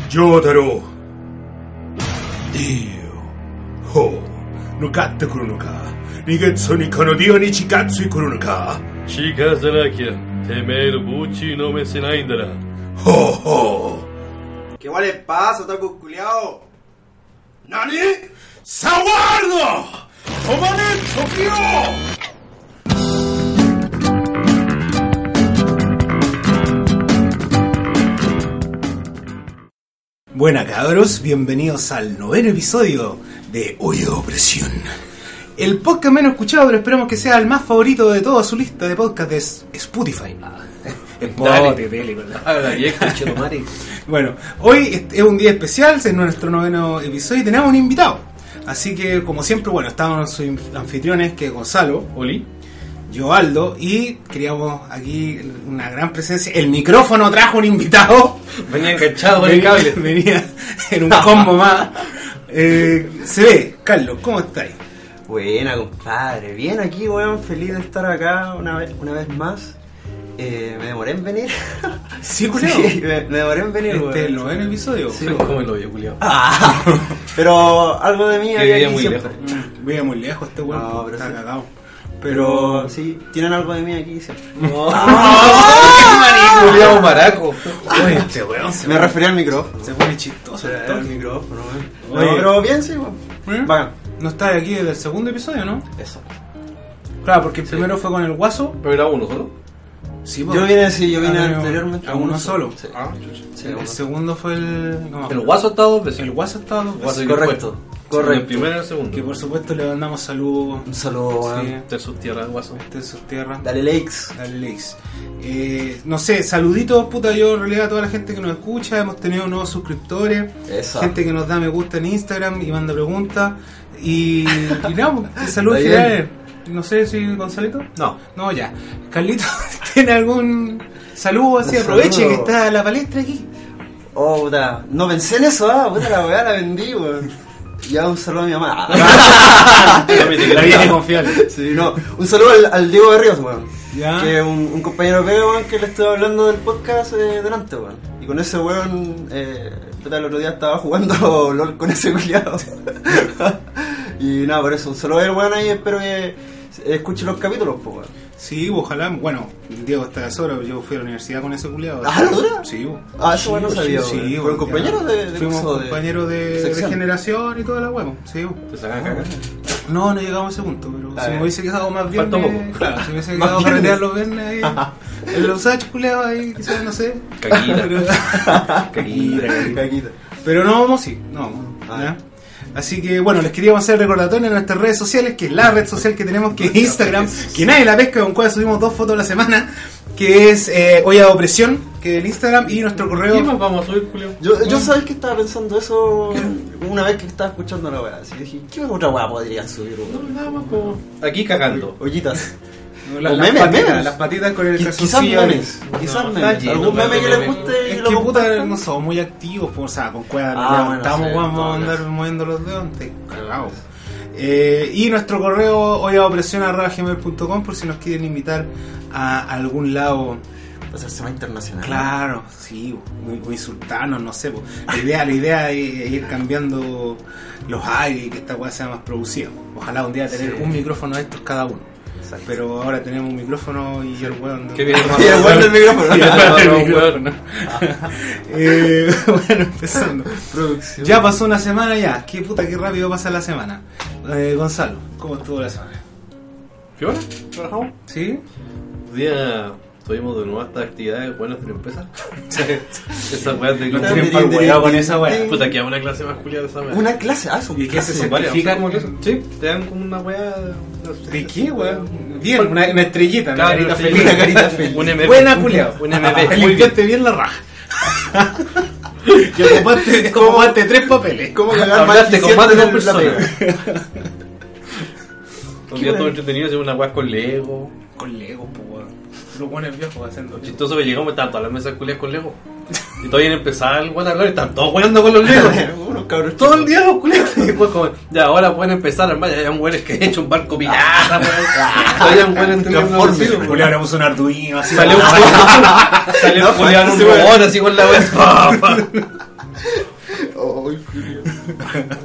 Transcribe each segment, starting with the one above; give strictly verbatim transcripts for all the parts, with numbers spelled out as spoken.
Yotaro. Dio. Ho. Nukatte kurunuka. Nigetsu ni kono dio ni chikatsu kurunuka. Chikazarakia. Temei no buchi no me senai ndara. Ho ho. ¿Qué vale pasa, otaku culiao? ¿Nani? ¡Saguardo! ¡Tomane Tokio! Buena cabros, bienvenidos al noveno episodio de Oído Opresión. El podcast menos escuchado, pero esperamos que sea el más favorito de toda su lista de podcasts de Spotify. Dale. Tele, ¿verdad? Habla viejo, chetumare. Bueno, hoy es un día especial, es nuestro noveno episodio y tenemos un invitado. Así que, como siempre, bueno, estamos sus anfitriones, que es Gonzalo, Oli, yo, Aldo, y queríamos aquí una gran presencia. El micrófono trajo un invitado. venía enganchado con el cable. Venía en un combo más. Eh, se ve, Carlos, ¿cómo estáis? Buena, compadre. Bien aquí, weón. Feliz de estar acá una vez, una vez más. Eh, me demoré en venir. Sí, culiao. Sí, me, me demoré en venir, Este weón. es el noveno episodio. Sí, ¿Cómo lo vio, culiao? Ah, pero algo de mí Que hay vivía aquí muy siempre. lejos. Vive muy lejos este weón, No, pero está sí. cagado. Pero Pero... sí, tienen algo de mí aquí siempre. No. ¡Qué culiao maraco! Oye, este weón se, Me refería al micrófono. se pone chistoso. Al entonces. micrófono, weón. Oye. No, pero bien, sí, weón. ¿Eh? Bacán. No estás aquí desde el segundo episodio, ¿no? Eso. Claro, porque el primero fue con el Guaso. Pero era uno solo. Sí, Yo vine, sí, yo vine a, anteriormente. a uno solo. Sí. Ah, chucha. Sí, El uno. segundo fue el... No, El guaso está dos veces. El Guaso estaba dos Guaso veces. y Correcto. después. Correcto. El primero y el segundo. Que por supuesto le mandamos saludos. Un saludo, weón. Sí, De sus tierras, guaso. de sus tierras. Dale likes. Dale likes. Eh, no sé, saluditos, puta, yo en realidad a toda la gente que nos escucha. Hemos tenido nuevos suscriptores. Eso. Gente que nos da me gusta en Instagram y manda preguntas. Y, y no, saludos Está bien. generales. No sé si Gonzalito. No. No, ya. Carlito, ¿tiene algún saludo así? Un Aproveche saludo. que está la palestra aquí. Oh, puta. No pensé en eso, ah. Puta, la weá la vendí, weón. Ya un saludo a mi mamá. La viene confiable. Sí, no. Un saludo al, al Diego Berríos, weón. Ya. Que es un, un compañero que weón, que le estoy hablando del podcast eh, delante, weón. Y con ese weón, eh, puta, el otro día estaba jugando LOL con ese culiado. Y nada, por eso, un saludo a él, weón, ahí espero que escuche los capítulos, pues, weón. Sí, ojalá. Bueno, Diego está de sobra, yo fui a la universidad con ese culiado. ¿Ah, lo dura? Sí, bo. Ah, eso bueno no sabía, Sí, weón. bo, ¿Fueron ya. compañeros de, de Fuimos curso de- compañeros de, de sección? generación y toda la huevo. Sí, bo. Te sacan cagar. No, no llegamos a ese punto, pero Ah, si me bien. hubiese quedado más bien. Faltó poco. Claro, si me hubiese Más quedado a viernes. carretear los viernes ahí. En los H culiados ahí, quizás, no sé. Caquita. Pero- Caquita, caquita. Caquita. Pero no vamos, sí, no. Ah. ¿ya? Así que bueno, les queríamos hacer recordatorio en nuestras redes sociales, que es la red social que tenemos, que es Instagram, que nadie la pesca, con cual subimos dos fotos a la semana, que es eh, Olla de Opresión, que es el Instagram, y nuestro ¿Qué correo. más vamos a subir, culiao? Yo, yo sabes que estaba pensando eso una vez que estaba escuchando la weá. Así dije, ¿qué otra weá podrían subir, No, weón? nada más como... Aquí cagando. Ollitas. La- o las, memes, patitas, memes. las patitas con el Qui- Quizás calzoncillo. memes. Quizás No, memes. está lleno, ¿Algún meme que les meme. guste y Es lo que puta, compartan? no somos muy activos, pues, o sea, con cuerda Ah, nos bueno, levantamos, sí, vamos a todo andar eso. moviendo los dedos, te cagados. Eh, y nuestro correo olladeopresión arroba gmail punto com por si nos quieren invitar a algún lado. Va a ser semana internacional. Claro, sí, o insultarnos, no sé. Po. La idea, la idea es ir cambiando los aires y que esta weá sea más producida. Ojalá un día tener Sí. un micrófono de estos cada uno. Exacto. Pero ahora tenemos un micrófono y el weón. Qué bien, Y el weón del micrófono. Y el weón del No, micrófono. Eh, bueno, empezando. Producción. Ya pasó una semana ya. Qué puta, qué rápido pasa la semana. Eh, Gonzalo, ¿cómo estuvo la semana? ¿Fiona? ¿Trabajamos? ¿Sí? Un día tuvimos de nuevo estas actividades buenas de la empresa. Esas weas de No clase. tienen pa'l hueado con esa weá. Puta, que una clase más culiada de esa wea. Una clase, ah, son ¿Y qué se clases. Son varias, certifica? son como clases. Sí, te dan como una wea. ¿De qué, weón? Bien, una, una estrellita, una Claro, carita sí, feliz. una carita feliz. Un M V. Buena culiao. Un M V. Te Muy bien. limpiaste bien la raja. Y ocupaste, ¿Cómo? ocupaste tres papeles. ¿Cómo cagar más Hablaste con más de dos eficiente en la personas. pega? Un día todo entretenido, hacemos una wea con Lego. Con Lego, pues, weón. Los buenos viejos haciendo. Chistoso que llegamos y estaban todas las mesas culiadas con Lego. Y todavía empezaba el weón a hablar y estaban todos weando con los Legos. Unos cabros Todo el chicos. día los culiados. Y después como, ya ahora pueden empezar a armar, ya hay un weón que ha hecho un barco pirata, weón. Todavía un weón entendiendo Transformers, los hilos, El culiao le puso un Arduino así. Salió un Ah, Salió un No, culiado en un ese weón. robot así con la wea.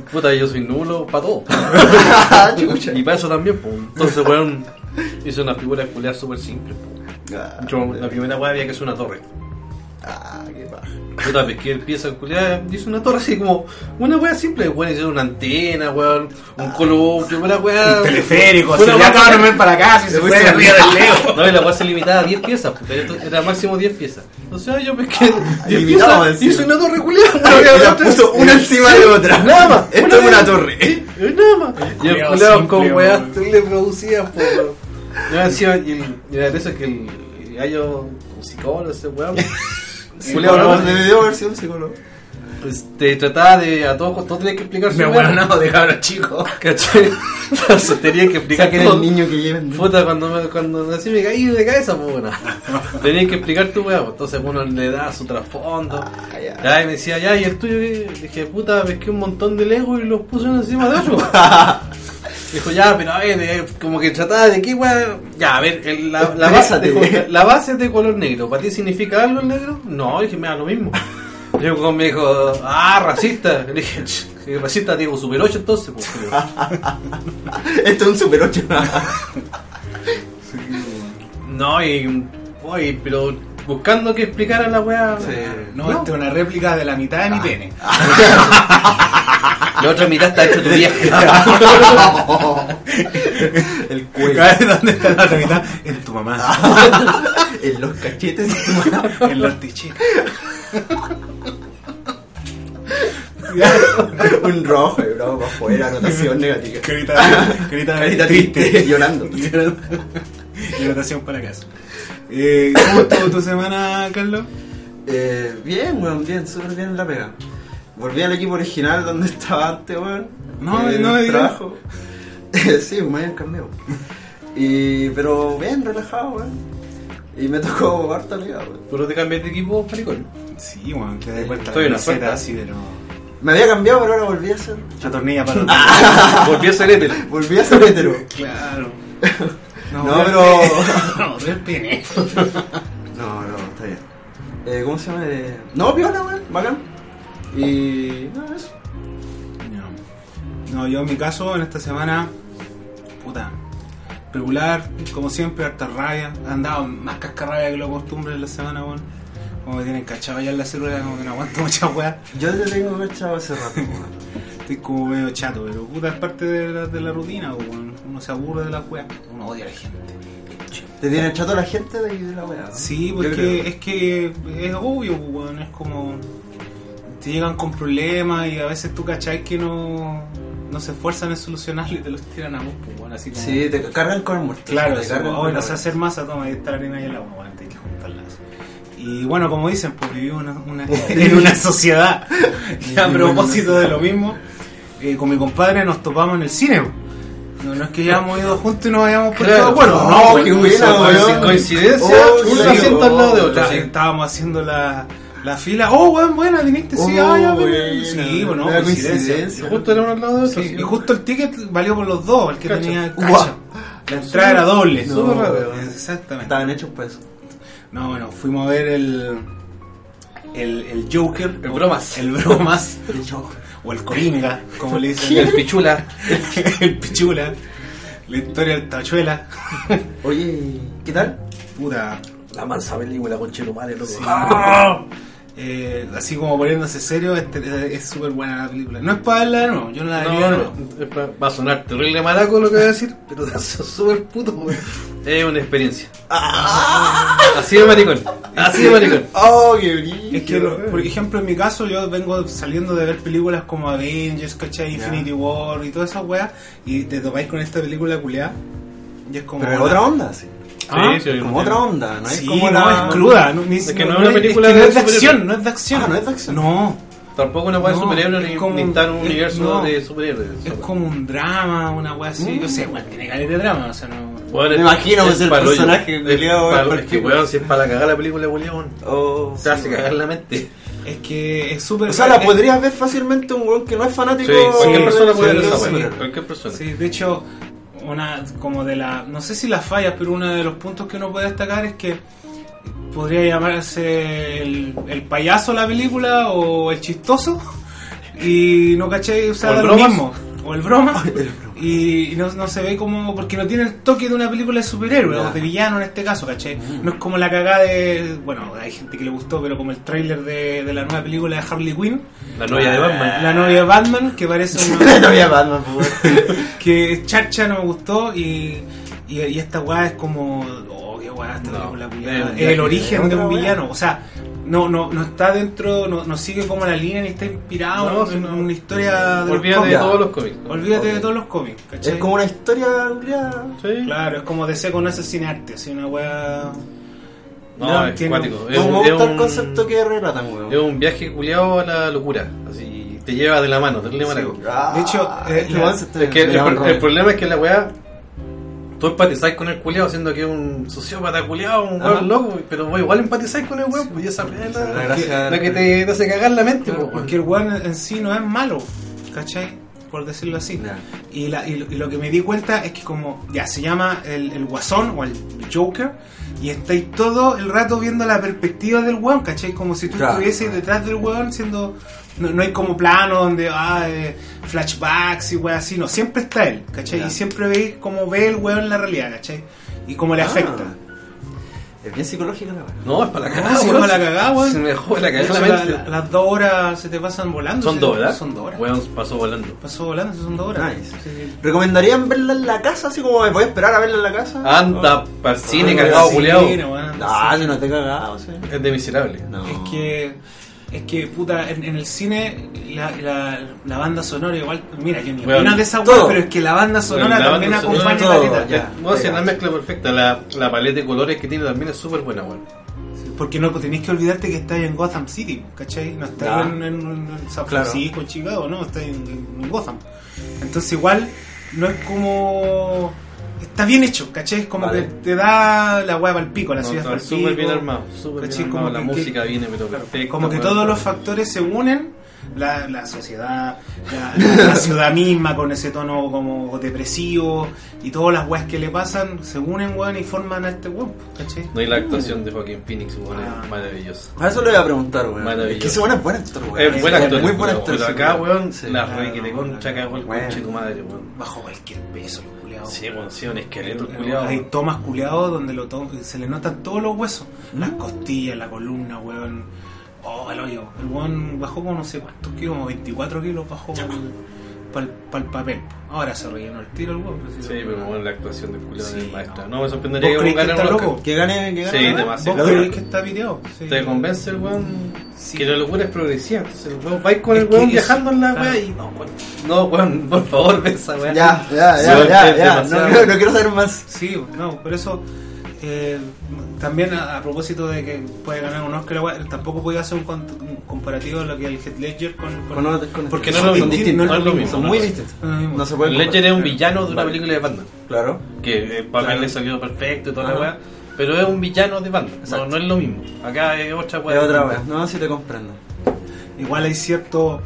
Puta, yo soy nulo para todo. Chucha. Y para eso también, pues. Entonces, weón, hice una figura escular súper simple, pues. Ah, Yo, la primera weá había que hacer una torre. Ah, qué paja. Puta, pesqué el pieza culiada, hice una torre así como una weá simple, weón, hice una antena, weón, un columpio, una weá. Un teleférico, Una así, weá- ya acaban de ver para acá, si se puede arriba del Lego. No, y la weá se limitaba a diez piezas, porque era- era máximo diez piezas. Entonces yo pesqué diez limitado piezas, encima. hice una torre culiada. Y la puso una encima de otra. Nada más. Esto es una torre. Sí, nada más. Y el culiao culiao simple, con weá weón. le producía, po, weón. Yo decía, y el- y la eso es que el el gallo, un psicólogo, ese weón. Culeado, no, debió haber sido un psicólogo. Pues te trataba de a todos, todos tenías que explicar su Me weá. bueno, no, de cabros chicos. ¿Cachai? Entonces tenía que explicar Saquen todo. el niño que lleven. Puta, cuando, me, cuando nací me caí de cabeza, pues bueno. Tenía que explicar tu weá, pues, entonces uno le da su trasfondo. Ah, ya. Ya, y me decía, ya, ¿y el tuyo qué? Dije, puta, pesqué un montón de Lego y los puse uno encima de otro. Dijo, ya, pero a ver, eh, como que trataba de qué weá. Ya, a ver, el- la, la, base, Exprésate. dijo, la, la base es de color negro. ¿Para ti significa algo el negro? No, dije, me da lo mismo. Y luego me dijo, ah, racista. Le dije, "Ch, si racista digo super ocho entonces, pues. Pero, Esto es un Super ocho. no, y, oye, pero buscando que explicaran la weá. Sí. No, esta es una réplica de la mitad de mi pene. La otra mitad está hecho tu vieja. El cuello. ¿Sabes dónde está la otra mitad? En tu mamá. En los cachetes. En los tichis. Un rojo y bravo para afuera, anotación negativa. Carita, carita, Carita triste, llorando. Y anotación para casa. Eh, ¿Cómo estuvo tu semana, Carlos? Eh, bien, weón, bien, súper bien en la pega. Volví al equipo original donde estaba antes, weón. No, Eh, no me digas. trabajo. Sí, me habían cambiado. Y, pero bien, relajado, weón. Y me tocó harta liga, weón. ¿Pero te cambias de equipo, maricón? Sí, bueno, te das cuenta Estoy de en la la suerte. camiseta así, pero Me había cambiado, pero ahora volví a ser. la tornilla para los Volví a ser hétero. Volví a ser hetero. Claro. No, del pero- pene. No, del pene. No, no, está bien. Eh, ¿Cómo se llama? Eh, No, piola, weón, bacán. Y. No, eso. No. No, yo en mi caso, en esta semana, puta, regular, como siempre, harta rabia. He andado más cascarrabia que lo costumbre en la semana, weón. Como me tienen cachado ya en la célula, como que no aguanto mucha weá. Yo te tengo cachado hace rato, weón. Estoy como medio chato, pero puta, es parte de la, de la rutina, weón. Uno se aburre de la weá, uno odia a la gente. ¿Te tiene chato la gente de, de la weá? ¿no? Sí, Yo porque creo. es que es obvio, weón, es como te llegan con problemas y a veces tú cachai que no, no se esfuerzan en solucionarlo y te los tiran a vos, pues, weón, así como... Sí, te cargan con el muerto. Claro, te así cargan como, con hoy la no sé weá. hacer masa, toma, ahí está la arena y el agua, weón, hay que juntarlas. Y bueno, como dicen, pues vivimos una, una- en una sociedad. Y a propósito de lo mismo, eh, con mi compadre nos topamos en el cine. No, no es que ya hemos ido juntos y nos hayamos puesto de Claro. acuerdo, No, no, qué pues, buena, eso, weón. coincide- Coincidencia, Oh, un sí, asiento al lado de oh, otro. Está- Sí. Estábamos haciendo la, la fila. Oh, weón, buena, viniste, sí, Oh, ah, ya, buena. ven. Sí, bueno, Una coincidencia. coincidencia. Justo era uno al lado de otro. Sí, sí. y justo el ticket valió por los dos, el que Cacha. tenía Guau. cacha. La entrada era doble. No, Súper rápido. weón. Exactamente. Estaban hechos para eso. No, bueno, fuimos a ver el. El, el Joker. El o- Bromas. El Bromas. El shock. O el Coringa, como le dicen. El pichula. El Pichula. La historia del Tachuela. Oye, ¿qué tal? Puta. La mansa película con Chetumare, loco. ¡Ah! Eh, así como poniéndose serio, este, es súper buena la película. No es para verla de nuevo, yo no la vería No, de no, nuevo. es pa- va a sonar terrible maraco lo que voy a decir, pero te hace súper puto, weón. Es una experiencia. Así de maricón. Así de maricón. Oh, qué brillo. Es que, por ejemplo, en mi caso, yo vengo saliendo de ver películas como Avengers, ¿cachai? Infinity War y todas esas weas, y te topáis con esta película culiada. Y es como. Pero es otra onda, sí. Ah, Sí, sí, Como otra onda, ¿no? Sí, es como no, la... es cruda. No, ni- Es que no- no es no una película es que no de es de superhéroes. acción, no es de acción. Ah, no es de acción. No. Tampoco una weá de No, superhéroes es ni, como ni un- estar en un es- universo no. de superhéroes. Es como un drama, una wea así. Mm. Yo sé, bueno, tiene caleta de drama, o sea, no. Bueno, Me es- imagino es que es el pa'l hoyo. personaje Es culiao, pa'l- es Es que weón, si es para cagar la película, weón. Oh, Te hace sí, cagar la mente. Es que es súper. O sea, la es- podrías ver fácilmente un weón que no es fanático. Sí, cualquier sí, persona sí, puede ver sí, esa sí. weá. Cualquier persona. Sí, de hecho, una como de la. No sé si las fallas, pero uno de los puntos que uno puede destacar es que podría llamarse el, el payaso la película o el chistoso. y no caché, o sea, ¿O el da lo bromas? mismo. O el broma. Y no, no se ve como. Porque no tiene el toque de una película de superhéroe, Ya. o de villano en este caso, ¿cachai? Mm. No es como la cagada de. Bueno, hay gente que le gustó, pero como el tráiler de, de la nueva película de Harley Quinn, La novia de Batman. la novia de Batman, que parece La una. novia de Batman, pues. que Charcha no me gustó y. Y, y esta weá es como. Oh, qué weá, esta No, película es culiada. un Es el origen de otra un weá. villano, o sea. No, no, no está dentro, no, no sigue como la línea ni está inspirado No, en, sí, en no. una historia de los Olvídate de cómics. todos los cómics. Olvídate Ok. de todos los cómics, ¿cachai? Es como una historia culiada. Sí. Claro, es como D C con ese cinearte, así una wea. No, Ya, es tiene- cuático. Es No un, me es gusta el un- concepto que relatan, weón. es un viaje culiado a la locura. Así te lleva de la mano, te lleva Sí. maraco. Ah, De hecho, eh, este la- weón se está- Es que el, me llama el- Robert. el problema es que la weá. Tú empatizáis con el culiado siendo que es un sociópata culiado, un Ajá. weón loco, pero vos igual empatizáis con el weón, pues y esa weá es Esa es la la, gracia. la que te, te hace cagar la mente, Claro, pues, porque el weón en sí no es malo, ¿cachai? Por decirlo así. Ya. Y, la, y, lo, y lo que me di cuenta es que como ya se llama el, el Guasón o el Joker y estáis todo el rato viendo la perspectiva del weón, ¿cachai? Como si tú Claro. estuvieses detrás del weón siendo... No, no hay como plano donde ah, eh, flashbacks y weón así, no, siempre está él, ¿cachai? Ya. Y siempre veis cómo ve el weón en la realidad, ¿cachai? Y cómo le Ah. afecta. Es bien psicológica la weá. No, es para la No, cagada, si es weón. para la cagada, weón. Se me jode la De cagada hecho, la la- mente. la- las dos horas se te pasan volando. Son sí, dos, ¿verdad? Son dos horas. Weón, pasó volando. Pasó volando, sí, son dos horas. Nice. Sí. ¿Recomendarían verla en la casa? Así como me voy a esperar a verla en la casa. Anda para el cine, Ah, cagado, sí, culiado. weón, Ah, sí. si no te he cagado, sí. Es de miserable. No. Es que, es que, puta, en, en el cine la, la, la banda sonora igual, mira, yo ni Weón, opino de esa todo. weá, pero es que la banda sonora Bueno, la también banda sonora, acompaña todo, la letra. ya. No, si es una mezcla perfecta. La, la paleta de colores que tiene también es súper buena, weón. Porque no tenéis que olvidarte que estáis en Gotham City, ¿cachai? No estáis Ya. en, en, en San Claro. Francisco, en Chicago, no, estáis en, en Gotham. Entonces igual no es como... Está bien hecho, ¿cachai? Es como Vale. que te da la hueá para el pico, la No, ciudad está para el súper bien pico. armado. Súper bien ¿Cachai? armado. Como La que- música que- viene, pero Claro, perfecta. como que weón. todos los factores se unen, la, la sociedad, la, la ciudad misma con ese tono como depresivo y todas las weas que le pasan se unen, weón, y forman a este weón, ¿cachai? No, y la actuación de Joaquín Phoenix, weón, Ah. es maravillosa. A eso le voy a preguntar, weón. Maravilloso. Es que ese weón es buen actor, weón. Es buen actor, Muy buen pero- actor. Pero sí, acá, weón, Sí. la claro, re que te concha cagó el bueno. conche de tu madre, weón. Bajo cualquier peso, los culiados. Sí, weón, sí, un esqueleto, el Hay culiado. tomas culiados donde lo to- se le notan todos los huesos, ¿Mm? las costillas, la columna, weón. Oh, el hoyo. El weón bajó como no sé cuántos kilos, como veinticuatro kilos bajó para el papel. Ahora se rellenó el tiro el weón. Sí, pero bueno, la actuación del culiado Sí, es maestra. no. No, me sorprendería ¿Vos que crees que ganara está un Oscar. loco? Que gane, que gane. Sí, ¿no? demasiado. ¿Vos La crees dura. que está piteado? Sí. Te convence el weón Sí. que la locura es progresiva. Entonces el weón va a ir con Es el que weón es- viajando en la claro. weá y no, weón. No, weón, por favor, ve esa weá. Ya, ya, Sí, ya, weón, ya, es ya. No, demasiado. quiero- no quiero saber más. Sí, no, por eso eh, también a, a propósito de que puede ganar un Oscar, igual, tampoco podía hacer un, con- un comparativo de lo que el Heath Ledger con... con- Con- con- Porque son no es lo distintos, mismo, no es lo mismo, mismo. Son muy distintos. no es lo mismo. No se puede. Ledger es un villano de una Vale. película de Batman. Claro. Que el papel Claro. le salió perfecto y toda la Ajá. weá. Pero es un villano de Batman. No, Exacto. no es lo mismo. Acá es otra weá. Es otra vez. No, si te comprendo. Igual hay ciertos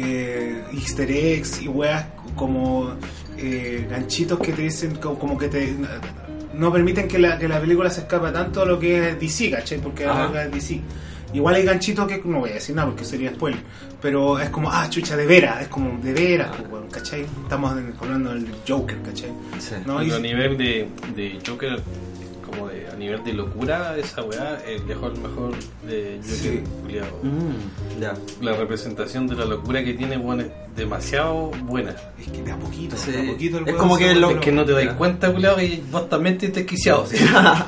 eh, easter eggs y weas como eh, ganchitos que te dicen co- como que te no permiten que la, que la película se escape tanto a lo que es D C, ¿cachai? Porque Ajá. ahora es D C. Igual hay ganchitos que no voy a decir nada porque sería spoiler, pero es como, ah, chucha, de veras, es como de veras, pues, weón, ¿cachai? Estamos en- hablando del Joker, ¿cachai? Sí. ¿No? Pero a Y- nivel de, de Joker, como de, a nivel de locura, esa weá eh, dejó el mejor de Joker, Sí. culiao. Mm, ya. La representación de la locura que tiene, weón, es demasiado buena. Es que de a poquito, Sí. de a poquito el Es weón como se que vuelve lo- Es loco. que no te das Ya. cuenta, culiao, que vos también te estás quiciado. ¿sí?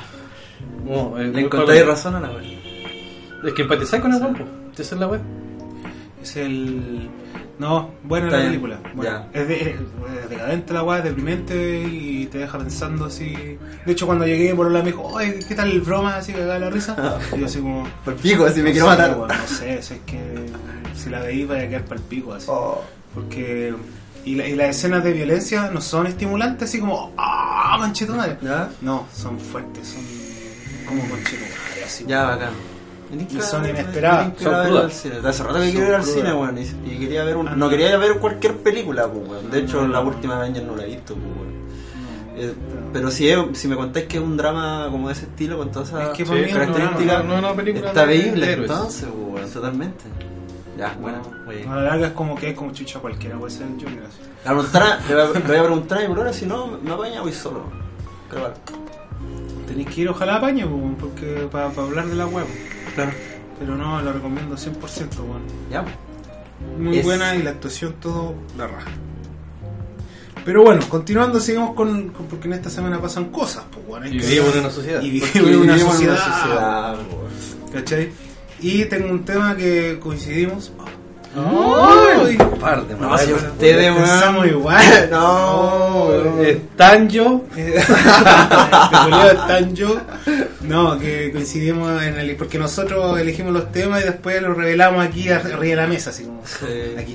No, es Le muy encontráis palo. razón a la wea. Es que empatizás con el guapo. Esa es la weá. Es el... No, buena Está la bien, película. Buena. ya. Es, de, es decadente la weá, es deprimente y te deja pensando así. De hecho, cuando llegué por la me dijo, oye, ¿qué tal el broma? Así que da la risa. Y yo así como... Por pico, así me no quiero sé, matar. weón, no sé, si es que si la veí vaya a quedar para el pico así. Oh. Porque... Y, la- y las escenas de violencia no son estimulantes, así como... ¡Ah, manchetonare! ¿Ya? No, son fuertes, son como manchetonare, así. Ya, bacán. Y son inesperadas, Son son crudas. crudas. Hace rato que Son quiero ir al crudas. cine, weón. Y, y quería ver un, Ah, no no. quería ver cualquier película, pues, weón. De hecho, No. la última Avengers no la he visto, pues, weón. No, Eh, pero si, es, si me contáis que es un drama como de ese estilo, con todas esas Es que Sí, para mí no, características, no, no, no, una película está de- de veíble héroes. entonces, pues, weón, totalmente. Ya, bueno. No, Oye. a la larga es como que es como chucha cualquiera, puede ser el Junior así. Le voy a preguntar, le voy a- le voy a preguntar a mi brother, si no, me apaña, voy solo. Creo que Tenéis que ir ojalá a paño, pues, porque para hablar de la web. claro. Pero no, lo recomiendo cien por ciento, bueno. Ya, pues. Muy Es- buena y la actuación todo la raja. Pero bueno, continuando, seguimos con, con- porque en esta semana pasan cosas, pues bueno. hay Y que- vivimos en una sociedad. Y Porque vivimos en una vivimos sociedad, sociedad, weón. ¿cachai? Y tengo un tema que coincidimos. ¡Ay! Par de No, madre, si weón. ustedes, weón. Pensamos igual. No, weón. Están yo. De culiao están yo. No, que coincidimos en el. Porque nosotros elegimos los temas y después los revelamos aquí arriba de la mesa, así como. Sí. Aquí.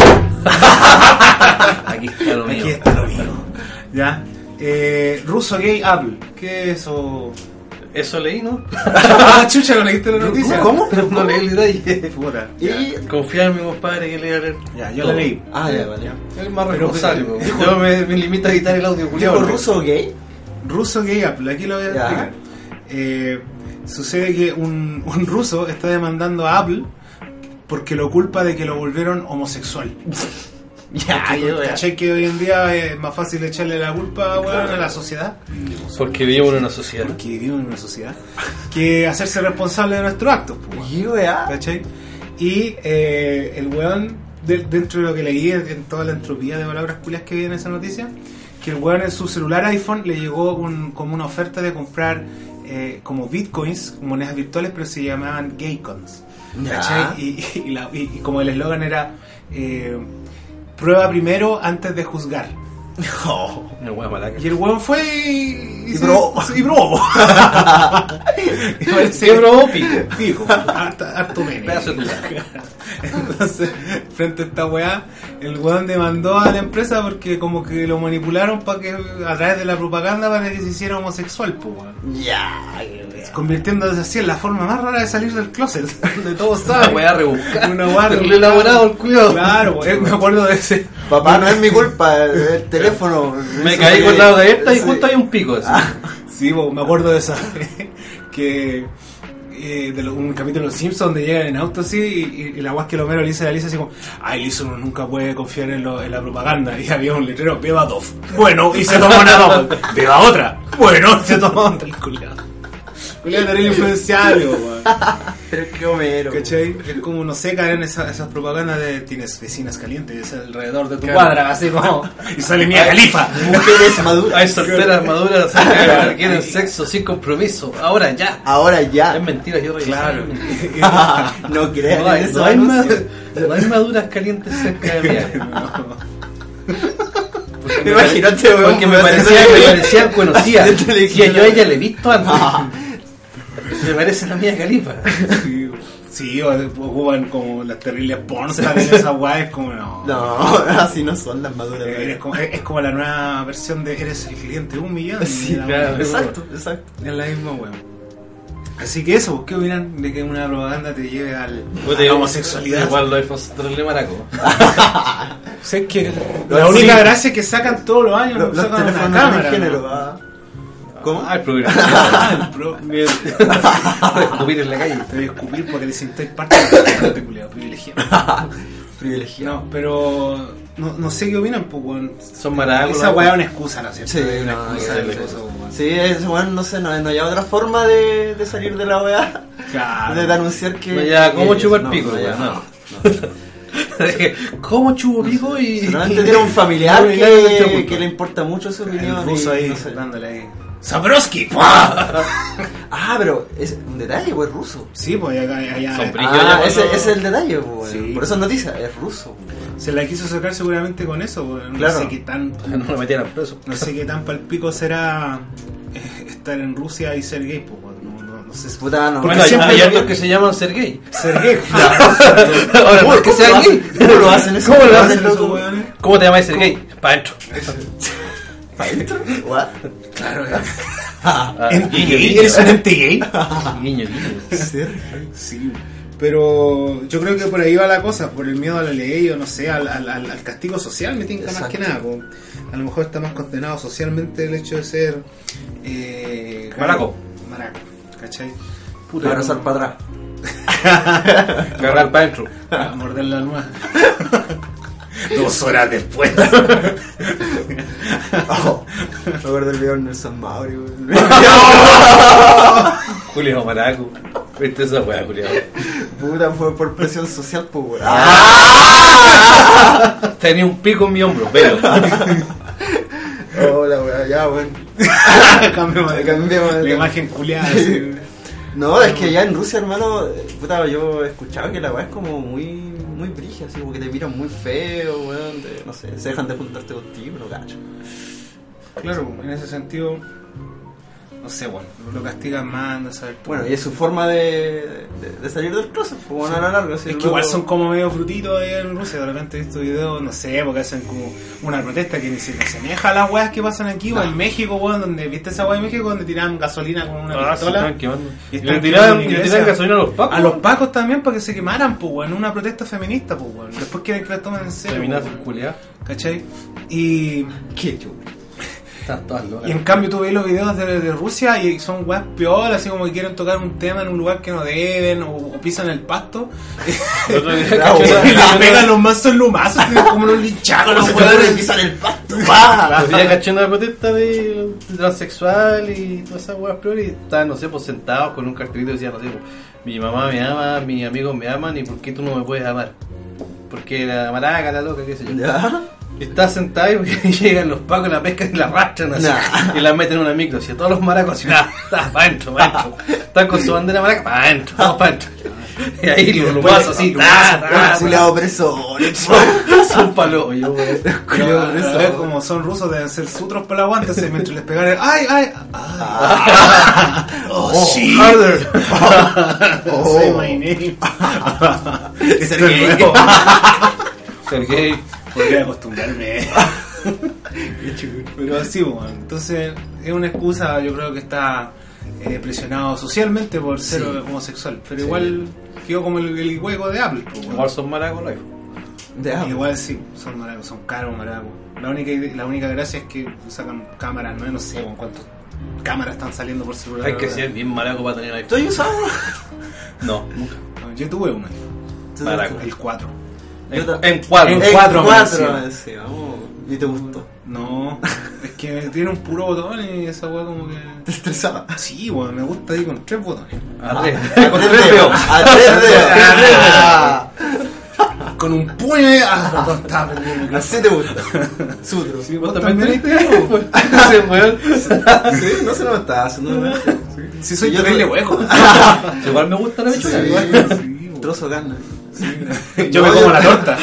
Aquí está lo mío. Aquí está lo mío. Ya. Eh, Ruso Gay Apple. ¿Qué es eso? Eso leí, ¿no? Ah, chucha, ¿no leíste la noticia? ¿Cómo? No leí el detalle. Puta. Y... Confía en mi compadre que lea leer. Ya, yo todo. la leí. Ah, ya, vale. Es más Pero, responsable, pero, weón. dijo- Yo me, me limito a editar el audio ¿Dijo culiao. ruso gay? Ruso Gay Apple, aquí lo voy a Ya. explicar. Eh, sucede que un, un ruso está demandando a Apple porque lo culpa de que lo volvieron homosexual. Ya, Porque, yo, ya. ¿cachai? Que hoy en día es más fácil echarle la culpa, weón, a la sociedad, Porque vivimos en una sociedad. porque vivimos en una sociedad, que hacerse responsable de nuestros actos, pues, weón. Yo, ya. ¿Cachai? Y eh, el weón, de- dentro de lo que leí en toda la entropía de palabras culias que viene en esa noticia, que el weón en su celular iPhone le llegó un, como una oferta de comprar eh, como bitcoins, monedas virtuales, pero se llamaban gaycons. Ya. ¿Cachai? Y, y, la- y- y como el eslogan era eh, prueba primero antes de juzgar. Oh. Una hueá malaca. Y el weón fue y, Y probó. Y probó. Y parece- ¿Qué probó? Pico. Pico, harto, harto pene. Pedazo de culo. Entonces, frente a esta weá, el weón demandó a la empresa porque como que lo manipularon para que, a través de la propaganda, para que se hiciera homosexual, pues weón. Ya, qué wea. Convirtiéndose así en la forma más rara de salir del closet, donde todos Una saben. hueá rebuscada. Una weá Terrible rebuscada. elaborado el cuidado. Claro, weón, me acuerdo de ese. Papá, no es mi culpa, el, el teléfono. Me Eso caí que- con la boca abierta y sí. justo hay un pico así. Sí, po, me acuerdo de esa. que. eh, de lo- un capítulo de Los Simpsons donde llegan en auto así y, y la guas que Homero le dice a la Lisa así como, ay, Lisa, uno nunca puede confiar en, lo- en la propaganda. Y había un letrero, beba dos. Bueno, y se tomó una dos. Beba otra. Bueno, se tomó otra el culiado. Culiado terrible influenciario, weón. Pero es que Homero. ¿Cachai? Es como, no sé, caer en esa- esas propagandas de tienes vecinas calientes alrededor de tu Claro. cuadra, así como, y sale Mia Khalifa. Mujeres maduras. Hay solteras maduras que quieren sexo sin compromiso. Ahora ya. Ahora ya. Es mentira, yo revisé. Claro. es mentira. No crean No hay, en eso. no hay anuncio. ma- no hay maduras calientes cerca de mí. Imagínate, weón. Porque me weón, parecía, haciendo- me parecía conocida. haciendo la Y yo a ella le he visto antes. Ah. Me parece la mía Califa. Sí, sí, o ocupan como las terribles pornstar en esas guayas, como no. No, así no son las maduras. Eh, eres como- es, es como la nueva versión de Eres el cliente un millón. Sí, Y la claro. wea- Exacto, exacto. Es la misma weón. Así que eso, ¿qué opinan de que una propaganda te lleve al, Pues a la homosexualidad? Igual los iPhones son terrible maraco. O sea, es que Los- la única sí. gracia es que sacan todos los años, Los, los sacan una teléfonos cámara. de género. ¿no? ah. ¿Cómo? Ah, el programa. Ah, el pro- Bien. Escupir en la calle. Te voy a escupir porque te sientes parte de la culiado privilegiado. Privilegiado. No, pero no, no sé qué opinan, pues, weón. Son maracos. Esa weá es una excusa, ¿no es cierto? Sí, Es una no, excusa sí, de sí. cosas, weón. Sí, es bueno, no sé, no, no hay otra forma de, de salir de la weá. Claro. De anunciar que. No, ya, ¿cómo que- chupar no, pico, no, ya, weón? no. No. ¿Cómo chupo pico y.? Solamente tiene un familiar No, ya, ya, que, ya, que le importa mucho su opinión. El ruso y ahí, no sé. dándole ahí. ¡Sabroski! Ah, pero es un detalle, pues ruso. Sí, pues allá, allá Son brillos. Ah, ya ese, cuando- ese es el detalle, pues. Sí. Por eso es noticia, es ruso. Pues. se la quiso sacar seguramente con eso, weón. No Claro. sé qué tan, No lo metieran preso. no sé qué tan palpico será eh, estar en Rusia y ser gay, pues, weón. No, no, no sé. si- Puta, no. Porque Bueno, hay, siempre hay lo- hartos que se llaman Sergey. Ser gay. Ahora, no es que sea ¿Cómo lo gay. hacen? ¿Cómo lo hacen eso? ¿Cómo lo ¿Cómo hacen? hacen Esos loco? weones. ¿Cómo te llamas Sergey? Pa' adentro. ¿Para adentro? ¿What? Claro, Ah, ¿Ente guiño, gay? guiño. ¿Eres un ente gay? Guiño, guiño. Sí, pero yo creo que por ahí va la cosa, por el miedo a la ley o no sé, al, al, al- al castigo social, me tinca más Exacto. que nada. po. A lo mejor está más condenado socialmente el hecho de ser eh, Maraco. Maraco, ¿cachai? Puta, abrazar para atrás. Cargar para adentro. A morder la almohada. Dos horas después. Oh, me acuerdo del video de Nelson Mauri, weón. Julio Maraco. ¿Viste esa weá, Julio? Puta, fue por presión social, pues, weón. Tenía un pico en mi hombro, pero. Hola, weón, ya, weón. Cambiamos de, Cambiamos de la tema. imagen culiada. Sí. No, es que allá en Rusia, hermano, puta, yo he escuchado que la weá es como muy, muy brígida, así como que te miran muy feo, weón, te- no sé, se dejan de juntarte contigo, no cacho. Claro, en ese sentido, no sé, bueno, lo castigan más, no sabes. Bueno, y es su forma de, de, de salir del closet, pues bueno, a la larga. Así Es que luego- igual son como medio frutitos ahí en Rusia. De repente he visto videos, no sé, porque hacen como una protesta que ni se asemeja a las weas que pasan aquí, o No. en México, weón, donde viste esa wea en México donde tiraban gasolina con una Ah, sí, pistola. estaban quemando. Y Y están le quemando tiraban, una y le iglesia. tiraban gasolina a los pacos. A los pacos también para que se quemaran, pues, weón, una protesta feminista, pues, weón. Después quieren que la tomen en serio. Feminazos, pues, weón. culiados. ¿Cachai? Y, Qué chulo. Están todas locas. y en cambio tú ves los videos de, de Rusia y son weas piolas, así como que quieren tocar un tema en un lugar que no deben, o, o pisan el pasto. El otro día Bravo, caché una- Y les pegan los mazos lumazos, tienen como los linchados los Se te ocurre weones. pisar el pasto, ¡pa! El otro día caché una protesta de, de transexual y todas esas weas peor, y estaban, no sé, pues sentados con un cartelito y decían, no sé, pues, mi mamá me ama, mis amigos me aman, y ¿por qué tú no me puedes amar? Porque la maraca, la loca, qué sé yo. ¿Ya? Y está sentada y llegan los pacos, la pescan y la arrastran así, Nah. y la meten en una micro, así a todos los maracos así, nada, está para adentro, para adentro. Están con su bandera maraca, para adentro, vamos para adentro. Y ahí los lumazos así, ta, ta, Un culiado opresor. son palos, yo, güey. Pero, a Eso. ver, como son rusos deben ser sutros para el aguante, así, mientras les pegan el ¡ay, ay! Ah. ¡Oh, Oh, sí! Harder. Oh. Say my name. Esto Esto es es nuevo. Sergey. Podría acostumbrarme. Pero sí, bueno, entonces es una excusa, yo creo que está eh, presionado socialmente por ser Sí. homosexual. Pero Sí. igual quedó como el, el juego de Apple. pues, bueno. Igual son maracos los iPhone. De Apple. Igual sí, son maracos, son caros maracos. La única, la única gracia es que sacan cámaras, no, no sé con cuántas cámaras están saliendo por celular. Hay que ahora. ser bien maraco para tener iPhone. ¿Estoy usando? No, nunca. No, yo tuve un iPhone, Maraco. el cuatro. Yo En, ta- en cuadro. En En cuatro, cuatro, me me decía. Oh, ¿y te gustó? No, es que tiene un puro botón y esa weá como que... ¿Te estresaba? Sí, bueno, me gusta ahí con tres botones. Arre. A Con tres tres dedos. dedos. A tres dedos. Ah, Con un puño y... Ah, perdón, estaba prendido el micrófono. Así te gusta. Sutro. Sí, ¿Vos vos también también tenés tiempo? Ese weón. Sí, no se lo está haciendo nada. Sí, soy Yo terrible no- hueco. Igual me gusta la Sí, bichuela. Sí, un trozo de carne. Yo No, me como yo- la torta.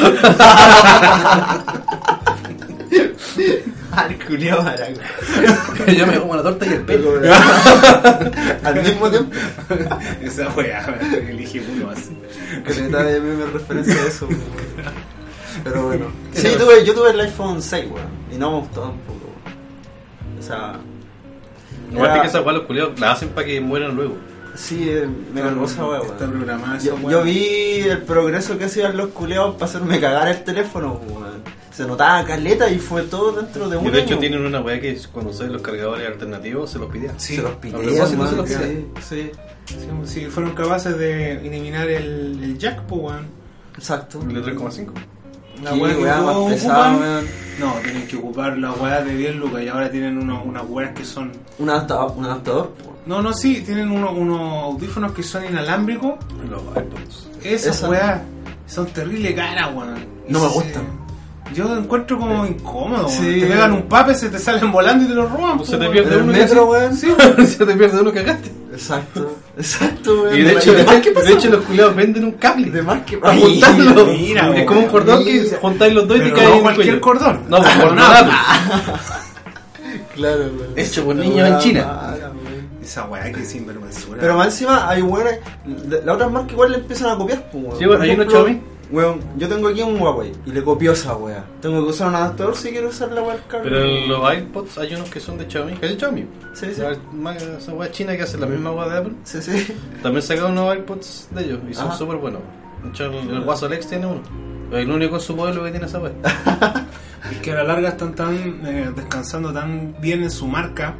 Al culiao maraco. Yo me como la torta y el pelo. Al mismo tiempo. Esa weá, elige uno así. Que le da de mí me referencia a eso. Pero bueno. Sí, tuve, yo tuve el iPhone seis, weón. Y no me gustó tampoco, weón. O sea. Igual era- que esas weas los culiados la hacen para que mueran luego. Sí, eh, me cargó esa weá, Está weón. programada esa Yo, weá. yo vi el progreso que hacían los culeados para hacerme cagar el teléfono, weón. Se notaba caleta y fue todo dentro de un Y de hecho año. tienen una wea que es cuando salen los cargadores alternativos se los pidían. Sí, Se los a pidían, propósito, man, se los sí, pidían. sí, sí, sí, fueron capaces de eliminar el, el jack, pues weón. exacto. El de tres coma cinco. La Qué weá que weá más todos pesada, ocupan. weón. No, tienen que ocupar las weas de diez lucas y ahora tienen uno, unas weas que son... Un adaptador, un adaptador, po. No, no, sí, tienen uno, unos audífonos que son inalámbricos. Los iPods. Esas Esa. weas son terrible caras, weón. No me Se- gustan. Yo encuentro como incómodo, weón. Sí. Te pegan un pape, se te salen volando y te lo roban. Se pues, te weón. pierde En el uno metro, weón. Sí, Se te pierde uno que cagaste. Exacto, exacto, weón. Y de hecho, ¿De más qué pasa? de hecho los culiados venden un cable. De más que Para juntarlo. mira, Es weón. como un cordón que Mira. juntáis los dos y te Pero caes no en el cualquier cuello. cordón. No, pues Cordón cordonado. Claro, weón. Hecho por La niños weá en China. mala, weón. Esa weá que es sinvergüenzura. Pero más encima hay weones. Las otras marcas igual le empiezan a copiar, pues, weón. Sí, weón, Por hay uno ejemplo, Xiaomi. Weón, yo tengo aquí un Huawei y le copió esa weá. Tengo que usar un adaptador si quiero usar la weá del cable. Pero en los iPods hay unos que son de Xiaomi. ¿Qué es de Xiaomi? Sí, sí. Esa ma- esa wea china que hace la misma wea de Apple. Sí, sí. También sacaron unos iPods de ellos y son Ajá. súper buenos. De hecho, el, el Guaso Lex tiene uno. Es el único en su modelo que tiene esa wea. Es que a la larga están tan eh, descansando tan bien en su marca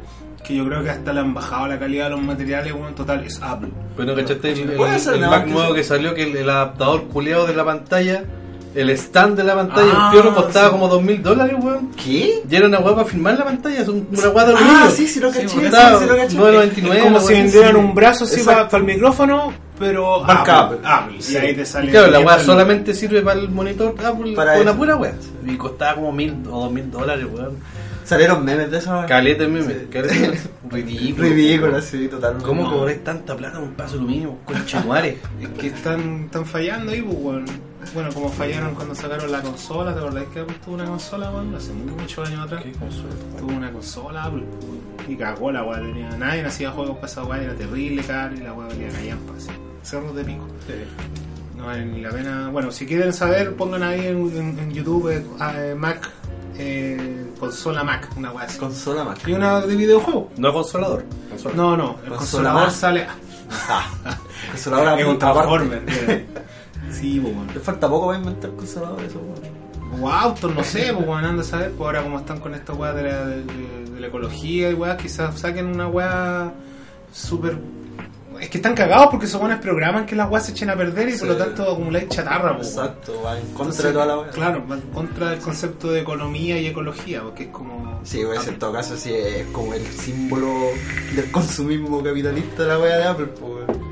que yo creo que hasta le han bajado la calidad de los materiales, bueno, en total es Apple. Bueno, ¿cachaste el, el, Puede ser, el no, Mac que nuevo sí. que salió? Que el, el adaptador culeado de la pantalla, el stand de la pantalla, Ah, el piorro costaba sí. como dos mil dólares, weón. ¿Qué? Y era una weá para filmar la pantalla, es un- una weá de Ah, aluminio. sí, sí lo caché, Sí, sí, estaba sí lo caché. nueve noventa y nueve, Es como una si weá así. vendieran un brazo así para, Exacto. el micrófono, pero Marca Apple. Apple. Apple. Sí. Y ahí te Y sale. claro, la weá Apple. solamente sirve para el monitor Apple Para con eso. la pura weá. Y costaba como mil o dos mil dólares, weón. Salieron memes de eso. Caleta meme, Sí. caleta meme. Ridículo. Ridículo, sí, totalmente. ¿Cómo No. cobráis tanta plata en un paso de aluminio, conchetuares? Es que están, están fallando ahí, pues, weón. Bueno, como fallaron cuando sacaron la consola, ¿te acordás que Apple tuvo una consola, weón? Hace muchos años atrás. ¿Qué consuelo? Tuvo una consola, Apple, weón. Y cagó la weá, tenía. Nadie hacía juegos para esa weá, era terrible caro y la weá valía callampa, así. Cerros de pico. No vale ni la pena. Bueno, si quieren saber, pongan ahí en, en, en YouTube eh, eh, Mac, eh, consola Mac, una weá así. Consola Mac. Y una de videojuego. No consolador. Consola. No, no, el Consola consolador Mac. sale. Ah, consoladora Es un aparte. Transformer. eh. Sí, pues, bueno. Le falta poco para inventar consoladores, eso, weón. O autos, no sé, pues bueno, anda a saber, pues ahora como están con esta weá de la, de, de- de la ecología y weá, quizás saquen una weá súper... Es que están cagados porque esos weones programan que las weas se echen a perder y por Sí. lo tanto acumuláis chatarra, pues. weón. Exacto, va en contra Entonces, de toda la weá. Claro, va en contra del concepto de economía y ecología, porque es como... Sí, pues en todo caso sí es como el símbolo del consumismo capitalista de la weá de Apple, pues. weón.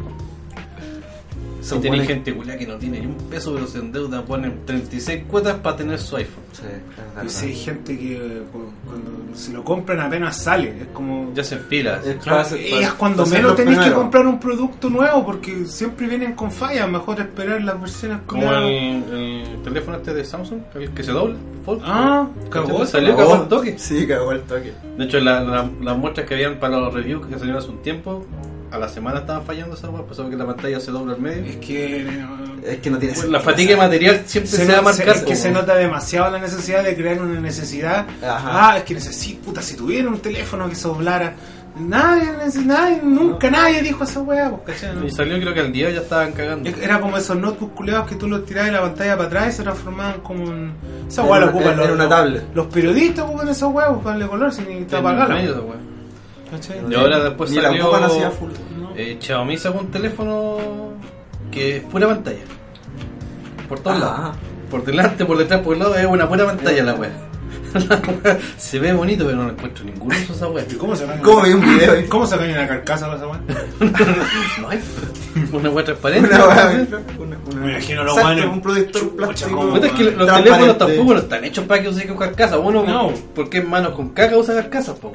Si Son tiene buenos- gente culia que no tiene ni un peso, pero se endeuda, ponen treinta y seis cuotas para tener su iPhone. Sí, es verdad. Y si hay gente que cu- cuando se lo compran apenas sale, es como... Ya se enfila. Es Claro, para- y para- es cuando para ser menos los tenéis que primeros. comprar un producto nuevo porque siempre vienen con fallas, mejor esperar las versiones Como culiadas. el, el teléfono este de Samsung, el que se dobla. Fold. Ah, cagó. ¿Cachai? Salió, cagó el toque. Sí, cagó el toque. De hecho, la- la- las muestras que habían para los reviews que salieron hace un tiempo, a la semana estaban fallando esa hueá, pasó que la pantalla se dobla al medio. Es que... eh, Es que no tiene Pues la fatiga material siempre se, se, va a nota- se- marcar. es que se nota demasiado la necesidad de crear una necesidad. Ajá. Ah, es que necesito, puta, si tuviera un teléfono que se doblara. Nadie, nadie, nunca nadie dijo esa weá, pues, ¿cachai? ¿no? Y salió, creo que al día ya estaban cagando. Era como esos notebooks culeados que tú los tirabas de la pantalla para atrás y se transformaban como en... Esa En weá la una- ocupan en los, una tablet. los periodistas ocupan esos huevos para darle color sin ni apagarla. En medio, weá. ¿Cachai? Y ahora después Ni la salió ocupan así a full. No. eh, Xiaomi sacó un teléfono que es pura pantalla. Por todos Ah. lados. Por delante, por detrás, por el lado, es una pura pantalla la weá. La weá se ve bonito, pero no encuentro ningún uso esa weá. ¿Y cómo sacan ¿Cómo una- vi un video? ahí? ¿Cómo sacan una carcasa para esa weá? No hay. Una weá transparente. Una weá. ¿sí? una- una- Me imagino los Exacto, guanes- un proyector Chucha, plástico. cómo- Puta, es que los transparente. teléfonos tampoco no están hechos para que use con carcasa. Uno, No. porque en manos con caca usa carcasas, po.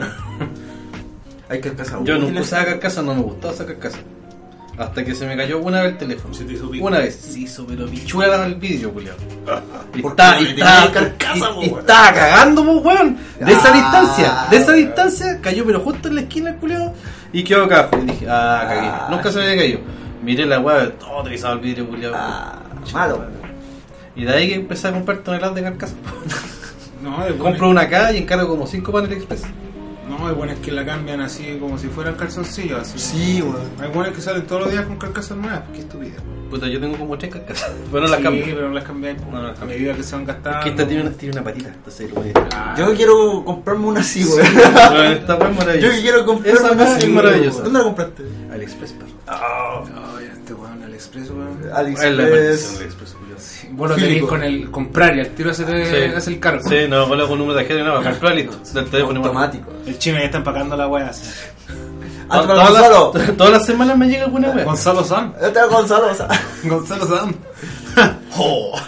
Hay que alcanzar. Yo nunca usaba carcasa, no me gustaba usar carcasa. Hasta que se me cayó una vez el teléfono. Se te hizo pico. Una vez, se hizo, pero pichuela el vídeo, culiao. Y ¿Por qué está, no y le está, tenías carcasa, po, y- y weón? estaba cagando, po, weón. De esa Ah. distancia, de esa distancia, cayó, pero justo en la esquina el culiao. Y quedó acá. Y dije, ah, cagué. Ah. Nunca se me había caído. Miré la weá, todo utilizaba el vidrio, culiao. Ah, Chuta, malo. weón. Y de ahí que empecé a comprar toneladas de carcasa. No, de Compro una acá y encargo como cinco paneles express. No, hay buenas que la cambian así como si fueran calzoncillos. Así. Sí, weón. Hay buenas que salen todos los días con carcasas nuevas. Qué estupidez. Puta, yo tengo como tres carcasas. Pero no las Sí, cambio. pero no las cambiáis No, no las a cambio. medida que se van gastando. Es que esta tiene una, tiene una patita, entonces lo voy a Ah, Yo quiero comprarme una así, weón. Bueno, esta weá es Yo maravillosa. quiero comprarme Esa una weá así. es maravillosa. ¿Dónde la compraste? AliExpress, perro. Ay, este weón, AliExpress, weón. Es la maldición de AliExpress. AliExpress, culiao. Sí, vos lo Fílico. tenéis con el comprar y al tiro se te hace el cargo. Sí, no, con un número de tarjeta y nada, comprar listo. Del teléfono igual. Automático. El chino ya está empacando la weá. así. Ah, To- para todas, Gonzalo. las, todas las semanas me llega alguna wea. Gonzalo Sam. Yo tengo Gonzalo, o sea. Gonzalo Sam. Oh.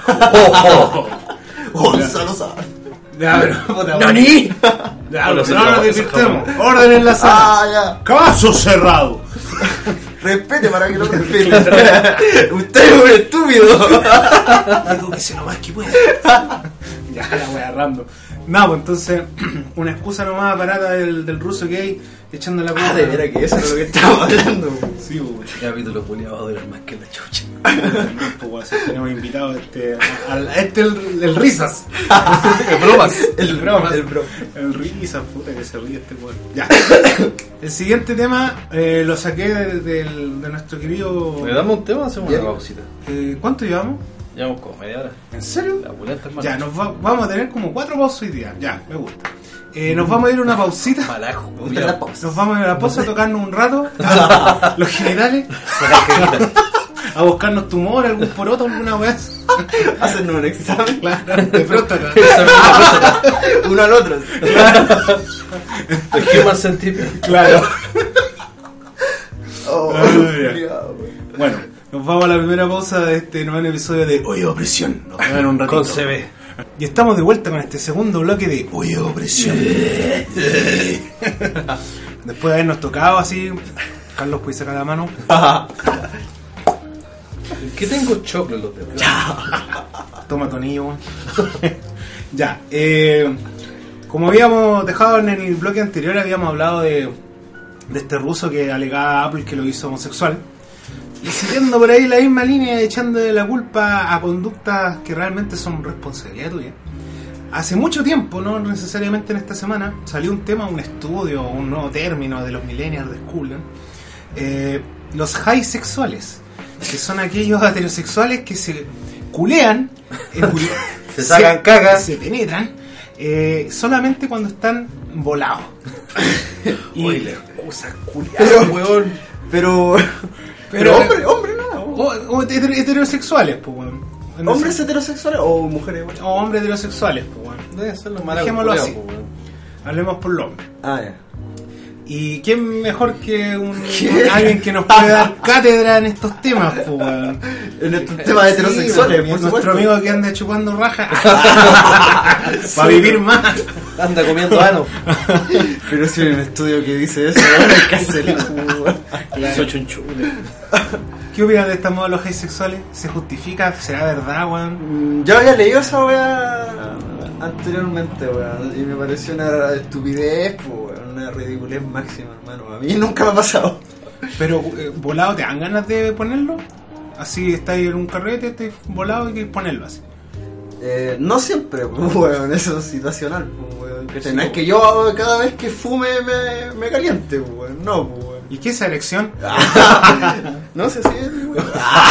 Gonzalo, o sea. Ya, pero puta. ¡Nani! Ya, Bueno, pero eso no nos es divirtemos. Orden en la sala. Ah, Caso cerrado. ya. Respete para que lo respete. Usted es un estúpido. Edúquese lo más que pueda. Ya, la wea rando. No, pues entonces, una excusa nomás barata del, del ruso gay echando la Ah, de veras que eso es lo que estamos hablando. Sí, pues. Capítulo culiado de más que la chucha. Pues, weón, si tenemos invitado este, al, a este el, el risas. El bromas. El bromas. El bro. El risas, puta que se ríe este weón. Ya. El siguiente tema eh, lo saqué de, del- de nuestro querido. ¿Le damos un tema o hacemos Bien. una pausita? Eh, ¿Cuánto llevamos? Llevamos como media hora. ¿En serio? La pulenta, hermano. Ya, nos va- vamos a tener como cuatro pausas hoy día. Ya, me gusta. Eh, nos vamos a ir a una pausita. Malajo. Me gustan las pausas. Nos vamos a ir a la pausa a tocarnos un rato los genitales, a buscarnos tumor, algún poroto, alguna weá. Hacen un examen. Claro, de próstata. Uno al otro. ¿De Human Centipede? Claro. Oh, Ah, ya. culiao, wey. Bueno, nos vamos a la primera pausa de este nuevo episodio de Oye Opresión. Nos vemos en un ratito. Con C B. Y estamos de vuelta con este segundo bloque de Oye Opresión. Después de habernos tocado así, Carlos, ¿puedes sacar la mano? ¿Qué tengo choclo en los dedos? Toma tonillo, weón. Ya, eh, como habíamos dejado en el bloque anterior, habíamos hablado de, de este ruso que alegaba a Apple que lo hizo homosexual. Y siguiendo por ahí la misma línea, echándole la culpa a conductas que realmente son responsabilidad tuya. Hace mucho tiempo, no necesariamente en esta semana, salió un tema, un estudio, un nuevo término de los millennials de School, eh, los high sexuales, que son aquellos heterosexuales que se culean, eh, cule- Se sacan cagas. se penetran, eh, solamente cuando están volados. Y- Uy, la excusa culiada, weón. Pero. Pero, hombre, hombre, no. o, o heter- heterosexuales, pues, weón. No ¿Hombres sé. heterosexuales o mujeres igual? O hombres heterosexuales, pues, weón. Debe ser lo malo. Dejémoslo así. Hablemos por los hombres. Ah, ya. ¿Y quién mejor que un, un- alguien que nos puede dar cátedra en estos temas, pues, weón? En estos temas Sí, heterosexuales, weón, por nuestro supuesto. amigo que anda chupando raja para vivir más. Anda comiendo ano. Pero si hay un estudio que dice eso, bueno, hay que hacerlo. weón. Soy chunchule. ¿Qué opinas de esta moda de los gays sexuales? ¿Se justifica? ¿Será verdad, weón? Mm, Yo había leído esa weá anteriormente, weón, y me pareció una estupidez, pues, weón, una ridiculez máxima, hermano. A mí nunca me ha pasado. Pero, eh, volado, ¿te dan ganas de ponerlo? Así, estáis en un carrete, estáis volado y quieres ponerlo así. Eh, no siempre, pues, weón, eso es situacional, pues, weón. ¿Cachai? Sí, No es po. que yo cada vez que fume me, me caliente, pues, weón. No, pues, weón. ¿Y qué es esa erección? No sé si es, weón.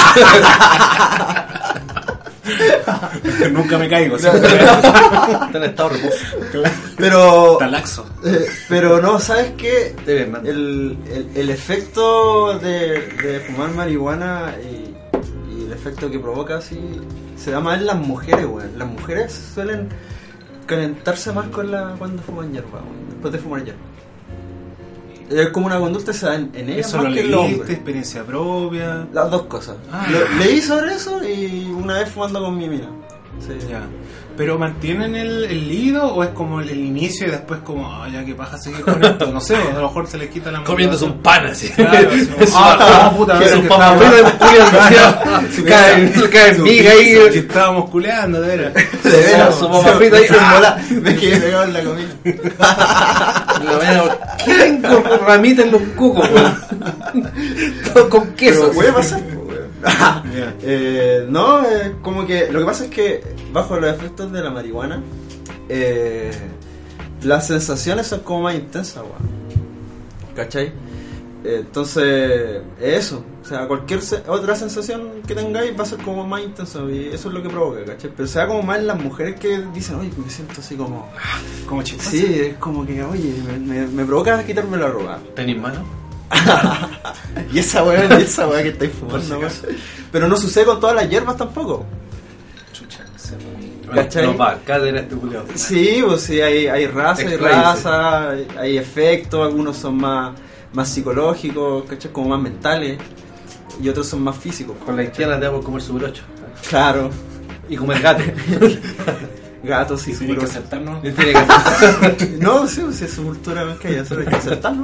Nunca me caigo. Está en estado de reposo. Pero, Está laxo. eh, pero no, ¿sabes qué? Te ves, man. El, el, el efecto de, de fumar marihuana y, y el efecto que provoca así se da más en las mujeres, weón. Las mujeres suelen calentarse más con la cuando fuman hierba, weón, después de fumar hierba. Es como una conducta se da en, en ellas Eso más lo que en los leíste, hombres. experiencia propia. Las dos cosas. Ah. Lo- leí sobre eso y una vez fumando con mi mina. Sí. Ya. ¿Pero mantienen el, el lido o es como el, el inicio y después como, ah, ya que paja seguir con esto? No sé, a lo mejor se les quita la Comiéndose un motivación. pan así. Claro, así como, Eso, ah, puta, que a ver es un que pan estaba- frito de culiando, así. Cae, cae en miga ahí. Si estábamos culeando, de veras. De veras, Su se- mamá frita ahí. se mola. Ves que pegado en la comida. La mañana, ¿qué tengo ramita en los cucos, weón? Todo con queso. Pero puede pasar, pues, weón. Ya. Eh, no, eh, como que lo que pasa es que bajo los efectos de la marihuana, eh, las sensaciones son como más intensas, weón. ¿Cachai? Eh, entonces, eso. O sea, cualquier se- otra sensación que tengáis va a ser como más intenso y eso es lo que provoca, ¿cachai? Pero se da como más en las mujeres que dicen, oye, me siento así como... Como chistoso. Sí, es como que, oye, me, me, me provoca quitarme la ropa. ¿Tenís mano? Y esa weá, y esa weá que estáis Por si fumando, acaso. weón. Pero no sucede con todas las hierbas tampoco. Chucha, no sé. ¿Cachai? No va, cátedra este culiao. Sí, pues sí, hay, hay raza, hay Expláyese. raza, hay, hay efectos, algunos son más, más psicológicos, ¿cachai? Como más mentales, y otros son más físicos. Con la haitiana te vamos a comer su brocho. Claro, Y comer gato. gatos y Tiene que puros. aceptarnos. Tiene que hacer. No, sí, pues, si es su cultura, ves que hay que hay que aceptarlo.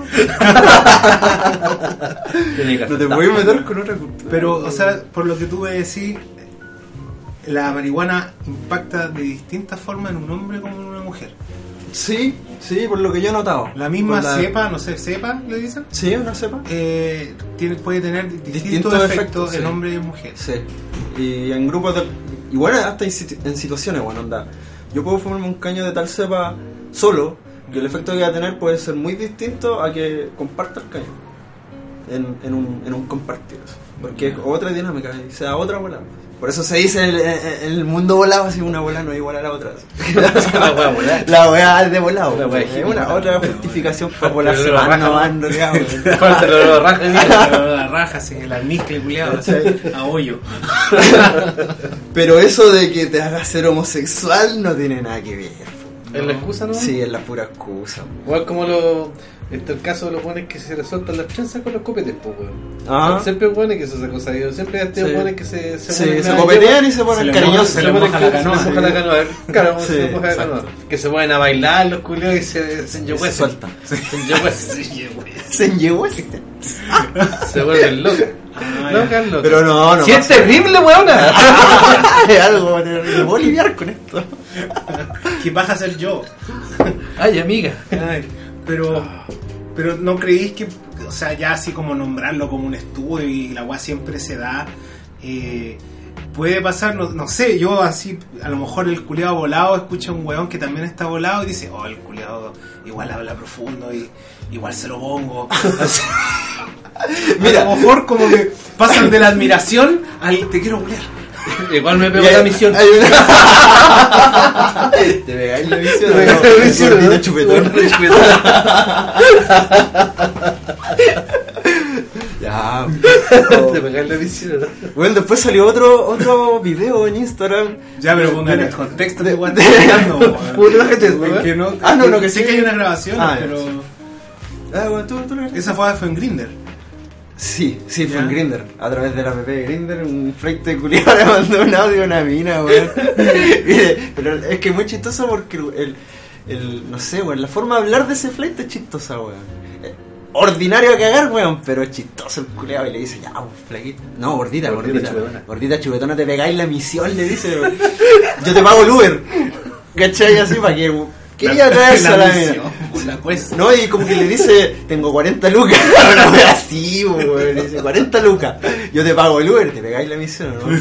Tiene que No te aceptar. puedes meter con otra cultura. Pero, o sea, por lo que tú me decís, la marihuana impacta de distintas formas en un hombre como en una mujer. Sí, sí, por lo que yo he notado. La misma Por la- cepa, no sé, cepa, le dicen, Sí, una cepa. eh, tiene, puede tener distintos, Distintos efectos, efectos, en sí. hombre y en mujer. Sí. Y en grupos de... Igual hasta en, situ- en situaciones, bueno, onda. Yo puedo fumarme un caño de tal cepa solo, que el efecto que va a tener puede ser muy distinto a que comparta el caño. En, en, un, en un compartir. Porque es otra dinámica, y sea otra bola. Por eso se dice en el, en el mundo volado, así una bola no es igual a la otra. La wea volada. La weá es de volado. La wea es hippie, una no, otra no, justificación no, para no, volarse pero más, raja, no ¿no? más, no digamos. Fuerte lo raja, mira. La raja, así que la niscle culiado, a hoyo. Pero eso de que te hagas ser homosexual no tiene nada que ver. ¿Es la excusa, no? Sí, es la pura excusa. Igual como lo. Este el caso de los buenos que se resueltan las trenzas con los copetes, pues, weón. Ah. Siempre buenos que eso se cosa. Siempre hay Sí. buenos que se se, Sí, ponen se a- copetean y se Se ponen le cariñosos. se le ponen moja que- la canoa, se le moja sí. la canoa. Claro, Sí, se le moja la exacto. canoa. Que se ponen a bailar los culiados y se, se enyehuecen. Se sueltan. Se enyehuecen. Se enyeguó ese. Se vuelven locas. Ah, Locas, locas. Pero no, no. Si es pasa. terrible, weona. Es algo, me voy a lidiar con esto. ¿Qué vas a hacer yo? Ay, amiga. Ay, pero, pero no creéis que, o sea, ya así como nombrarlo como un estudio y la weá siempre se da, eh, puede pasar, no, no sé, yo así, a lo mejor el culiado volado escucha a un weón que también está volado y dice, oh, el culiado igual habla profundo y igual se lo pongo. Así, Mira. a lo mejor como que pasan de la admiración al te quiero culiar. Igual me pego Y hay- la misión. hay una- Te pegáis la visión. Te pegáis la visión, Gordito ¿no? chupetón. Gordito chupetón. Ya. Te pegáis la misión, ¿no? Bueno, después salió otro otro video en Instagram. Ya, pero pongan De- el contexto de de- weón de- está hablando, weón. Puta, déjate eso, Es weón. que no, Ah, no, no, que sé sí. que hay una grabación, Ah, pero sí. Ah, bueno, tú, tú lo ves. esa fue, fue en Grindr. Sí, sí, fue ¿Ya? en Grindr. A través de la app de Grindr, un fleite culiado le mandó un audio a una mina, weón. Y- Pero es que es muy chistoso porque el, el no sé, weón, la forma de hablar de ese fleite es chistosa, weón. Eh, Ordinario a cagar, weón, pero es chistoso el culiado y le dice, ya, pues, flaquita. No, gordita, Gordita gordita. chupetona. Gordita chupetona, te pegáis la misión, le dice, weón. Yo te pago el Uber. ¿Cachai? Así para que. Quería traerse a la mina. misión, por la cuesta. No, y como que le dice, tengo cuarenta lucas. Una wea así, weón. Le dice, cuarenta lucas. Yo te pago el Uber, te pegáis la misión, ¿no?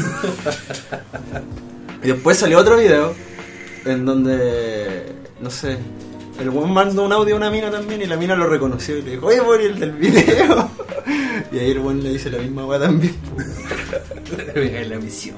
Y después salió otro video en donde, no sé, el weón mandó un audio a una mina también y la mina lo reconoció y le dijo, oye, weón, ¿y el del video? Y ahí el weón le dice la misma weá también. Te pegáis la misión.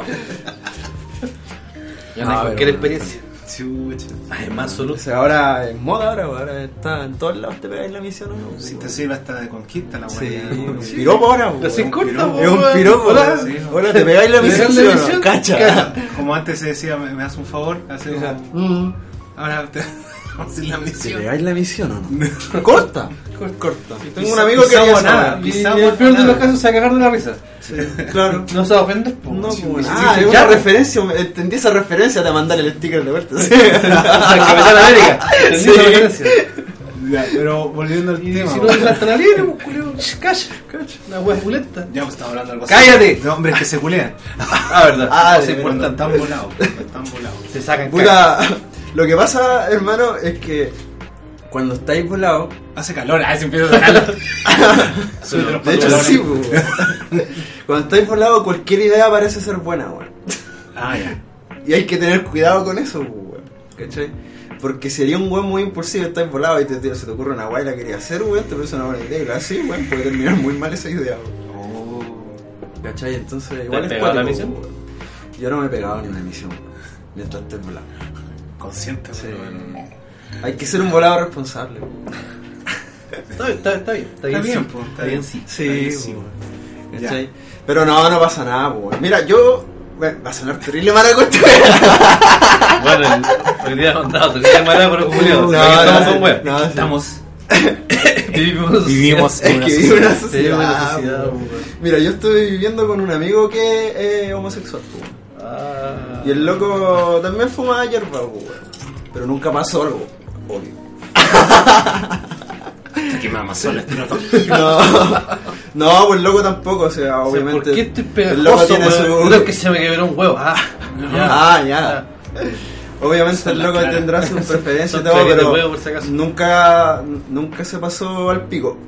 Ya No, no hay pero- cualquier experiencia. Chucha. Además, O solo. sea, ahora es moda, ahora, ahora está en todos lados, te pegáis la misión, ¿o no? Si te sirve hasta de conquista la Sí, weá. un piropo ahora, weón. Lo sin corta, piropo. Es un weón. piropo. Hola. Sí. Hola, te pegáis la ¿Te misión, pegáis ¿sí la o no? misión? Cacha. Cacha. Como antes se decía, me, me das un favor, así como, Mm. ahora te vamos a hacer la ¿Te misión. pegáis la misión o no? Corta. Corta. Tengo Pisa- un amigo que pisa haría nada. esa Y Quizá el peor de nada. los casos se va a cagar de la risa. weá. Claro. No se va a ofender, po. No, Sí, pues, sí, ah, sí, es ya, una po. referencia, entendí esa referencia de mandar el sticker de vuelta. Sí. Capitán América. ¿Entendí Sí. esa referencia? Ya, pero volviendo al Y tema. si no weón. te saltan la libre, pues, culero. Calla, calla. Una wea pulenta. Ya pues estamos hablando de algo ¡Cállate! así. De hombres que se culean. Ah, verdad. Ah, No de se Cuando importan. están volados. cuando Están volados. Se sacan caca. Puta, lo que pasa, hermano, es que cuando estáis volados, Hace calor, ah, se empieza a hacer calor. Súbete los de hecho pantalones. sí, pues, weón. Cuando estáis volados, cualquier idea parece ser buena, weón. Ah, ya. Y hay que tener cuidado con eso, pues, weón. ¿Cachai? Porque sería un weón muy impulsivo, estás volado y te, te- se te ocurre una weá y la quería hacer, weón, te parece una buena idea. Y lo así, weón, puede terminar muy mal esa idea, weón. Oh. ¿Cachai? Entonces, igual has es pegado la cuático, misión? weón. Yo no me he pegado ni una misión, weón, mientras estés volado. Consciente, Sí. weón. Hay que ser un volado responsable, weón. Está, está, está bien. Está bien, bien, sí. po, Está bien, sí. Sí, sí, weón. Ya. ¿Cachai? Pero no, no pasa nada, weón. Mira, yo. Bueno, va a sonar terrible maracocha. Bueno, el- hoy día contado, te dije mala, pero Julio. No, estamos no, con web. no, sí. Estamos. Vivimos. Vivimos en Es una que sociedad. vive una Sí, sociedad. una sociedad, weón. weón. Mira, yo estoy viviendo con un amigo que es homosexual, weón. Ah. Y el loco también fuma hierba, weón. Pero nunca pasó algo, obvio. Hasta que mamá sola escroto. No, no, pues el loco tampoco, o sea, O sea, obviamente. ¿por qué estoy el loco pegajoso, tiene weón? su. No, es que se me quebró un huevo. Ah, Ah, ya. Obviamente Son el las loco claras. tendrá sus preferencias y Son todo, claritas de pero huevo, por si acaso. nunca, nunca se pasó al pico.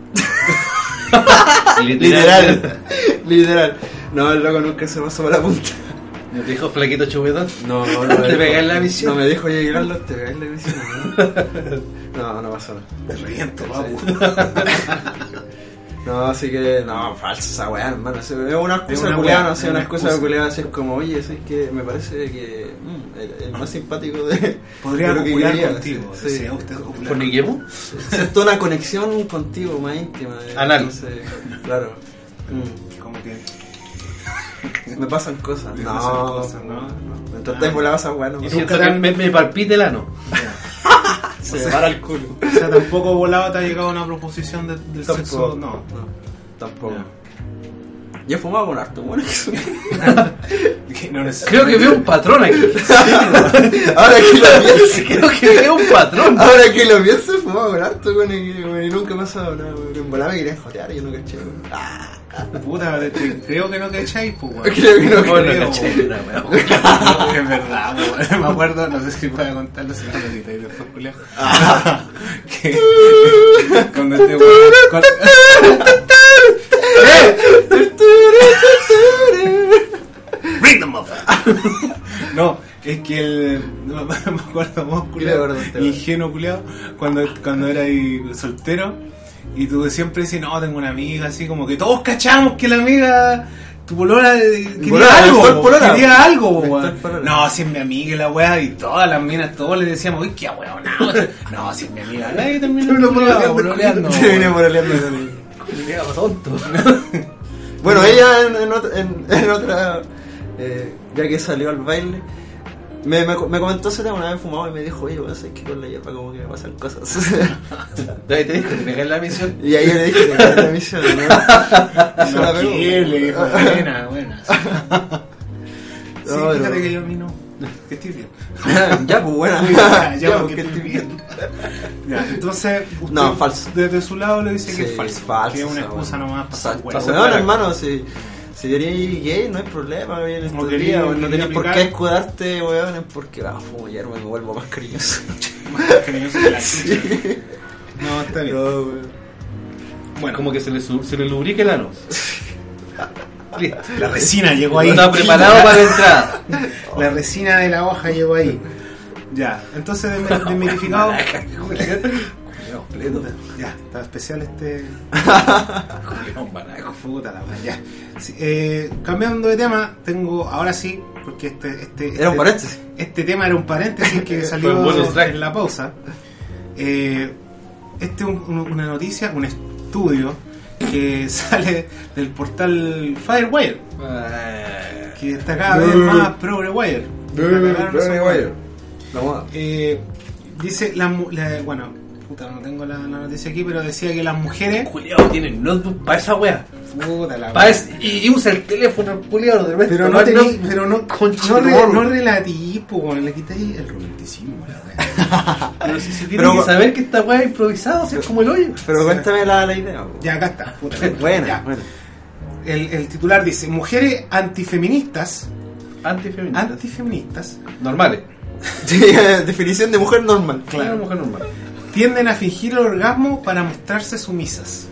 Literal. Literal, literal. No, el loco nunca se pasó a la punta. ¿Me dijo flaquito chupetón? No, no, no. ¿Te pegáis la misión? No me dijo llegarlo, te pegáis la misión. No, no, no pasó nada. Te reviento, papu. No, así que, no, falsa esa weá, hermano. Es una Es excusa una culiada, weá, no sé, es una una excusa excusa. culiada, así es como, oye, es que me parece que mm, el, el más simpático de. Podría de lo que copular quería, contigo. sí. ¿Desea usted copular? ¿Por Niquemo? Siento una conexión contigo más íntima. eh, Anal. Entonces, claro. Mm, Como que... me pasan cosas. Me no, pasan cosas, no, no. Me tratáis por la base, weá, no Y me siento Nunca que tan- me, me palpita el ano. se me para el culo. O sea, tampoco volado te ha llegado una proposición de- del Tampoco. sexo. No. no, tampoco. Ya. Yo he fumado con harto, bueno. Que no necesito- Creo que veo un patrón aquí. Ahora que lo pienso, Creo que veo un patrón. ahora que lo pienso, he fumado con harto, bueno, y, bueno, y nunca ha pasado nada, weón. En volada me querían jotear y yo no caché, weón. Ah, Puta, te- te- creo que no cacháis, pues, weón. creo que no Bueno, creo, caché, weón. era, weón. No, es verdad, weón. Me acuerdo, no sé si puedo contarlo, si no lo editáis después, Julián. Que cuando este weón. cuando- Bring them up. No, es que el. No me acuerdo vos, ¿Qué le acuerdo culiao, usted, weón? ingenuo culiao, cuando, cuando era ahí soltero, y tú siempre decías, no, tengo una amiga, así como que todos cachamos que la amiga. Tu polola eh, quería Polola, algo, actual po, polola. quería algo, po, Actual weón. polola. No, si es mi amiga y la weá, y todas las minas, todos le decíamos, uy, qué weón, no, no, si es mi amiga, nadie terminó pololeando, pololeando, Se viene weón. pololeando con él. Culeado tonto. Bueno, ella en, en otra, en, en otra eh, ya que salió al baile, me, me, me comentó ese tema una vez fumado y me dijo, oye, es que con la hierba como que me pasan cosas. Ahí te dijo que me en la misión. Y ahí yo le dije, te la misión, ¿no? Se la No pegó. quiere, dijo, buena, buena. Sí, No, fíjate pero- que yo a mí no. Que estoy bien. Ya, pues buena. Ya, ya, Ya, porque pues, estoy que bien. Ya, entonces, usted No, falso. desde su lado le dice que Sí, es falso. falso, que es una esa excusa weá. nomás para hacer Exacto. huevo. Hacer Weón, huevo. hermano, si, si eres gay no hay problema, weón, en Como estos quería- días, weón, no quería tenés por qué aplicar. escudarte, weón, es porque ah, fumo hierba y me vuelvo más cariñoso. Más cariñoso que la chucha. No, está bien. No, weón. Bueno, Como que se le, su- se le lubrique el ano. Listo. la resina llegó ahí. Está preparado para la entrada. La resina de la hoja llegó ahí. Ya, entonces desmi- desmitificado. Culeado completo. Ya, está especial este. Culeado baraco. Puta la wea, ya. Sí, eh, cambiando de tema, tengo ahora sí, porque este, este, Era un este- paréntesis. Este tema era un paréntesis que Fue salió un bonus track. en la pausa. Eh, este es un- un- una noticia, un estudio que sale del portal Firewire, que está cada vez más ProWire. La moda. Eh, dice la, mu- la- bueno, puta, no tengo la, la noticia aquí, pero decía que las mujeres. Culeado tiene notebook para esa wea. Puta la Pa' es- y, y usa el teléfono, el culeado de repente. Pero no tení, pero no, Concha no, de re- morro. no relativo, weón, le quitáis el romanticismo, la wea. Pero si se tiene Pero- que saber que esta wea es improvisada, o sea, es como el hoyo. Pero cuéntame la, la idea. weón. Ya acá está, puta. Buena, Ya. buena. El, el titular dice, mujeres antifeministas, Antifeminista. antifeministas, Normales. Sí, definición de mujer normal. Claro, mujer normal. tienden a fingir el orgasmo para mostrarse sumisas.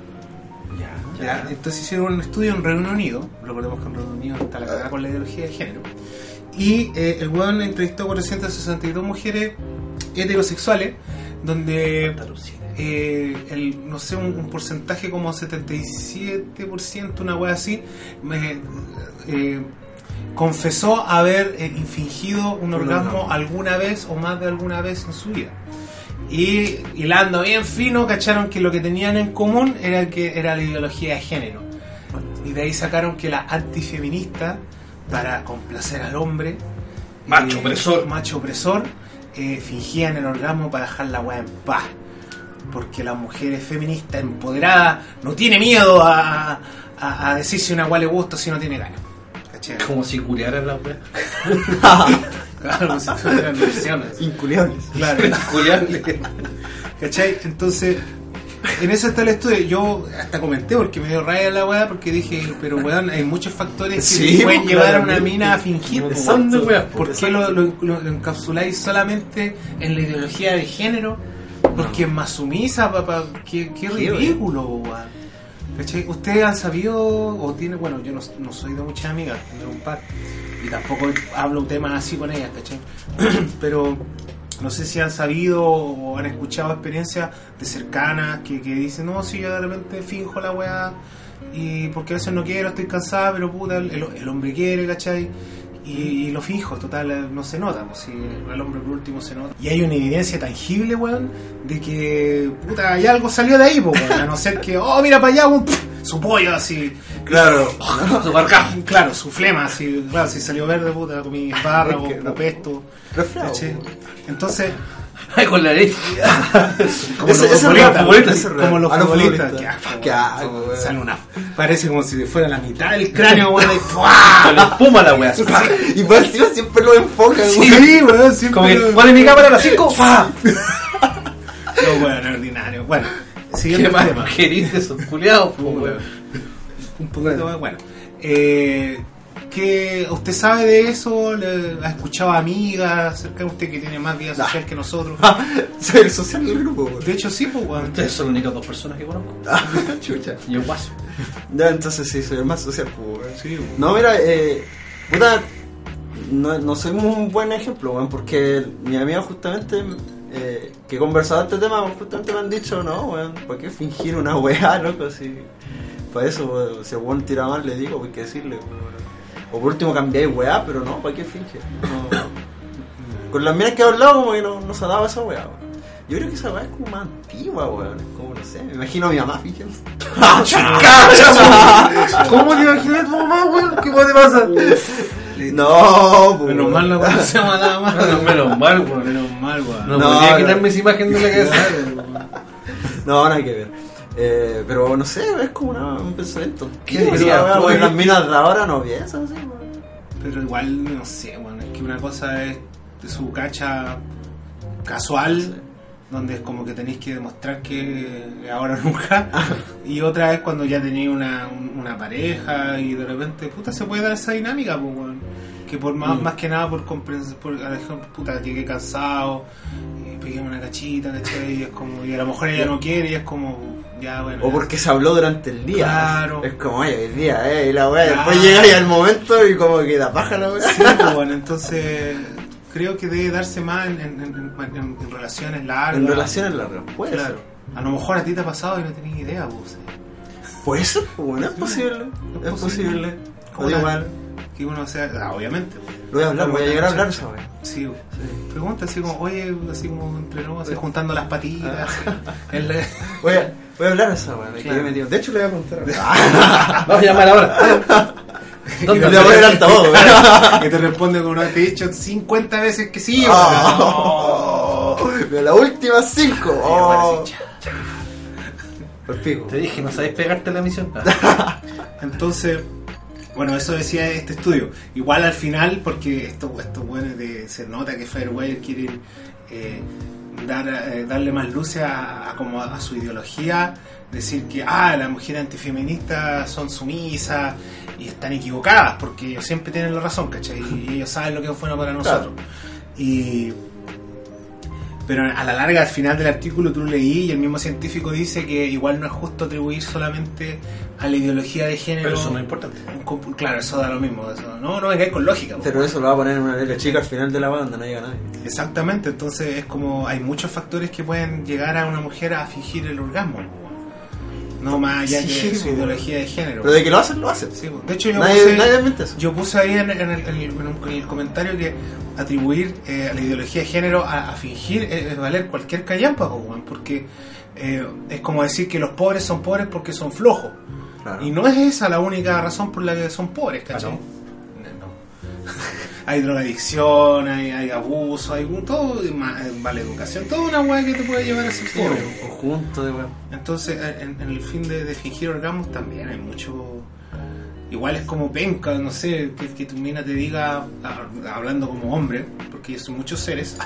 Ya, Ya, entonces hicieron un estudio en Reino Unido, recordemos que en Reino Unido está la cagada con la ideología de género, y eh, el weón entrevistó a cuatrocientas sesenta y dos mujeres heterosexuales, donde eh, el, no sé, un, un porcentaje como setenta y siete por ciento, una wea así, me, eh, confesó haber eh, fingido un orgasmo alguna vez o más de alguna vez en su vida. Y hilando bien fino, cacharon que lo que tenían en común era que era la ideología de género. Y de ahí sacaron que la antifeminista, para complacer al hombre, Macho opresor. macho opresor, eh, fingían el orgasmo para dejar la weá en paz. Porque la mujer es feminista, empoderada, no tiene miedo a, a, a decir si una weá le gusta o si no tiene ganas. ¿Cachai? Como si culiaran la wea. Claro, como si fueran versiones. Inculiables. Claro. Culiarle. ¿Cachai? Entonces, en eso está el estudio. Yo hasta comenté porque me dio raya la weá, porque dije, pero weón, hay muchos factores que Sí, pueden pues, llevar a una claramente. mina a fingir. Un po, montón de weón. weas, ¿Por qué lo, lo, lo- lo encapsuláis solamente en la ideología de género? Porque es más sumisa, papá. Qué, qué ridículo, weón. ¿Cachai? ¿Ustedes han sabido o tienen, bueno, yo no, no soy de muchas amigas, tengo un par, y tampoco hablo temas así con ellas, ¿cachai? Pero no sé si han sabido o han escuchado experiencias de cercanas que, que dicen, no, si yo de repente finjo la weá, y porque a veces no quiero, estoy cansada, pero puta, el, el hombre quiere, ¿cachai? Y, y lo fijo, total, no se nota, pues si el hombre por último se nota. Y hay una evidencia tangible, weón, de que, puta, hay algo salió de ahí, pues, weón, a no ser que, oh, mira para allá, weón, pff, su pollo así. Claro, ¿no? Su barca, claro, su flema, así, claro, si salió verde, puta, comí espárragos, Es que no. pesto. Refrado, ¿cachai? weón. Entonces, Ay, con la leche. como Ese- los ese futbolistas, es real, futbolistas, ese es real. como los A los futbolistas, futbolistas. que, ah, Qué weón, asco, weón. sale una, parece como si fuera la mitad del cráneo, weón, y Con la espuma la weá. Y por encima siempre lo enfocan, sí, güey. weón, siempre Como que, lo- ¿cuál es mi cámara? A las cinco. ¡Fa! no, weón, ordinario. Bueno, ¿Qué siguiente más tema. querís de esos culiados, po, weón? Un poquito más, bueno. Eh, ¿qué, ¿Usted sabe de eso? ¿Le, ¿Ha escuchado a amigas cerca de usted que tiene más vida social que nosotros? Soy el social del grupo, güey. De hecho, sí, pues, weón. Ustedes son las únicas dos personas que conozco. Chucha. Y el guaso. Ya, entonces sí, soy el más social, pues, güey. Sí, weón. No, mira, eh, puta, no, no soy un buen ejemplo, weón, porque mi amiga justamente, eh, que he conversado este tema, justamente me han dicho, no, weón, ¿para qué fingir una weá, loco? Si, para eso, weón, si el weón tira mal, le digo, hay que decirle, weón. O por último cambiáis weá, pero no, ¿para qué fingir? No. Con las miras que he hablado, como que no, no se ha dado esa weá, weón. Yo creo que esa weá es como más antigua, weón. Es como, no sé, me imagino a mi mamá fingiendo. ¿Cómo te imaginas tu mamá, weón? ¿Qué te pasa? No, pues. Menos mal no conocemos nada más. Menos mal, weón. Menos mal, weón. No, No, podría no. quitarme esa imagen de la cabeza. No, nada que ver. Eh, pero no sé, es como una, un pensamiento. ¿Qué Pero, diría? weón, Oye, las minas de ahora no piensan así, weón. Pero igual, no sé, weón. Es que una cosa es de su cacha casual, donde es como que tenéis que demostrar que ahora nunca, y otra es cuando ya tenéis una, un- una pareja y de repente, puta, se puede dar esa dinámica, pues, weón. Que por más, Mm. más que nada por comprensión, por a lo mejor, puta, llegué cansado, y pegué una cachita, ¿cachai? Y es como, y a lo mejor ella no quiere, y es como, ya, bueno. O ya. porque se habló durante el día. Claro. Es como, oye, el día, eh, y la weá. Claro. Después llega ya el momento y como que da paja la weá. Sí, pues, bueno, entonces creo que debe darse más en, en, en- en- en relaciones largas. En relaciones largas, puede Claro. ser. A lo mejor a ti te ha pasado y no tenías idea, pues. Puede ser, pues, bueno, es posible. Es Es posible. posible. ¿Cómo O la- igual. Que uno sea. Ah, obviamente. pues. Lo voy a hablar, voy a llegar a hablar esa weá. Sí, pues. Sí. Pregunta así como, oye, así como entre nos, así juntando las patitas. así, en la- Voy a, voy a hablar esa weá. de que Claro. yo me metido. De hecho, le voy a contar ahora. Vamos a llamar ahora. Y ¿Dónde? le voy a poner altavoz, weá. que te responde con una, te he dicho cincuenta veces que sí. Oh, pero las últimas cinco. weón. Oh. Ahora sí, cha. Por pico. Te dije, no sabes pegarte la misión. Entonces, bueno, eso decía este estudio. Igual al final, porque estos estos buenos de se nota que Firewire quieren eh, dar, eh, darle más luces a, a, como a su ideología, decir que ah, las mujeres antifeministas son sumisas y están equivocadas, porque ellos siempre tienen la razón, ¿cachai? Y ellos saben lo que es bueno para nosotros. Y pero a la larga, al final del artículo tú lo leí y el mismo científico dice que igual no es justo atribuir solamente a la ideología de género. Pero eso no es importante. un compu- Claro, eso da lo mismo. Eso, no, no vengáis con lógica. po. Pero eso lo va a poner en una letra chica al final de la banda, no llega nadie. Exactamente, entonces es como hay muchos factores que pueden llegar a una mujer a fingir el orgasmo. po. No más allá Sí, que su po. ideología de género. Pero de que lo hacen, lo hacen. Sí, po. De hecho, yo Nadie, puse, nadie admite eso. yo puse ahí en, en el, en el- en un- en el comentario que atribuir eh, a la ideología de género a, a fingir es, es valer cualquier callampa, po, weón, porque eh, es como decir que los pobres son pobres porque son flojos. Claro. Y no es esa la única razón por la que son pobres, ¿cachai? Ah, ¿no? No. Hay drogadicción, hay, hay abuso, hay un- todo, ma- mala educación, toda una weá que te puede llevar a ser Sí, pobre. un conjunto de weón. Entonces, en, en el fin de, de fingir orgasmos también hay mucho. Igual es como penca, no sé, que, que tu mina te diga, a- hablando como hombre, porque yo soy muchos seres.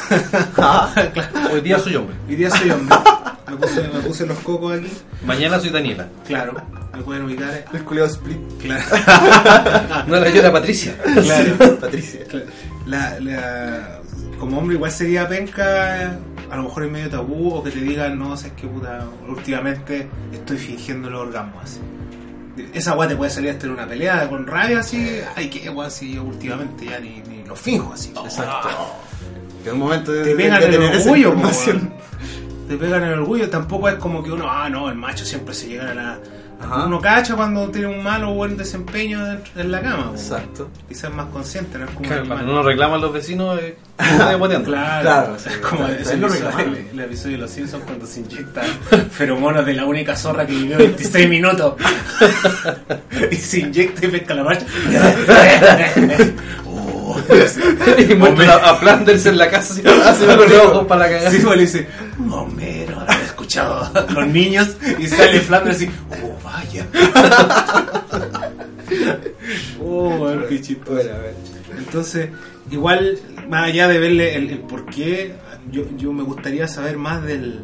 Claro, Hoy día soy hombre. hoy día soy hombre. Me puse, me puse los cocos aquí. Mañana soy Daniela. Claro, me pueden ubicar. eh. El culiado split. Claro. No era yo, era Patricia. Claro. Patricia. La, la, como hombre igual sería penca, a lo mejor es medio tabú, o que te digan, no, sé que puta, últimamente estoy fingiendo los orgasmos así. Esa weá te puede salir hasta en una pelea con rabia así, ay que weá, si yo últimamente ya ni, ni lo finjo así. Exacto. Que es un momento de, te pegan de, de el tener esa orgullo, po, información. weón. Te pegan el orgullo. Tampoco es como que uno, ah, no, el macho siempre se llega a la... Ajá. Uno cacha cuando tiene un malo o buen desempeño dentro, en la cama. Po. Exacto. Quizás más consciente, no es como... Claro, un cuando animal. uno reclama a los vecinos, eh, está boteando. Claro, Claro, sí, es como claro, ese es lo episodio, reclamable. el, el episodio de Los Simpsons cuando se inyectan feromonas de la única zorra que vivió veintiséis minutos y se inyecta y pesca la marcha. Oh, Y muestra a, a Flanders en la casa así, Así con lo los digo. ojos para cagar. sí, pues, le dice, Homero, habrá escuchado a los niños y sale Flanders y, oh, vaya. Oh, bueno, qué chistoso. Bueno, a ver. Entonces, igual, más allá de verle el, el por qué, yo, yo me gustaría saber más del,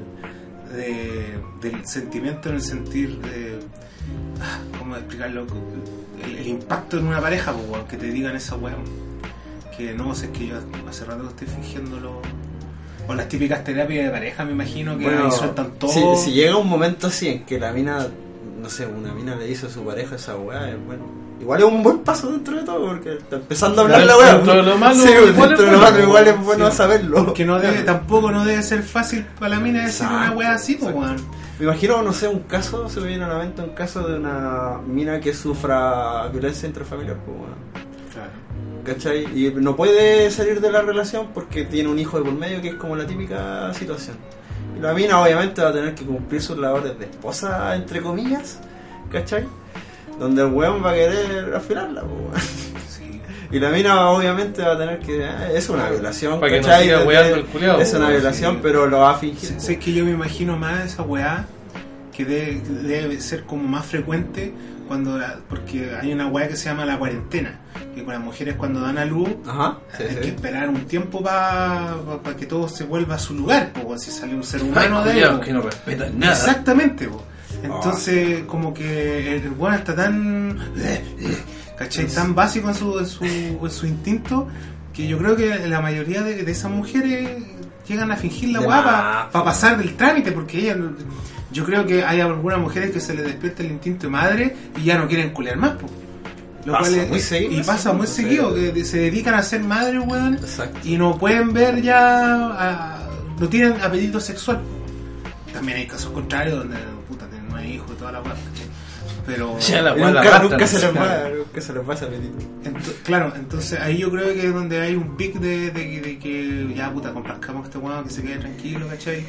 de, del sentimiento en el sentir de, ah, ¿cómo explicarlo? El, el impacto en una pareja, pues, weón, que te digan esa weá. Que no, sé, es que yo hace rato que estoy fingiéndolo. O las típicas terapias de pareja, me imagino, que Bueno, ahí sueltan todo. Si, si llega un momento así en que la mina, no sé, una mina le dice a su pareja esa weá, es bueno. Igual es un buen paso dentro de todo, porque está empezando a hablar la weá. Dentro de lo malo, sí, igual dentro es de lo bueno, malo igual es bueno sí. saberlo. Porque no debe, tampoco no debe ser fácil para la mina decir Exacto, una weá así, pues, exacto. weón. Me imagino, no sé, un caso, se me viene a la mente un caso de una mina que sufra violencia intrafamiliar, pues bueno. Claro. ¿Cachai? Y no puede salir de la relación porque tiene un hijo de por medio, que es como la típica situación. Y la mina obviamente va a tener que cumplir sus labores de esposa, entre comillas, ¿cachai? Donde el weón va a querer afilarla, pues, weón. Sí. Y la mina obviamente va a tener que... eh, es una violación, Para que no ¿cachai? siga De- weando de- el culiao, es una pues, violación, sí. pero lo va a fingir. Sé, pues. sé que yo me imagino más esa weá que debe, debe ser como más frecuente cuando la- porque hay una weá que se llama la cuarentena, que con las mujeres cuando dan a luz Ajá, sí, hay sí. que esperar un tiempo para pa, pa que todo se vuelva a su lugar, pues si sale un ser Ay, humano de culiao, ahí, po. que no respetan nada. Exactamente, po. Entonces como que el weón está tan ¿cachai? Tan básico en su, en su, en su instinto que yo creo que la mayoría de, de esas mujeres llegan a fingir la De weá más, para pasar del trámite, porque ellas, yo creo que hay algunas mujeres que se les despierta el instinto de madre y ya no quieren culiar más, po. Lo Pasa cual es- muy seguido y eso, pasa muy ¿no? seguido, Sí. que se dedican a ser madres, weón, Exacto. y no pueden ver ya, a- no tienen apetito sexual. También hay casos contrarios donde, puta, no hay hijos y toda la weá, ¿cachai? Pero... Ya la Y weá la nunca, arrastran, nunca se les claro. va, nunca se les va ese apetito. Ento- claro, entonces ahí yo creo que es donde hay un pic de, de, de que ya puta, complazcamos a este weón que se quede tranquilo, ¿cachai?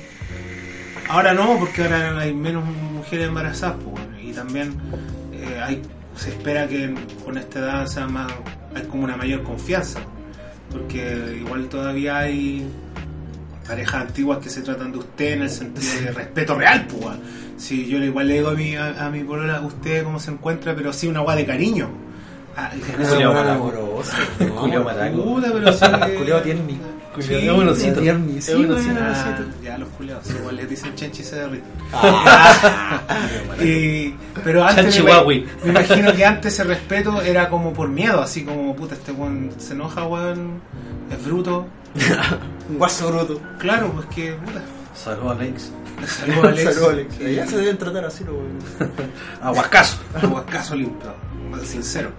Ahora no, porque ahora hay menos mujeres embarazadas, pues, bueno, y también eh, hay, se espera que con esta edad sea más, hay como una mayor confianza, porque igual todavía hay parejas antiguas que se tratan de usted en el sentido de respeto real, pues, weón. Si yo igual le digo a mi, a, a mi polola, usted cómo se encuentra, pero sí una guay de cariño. Ah, y con eso- Culiao Una maraco. amorosa, Culiao no. maraco. Puta, pero sí que- Culiao tierni. Culiao, Sí, es buenocito. tierni, Es sí, buenocito. bueno. Ah, ya los culeados, igual les dicen chanchi y se derriten. Ah. Y, pero antes Chanchi me, guagui. me imagino que antes ese respeto era como por miedo, así como puta, este weón se enoja, weón, es bruto. Un guaso bruto. Claro, pues que puta. Saludos a Alex. Saludos, Alex. Saludos, Alex. Ya se deben tratar así, lo weón. Aguascaso. Aguascaso limpio, sincero.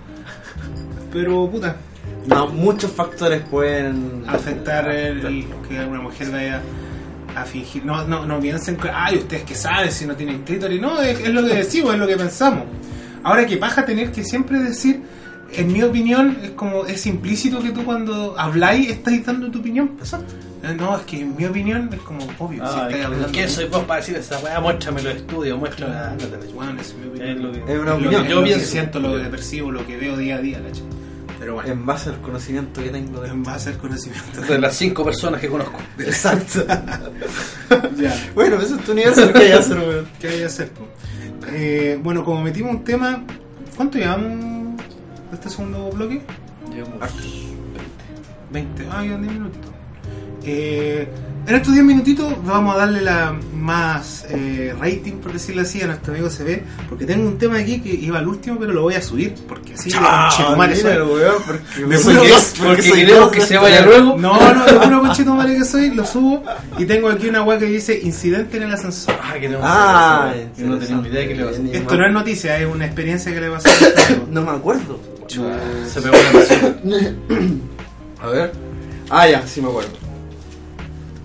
Pero puta, No, muchos factores pueden afectar el, el que una mujer vaya a fingir. No, no, no piensen que, ay, ustedes que saben si no tienen clítoris. No, es, es lo que decimos, es lo que pensamos. Ahora, que paja tener que siempre decir, en mi opinión, es como, es implícito que tú cuando habláis estáis dando tu opinión. Exacto. Eh, No, es que en mi opinión es como obvio. si Ay, estáis hablando. ¿quién soy vos para decir esa weá? Muéstrame los estudios, muéstrame. Ah, no te la- Bueno, es mi opinión. Es lo que- Es una Es lo opinión. que- Yo lo que pienso. siento, lo que percibo, lo que veo día a día, ¿cachai? Pero bueno, En base al conocimiento que tengo de en base al conocimiento. De las cinco personas que conozco. Exacto. Ya. Bueno, eso es tu universo, ¿qué hay que hacer, weón? ¿Qué hay que hacer? Po? Eh, bueno, como metimos un tema, ¿cuánto llevamos de este segundo bloque? veinte. Ah, ya diez minutitos. Eh, en estos diez minutitos vamos a darle la más eh, rating, por decirlo así, a nuestro amigo C B, porque tengo un tema aquí que iba al último, pero lo voy a subir, porque así Ah, de conchetumare soy. mira, weón, porque Me soy puro- yo, Porque soy queremos yo, que se ¿no? vaya luego. No, no, de puro conchetumare que soy, lo subo, y tengo aquí una weá que dice incidente en el ascensor. Ah, que tenemos Ah, que hacer eso. Yo no tenía ni idea que le iba a hacer. Ni Esto más. no es noticia, es una experiencia que le pasó a nuestro amigo. No me acuerdo. Se pegó la pasión. A ver. Ah, ya, sí me acuerdo.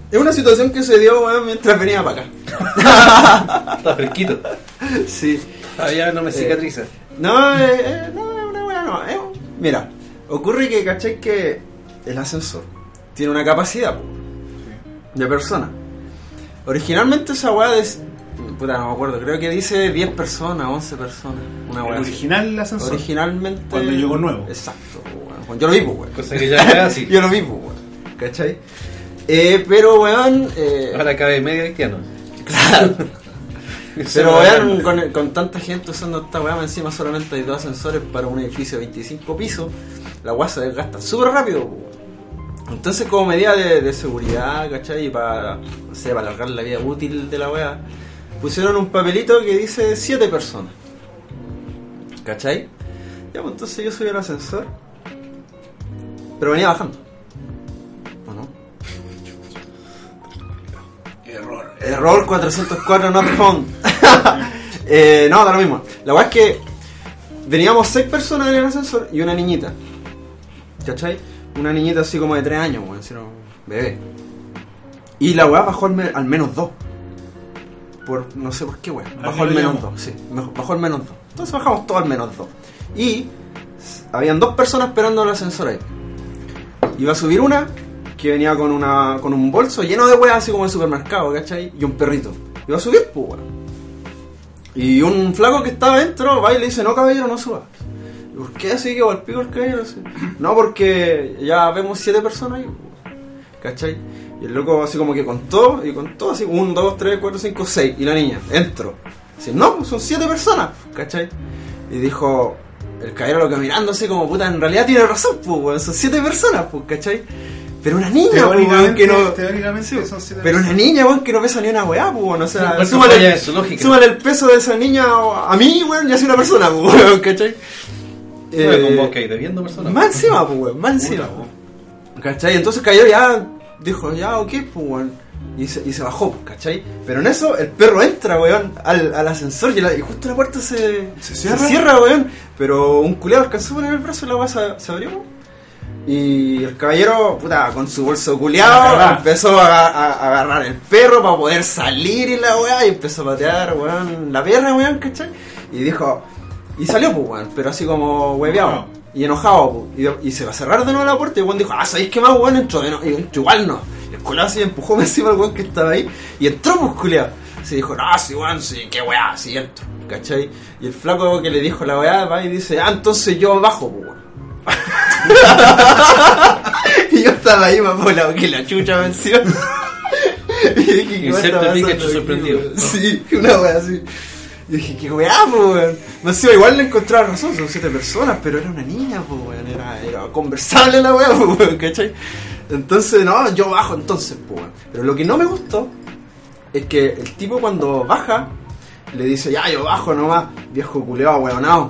Es una situación que se dio, weón, mientras venía para acá. Está fresquito. Sí. Todavía no me cicatriza. Eh, no, eh, eh, no, es una weá, no. Eh, mira, ocurre que, ¿cachai? Que el ascensor tiene una capacidad po, de personas. Originalmente esa weá de... Puta, no me acuerdo, creo que dice diez personas, once personas. Una El weá así. original el ascensor. Originalmente... Cuando llegó nuevo. Exacto, weón. Yo lo vi, po, weón. Cosa que ya era así. Yo lo vi, po, weón. ¿Cachai? Eh, pero, weón... Eh, Ahora cabe medio haitiano. claro. Pero weón, con, con tanta gente usando esta weá, encima solamente hay dos ascensores para un edificio de veinticinco pisos, la weá se desgasta súper rápido, weón. Entonces, como medida de, de seguridad, ¿cachai? Y para, no sé, para alargar la vida útil de la weá, pusieron un papelito que dice siete personas. ¿Cachai? Ya, pues entonces yo subí al ascensor, pero venía bajando. ¿O no? Error. Error cuatrocientos cuatro not found. eh, no, da lo mismo. La weá es que veníamos seis personas en el ascensor y una niñita. ¿Cachai? Una niñita así como de tres años, weón, así no, bebé. Y la weá bajó al, me, al menos dos. Por, no sé por qué, weón. Bajó al menos dos, sí. Bajó al menos dos. Entonces bajamos todos al menos dos. Y habían dos personas esperando el ascensor ahí. Iba a subir una que venía con una con un bolso lleno de weas así como el supermercado, ¿cachai? Y un perrito. Iba a subir, pues, weón. Y un flaco que estaba dentro va y le dice, no, caballero, no suba. ¿Por qué así que va al pico el caballero? Así? No, porque ya vemos siete personas ahí, ¿cachai? Y el loco así como que contó, y contó así, un, dos, tres, cuatro, cinco, seis. Y la niña, entro. Así, no, pues son siete personas, ¿cachai? Y dijo, el caballero lo que mirando así como, puta, en realidad tiene razón, pues, weón, son siete personas, pues, ¿cachai? Pero una niña, weón, que no... Teóricamente sí, son siete pero personas. una niña, weón, que no pesa ni una weá, pues, weón, o sea, Pues súmale, falla de su lógica. súmale el peso de esa niña a mí, weón, ya soy una persona, pues, weón, ¿cachai? Fue como, ok, debiendo personas. Más encima, pues, weón, más encima, Puta, weón. ¿Cachai? Entonces cayó ya, dijo, ya, ok, pues, weón. Y se, y se bajó, pues, ¿cachai? Pero en eso el perro entra, weón, al, al ascensor y, la, y justo la puerta se, ¿Se cierra? cierra, weón. Pero un culeado alcanzó a poner el brazo y la weá se, se abrió. Y el caballero, puta, con su bolso culeado, Ah, empezó a, a, a agarrar el perro para poder salir y la weá. Y empezó a patear, weón, la perra, weón, ¿cachai? Y dijo, y salió, pues, weón, pero así como hueveado. Wow. Y enojado, pues, y, y se va a cerrar de nuevo la puerta. Y el weón dijo, ah, ¿sabéis qué más, weón? Entró, de no, y entró igual no. Y el culeado así empujó encima al weón que estaba ahí. Y entró, pues, culeado. Se dijo, no, sí, weón, sí, qué weá, sí, entro, ¿cachai? Y el flaco que le dijo la weá va y dice, ah, entonces yo bajo, pues, weón. Y yo estaba ahí más volado que la chucha encima. Y dije, ¿qué Inserto está el Pikachu pasando aquí, sorprendido. weón? Sí, una wea así. Y dije, qué weá, po, weón. No sé, igual le encontraba razón, son siete personas, pero era una niña, po, weón. Era, era conversable la weá, po, weón, ¿cachai? Entonces, no, yo bajo entonces, po, weón. Pero lo que no me gustó es que el tipo cuando baja, le dice, ya, yo bajo nomás, viejo culeado, weonao.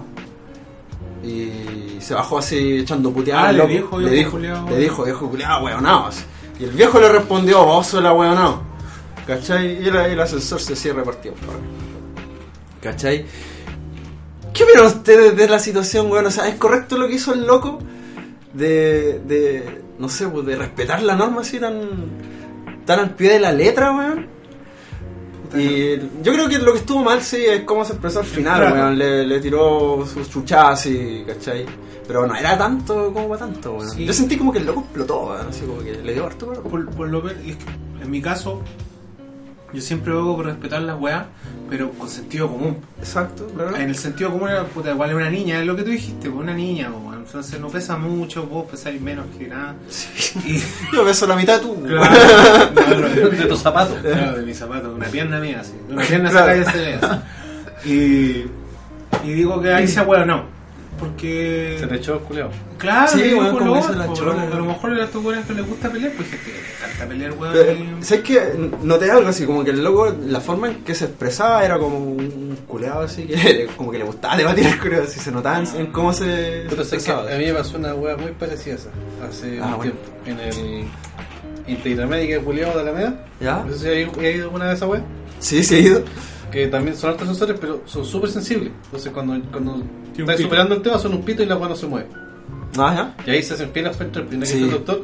Y se bajó así echando puteadas. Ah, le loco. dijo, le viejo dijo, culiao. le dijo, viejo culeado, weonao. así. Y el viejo le respondió, vos sos la weonao. ¿Cachai? Y el, el ascensor se cierra partido. ¿Cachai? ¿Qué opinan ustedes de la situación, weón? O sea, ¿es correcto lo que hizo el loco? De, de no sé, pues de respetar la norma así tan, tan al pie de la letra, weón. Y yo creo que lo que estuvo mal, sí, es cómo se expresó al final, Claro. weón. Le, le tiró sus chuchadas y, ¿cachai? Pero no era tanto como para tanto, weón. Sí. Yo sentí como que el loco explotó, weón. Así como que le dio harto, weón. Por, por lo que, es que en mi caso, yo siempre hago por respetar las weas, pero con sentido común. Exacto, claro. En el sentido común, era, puta, igual es una niña, es lo que tú dijiste, pues una niña, weón. Entonces no pesa mucho, vos pesáis menos que nada. Sí. Y, Yo beso la mitad de tú, weón. claro, no, no, no, De tus zapatos. claro, de mis zapatos, una pierna mía, así. Una pierna Claro. saca y se ve así. Y, y digo que ahí se weón, no. Porque. Se le echó el culeado. Claro, Sí, le digo weón, como color, dice la po, chola, a lo weón. mejor a estos weones que les gusta pelear, pues gente que le encanta pelear, weón. Pero, y- ¿sabes qué? Noté algo así, como que el loco, la forma en que se expresaba era como un culeado así, que como que le gustaba debatir el culeado, así se notaba en, en cómo se Pero sé que expresaba. a mí me pasó una wea muy parecida a esa. Hace Ah, un bueno. tiempo. En el Interamérica culiado de Alameda. ¿Ya? No sé si hay, hay ido alguna vez a esa wea. Sí, sí he ido. Que también son altos sensores, pero son súper sensibles. Entonces cuando, cuando un estás pito. superando el tema son un pito y la wea no se mueve. Ah, ya. Y ahí se hacen filas para entrar. Primero que Sí. está el doctor.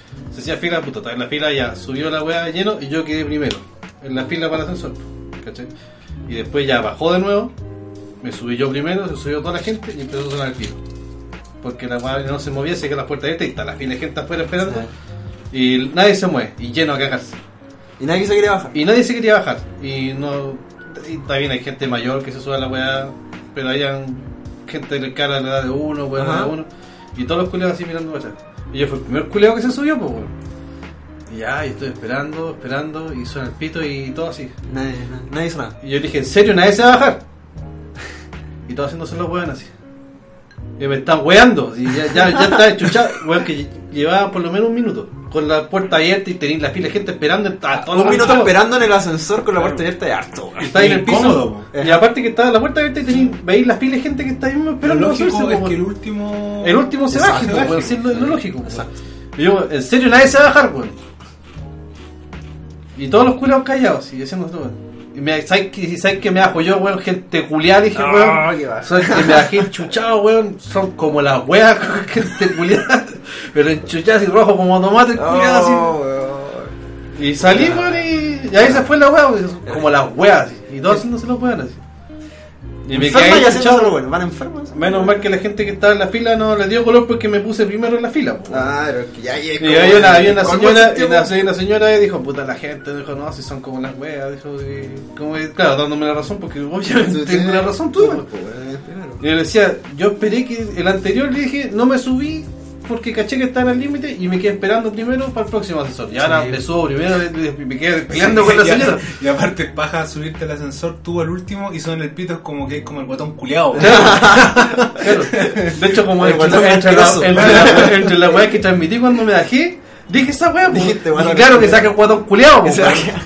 Se hacía fila, puta, estaba en la fila, ya subió la weá lleno y yo quedé primero en la fila para el ascensor, ¿cachai? Y después ya bajó de nuevo, me subí yo primero, se subió toda la gente y empezó a sonar el pito. Porque la weá no se movía, se quedó las puertas abiertas y está la fila de gente afuera esperando. Sí. Y nadie se mueve, y lleno a cagarse. Y nadie se quería bajar. Y nadie se quería bajar. Y no. Y también hay gente mayor que se sube a la weá, pero hayan gente de cara a la edad de uno, weá, de uno. Y todos los culeados así mirando para allá. Y yo fui el primer culeado que se subió, pues weón. Y ya, y estoy esperando, esperando, y suena el pito y todo así. Nadie, nadie, nadie hizo nada. Y yo dije, ¿en serio nadie se va a bajar? Y todos haciéndose los weón así. Y me están weando, y ya, ya, ya estaba enchuchado, weón, que llevaba por lo menos un minuto. Con la puerta abierta y tenéis la fila de gente esperando. Un minuto esperando en el ascensor con la puerta abierta de harto. Y está ahí en el piso. Y aparte que está la puerta abierta y tenéis, veis las filas de gente que está ahí mismo esperando. Lo lógico es que el último... El último se baje, weón, es lo, lo lógico. Exacto. Y yo, ¿en serio nadie se va a bajar, weón? Y todos los culiados callados, y haciendo todo. Y me, ¿sabes que, ¿sabes que me bajo yo, weón? Gente culiada, dije, oh, weón. ¿Sabes que me bajé enchuchado, weón? Son como las weas, gente culiada. Pero enchuchadas y rojo como tomate, culiadas, oh, así. Y salí, weón, y, y ahí se fue la wea, weón. Como las weas, así. Y todos haciéndose los weón, así. Y me quedé ahí enchuchado, bueno, van enfermos. Menos mal que la gente que estaba en la fila no le dio color porque me puse primero en la fila. Po. Claro, que ya hay. Y había una, había una señora, y una, una señora y dijo, puta la gente, dijo, no, si son como las weas, dijo, y, como, claro, dándome la razón porque obviamente tengo la razón tú. Y yo le decía, yo esperé que el anterior le dije, no me subí porque caché que estaba en el límite y me quedé esperando primero para el próximo ascensor. Y ahora sí. Me subo primero y me quedé peleando sí, con la señora. Y aparte paja subirte al ascensor, tú al último y son el pito es como que es como el botón culeado. Claro. De hecho, como el entre, entre, la, entre, la, entre la weá que transmití cuando me bajé, dije esa weá, pues. Dijiste, bueno, claro que saca el botón culeado, pues.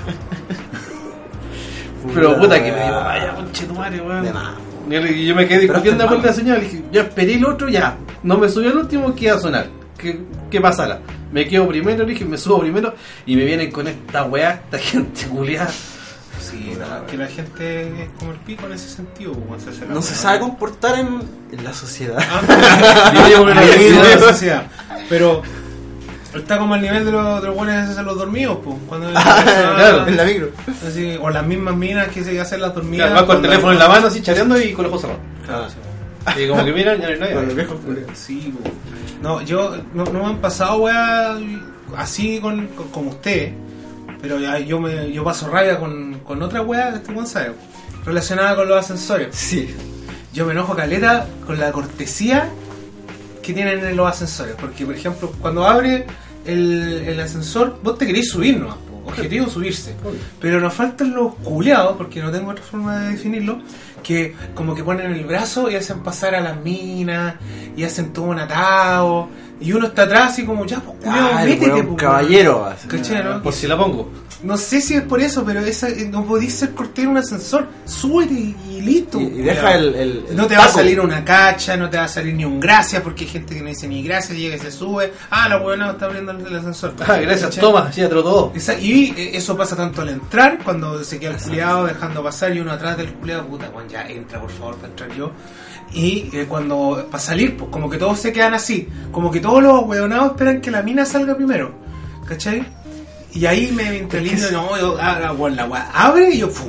Pero puta que me digo, vaya conchetumare, weón. Y yo me quedé discutiendo con la señora, le dije, ya esperé el otro, ya, no me subí al último, que iba a sonar, que, que pasara. Me quedo primero, le dije, me subo primero, y me vienen con esta weá, esta gente culiada. Sí, no, que la gente es como el pico en ese sentido. Se hace no se sabe comportar en, en la sociedad. Ah, digo, en la sociedad. Pero está como al nivel de los, de los buenos que hacen los dormidos, pues. Cuando ah, claro, en la micro. Así, o las mismas minas que se hacen las dormidas. Claro, va con el teléfono en la mano, así chateando y con los ojos cerrados. Claro, sí. Y como que miran, ya no hay nadie. Sí, po. No, yo, no, no me han pasado, weá, así con, con, como usted. Pero ya yo me yo paso rabia con, con otra weá que este weón sabe, relacionada con los ascensores. Sí. Yo me enojo caleta con la cortesía que tienen en los ascensores. Porque, por ejemplo, cuando abre el, el ascensor, vos te querés subir nomás, po. Objetivo subirse. Pero nos faltan los culeados, porque no tengo otra forma de definirlo, que como que ponen el brazo y hacen pasar a las minas y hacen todo un atado. Y uno está atrás así como, ya, pues, culiao, ah, métete, pues, un caballero. ¿Cachai, no? Por si la pongo. No sé si es por eso, pero esa, no podís ser cortés en un ascensor. Súbete y, y listo. Y, y deja el, el, el no te taco. Va a salir una cacha, no te va a salir ni un gracias, porque hay gente que no dice ni gracias, llega y se sube. Ah, la huevona está abriendo el ascensor. Ah, gracias, ¿cachai? Toma, ya te lo todo. Esa, y eso pasa tanto al entrar, cuando se queda el culiado dejando pasar y uno atrás del culiado, puta, bueno, ya entra por favor para entrar yo. Y eh, cuando para salir, pues como que todos se quedan así, como que todos los hueonados esperan que la mina salga primero, ¿cachai? Y ahí me mentalizo, no, yo, ah, la, la, la, la abre y yo, pum.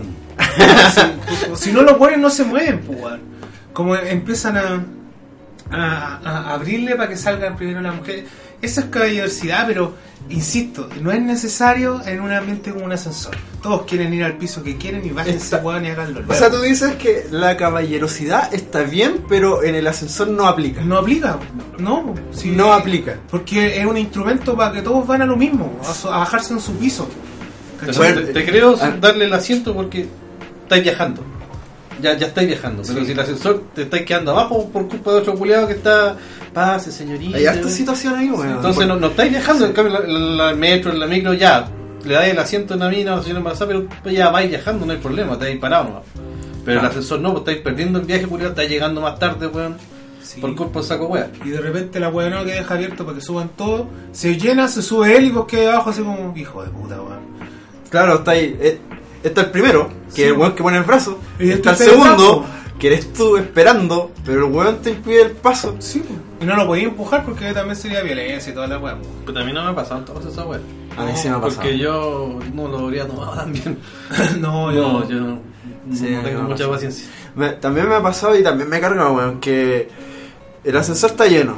si, si no lo ponen, no se mueven, pues. Como empiezan a, a, a abrirle para que salgan primero las mujeres. Esa es caballerosidad, pero insisto, no es necesario en un ambiente como un ascensor. Todos quieren ir al piso que quieren y bájense, hueón, y háganlo. O sea, tú dices que la caballerosidad está bien, pero en el ascensor no aplica. No aplica, no. Si no aplica. Porque es un instrumento para que todos van a lo mismo, a, a bajarse en su piso. Bueno, te, te creo darle el asiento porque estáis viajando. Ya, ya estáis viajando, pero sí. Si el ascensor te estáis quedando abajo por culpa de otro culiado que está, pase señorita. Hay harta situación ahí, bueno. Entonces no, no estáis viajando, en cambio la, la, la metro, en la micro ya, le dais el asiento a una mina o a una señora embarazada, pero ya vais viajando, no hay problema, estáis parados nomás. Pero claro. El ascensor no, pues estáis perdiendo el viaje, culiado, estáis llegando más tarde, weón. Sí. Por culpa del saco weón. Y de repente la weón no que deja abierto para que suban todos, se llena, se sube él y vos quedas abajo así como, hijo de puta, weón. Claro, está ahí. Eh. Está el primero, que sí, es el weón que pone el brazo. Y está el segundo, que eres tú esperando, pero el weón te impide el paso. Sí. Y no lo podía empujar porque también sería violencia y toda la weá. Pero a mí no me ha pasado entonces esa weá. A mí sí me ha pasado. Porque yo no lo habría tomado tan bien. No, No, yo. yo no, Sí, no tengo me ha mucha pasado. paciencia. Me- también me ha pasado y también me carga, weón, que el ascensor está lleno.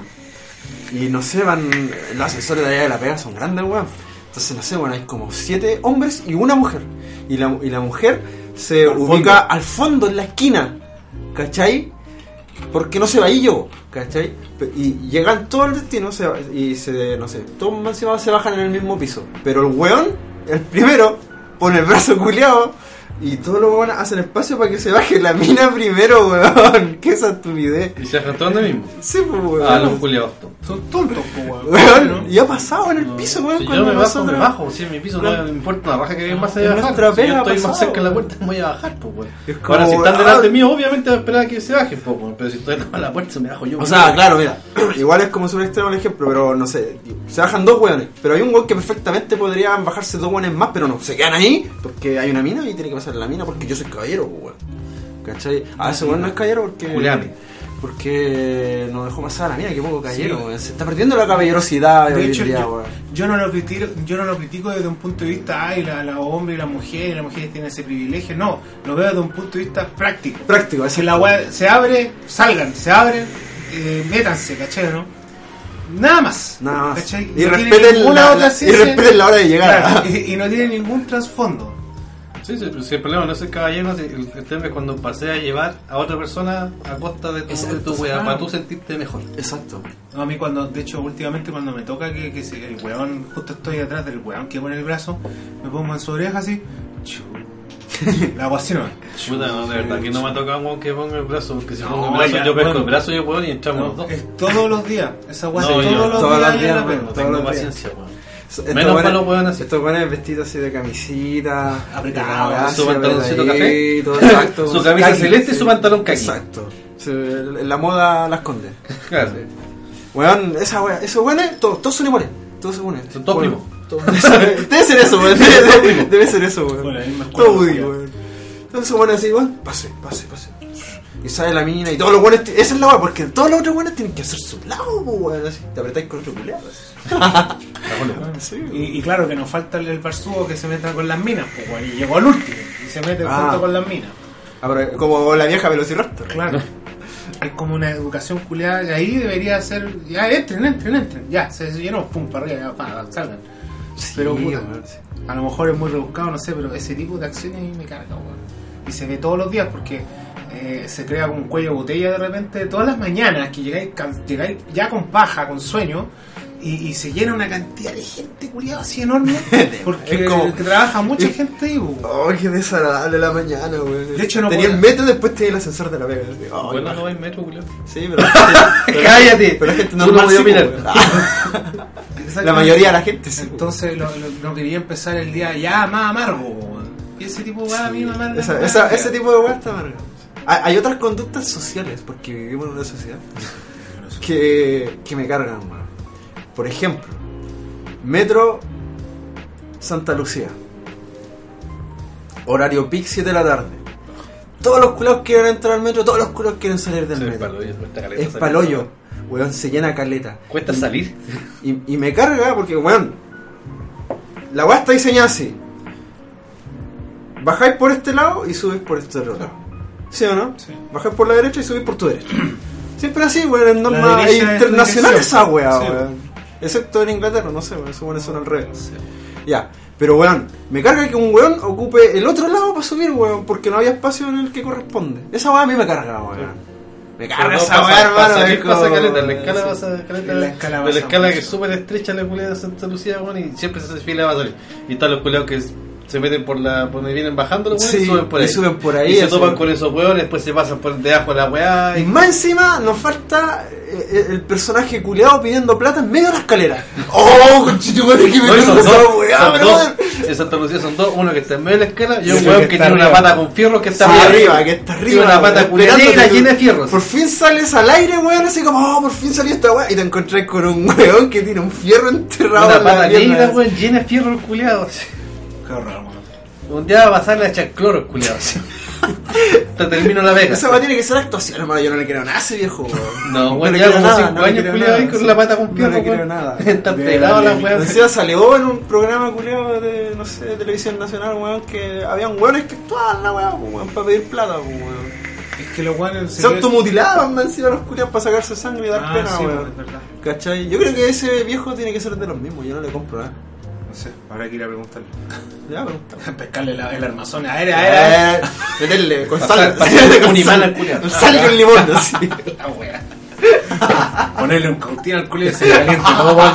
Y no sé, van. Los ascensores de allá de la pega son grandes, weón. Entonces, no sé, bueno, hay como siete hombres y una mujer. Y la, y la mujer se Al ubica fondo. al fondo, en la esquina. ¿Cachai? Porque no se va ahí yo, ¿cachai? Pe- Y llegan todos al destino se, va- y se, no sé, todos más encima se bajan en el mismo piso. Pero el weón, el primero, pone el brazo culiado y todos los weones hacen espacio para que se baje la mina primero, weón. ¿Qué esa estupidez? Y se arrastró donde mismo. Sí, pues, weón. Ah, los culiados. Son tontos, po, weón. Weón, ¿No? y ha pasado en el piso, weón. Si yo cuando me bajo, nosotros- me bajo. Si en mi piso no Claro. me importa una raja que más se En vaya a nuestra bajar. Si pega yo ha estoy pasado, más cerca de la weón. puerta, me voy a bajar, pues, weón. Es como, Ahora, si están weón, delante mío, obviamente voy a esperar a que se bajen, pues, weón. Pero si estoy a la puerta, me bajo yo. O sea, claro, mira, igual es como si un extremo el ejemplo, pero no sé, se bajan dos weones, pero hay un weón que perfectamente podrían bajarse dos weones más, pero no, se quedan ahí porque hay una mina y tiene que pasar la mina porque yo soy caballero, pues, weón. ¿Cachai? Ah, ese weón no es caballero porque... Julián. Porque no dejó pasar a la mina, que poco caballero, Sí. weón. Se está perdiendo la caballerosidad De hoy en hecho, día, yo, weón. yo no lo critico, yo no lo critico desde un punto de vista, ay, la, la hombre y la mujer, y las mujeres tienen ese privilegio, no, lo veo desde un punto de vista práctico. Práctico, Si la weá se abre, salgan, se abre, eh, métanse, ¿cachai, no? Nada más. Nada más. ¿cachai? Y No tiene respeten ninguna la, otra la- y ciencia. respeten la hora de llegar. Claro, y, y no tiene ningún trasfondo. Sí, sí, pero si el problema no es el caballero, si el, el tema es cuando pasé a llevar a otra persona a costa de tu, Exacto, de tu weá, claro. para tú sentirte mejor. Exacto. No, a mí cuando, de hecho, últimamente cuando me toca que, que se- el weón, justo estoy atrás del weón que pone el brazo, me pongo en su oreja así, chu, la hago así, ¿no? Puta, no, de verdad que no me ha tocado un weón que ponga el brazo, porque si No, pongo el brazo, ya, yo pesco bueno. el brazo y el weón y entramos No, los dos. es todos los días, esa weá No, es yo- todos los todos días. los yo la días, pego. No todos tengo los días. paciencia, weón. Estos Menos weones- para los weones así. Estos weones vestidos así de camisita, Apretado, de la su gracia, pantaloncito apretadito, exacto, Su camisa kaki, celeste y sí. su pantalón kaki. Exacto. Sí, la moda la esconde. Claro. Weón, esa wea, esos weones, todos, todos son iguales. Todos son iguales. Son todos Bueno, primos. todos- Debe ser eso, weón. Debe, debe ser eso, weón. Bueno, la misma escuela, Todo Woody, weón. weón. Entonces, weón, así, weón, pase, pase, pase. Y sale la mina y todos los weones. Esa es la wea, porque todos los otros weones tienen que hacer su lado, weón. Así, te apretáis con otro culeado. Sí, Y, y claro que nos falta el, el barzugo que se meta con las minas, pues, weón, y llegó al último y se mete Ah. junto con las minas. Ah, pero como la vieja Velociraptor. Claro. Hay como una educación culiada y ahí debería ser, ya entren, entren, entren, ya, se, se llenó, pum, para arriba, ya, pa, salgan. Pero puta, weón, sí. a lo mejor es muy rebuscado, no sé, pero ese tipo de acciones a mí me carga, weón. Y se ve todos los días porque eh, se crea como un cuello de botella de repente todas las mañanas que llegáis, can- llegáis ya con paja, con sueño. Y, y se llena una cantidad de gente culiada así enorme porque Es como- que trabaja mucha gente ahí, weón. Oh, qué desagradable la mañana, weón. De hecho, no tenía puedo- el metro y después tenía el ascensor de la vega. Así, oh, Bueno, baja. no hay metro, culiao. Sí, pero. pero- ¡Cállate! Pero la gente Tú no normal podías sí, mirar. weón. La Exactamente. mayoría de la gente sí. Entonces lo- lo- no quería empezar el día ya más amargo, weón. Y ese tipo de weá a mí me amarga. Esa- me esa- amarga. ese tipo de weá está amargado. Hay, hay otras conductas sociales, porque vivimos en una sociedad que, que me cargan, weón. Por ejemplo, Metro Santa Lucía. Horario pic siete de la tarde. Todos los culos quieren entrar al metro, todos los culos quieren salir del Sí, es metro. palollo, cuesta caleta Es salir. palollo. Weón, se llena caleta. Cuesta salir. Y, y me carga porque, weón, la weá está diseñada así. Bajáis por este lado y subís por este otro lado. ¿Sí o no? Sí. Bajáis por la derecha y subís por tu derecha. Siempre así, weón, en La norma derecha es internacional dirección. esa weá, Sí. weón. Excepto en Inglaterra, no sé, weón, eso bueno, son al revés. Ya, pero weón, me carga que un weón ocupe el otro lado para subir, weón, porque no había espacio en el que corresponde. Esa weá a mí me carga, weón. Me carga Pero esa pasa- weá, hermano. pasa- es pasa como- caleta, en la escala sí. pasa caleta. En la escala de pasa la escala que mucho. es súper estrecha la culea de Santa Lucía, weón, y siempre se hace fila va a salir. Y están los culeados que se meten por la, por donde vienen bajando los weones Sí, y suben por y ahí. suben por ahí, Y se así. topan con esos weones, después se pasan por debajo de la weá. Y Y más encima nos falta eh, el personaje culeado pidiendo plata en medio de la escalera. ¡Oh, conchetumare, que me No, y son carga esa dos, weá, son dos. brother! En Santa Lucía son dos, uno que está en medio de la escala y Y un otro weón que que, está tiene una arriba. pata con fierros que está Está arriba. arriba, que está arriba. Tiene una pata weón, culiada esperándote, negra tú- llena de fierros. Por fin sales al aire, weón, así como, oh, por fin salió esta weá. Y te encontrás con un weón que tiene un fierro enterrado Una en la pata pierna. negra, weón, llena de fierros culiados. Qué horror, weón. Un día va a pasarle a echar cloro, culiados. Te termino la beca. Esa weá tiene que ser actuación, hermano. Yo no le creo nada a ese viejo, weón. No, No bueno, le ya creo como nada, cinco no le años creo culiado ahí nada, con la pata con no pierna. le creo weón. nada. Está De pelado la verdad, weá. Encima salió en un programa culiado de, no sé, de televisión nacional, weón, que habían weones que actuaban la weá, weón, para pedir plata, weón. Es que los guanes Se automutilaban, man, encima los culiados para sacarse sangre y dar Ah, pena, sí, weón. es verdad. ¿Cachai? Yo creo que ese viejo tiene que ser de los mismos, yo no le compro nada. No sé, habrá que ir a preguntarle. Ya, pregunta. Pescarle la, el armazón aérea, aérea. Eh, meterle con Pasar- sal, pasar con un imán sal- al culiao. con sal y con limón, así. La wea. Ponerle un cautín al culo y se caliente todo por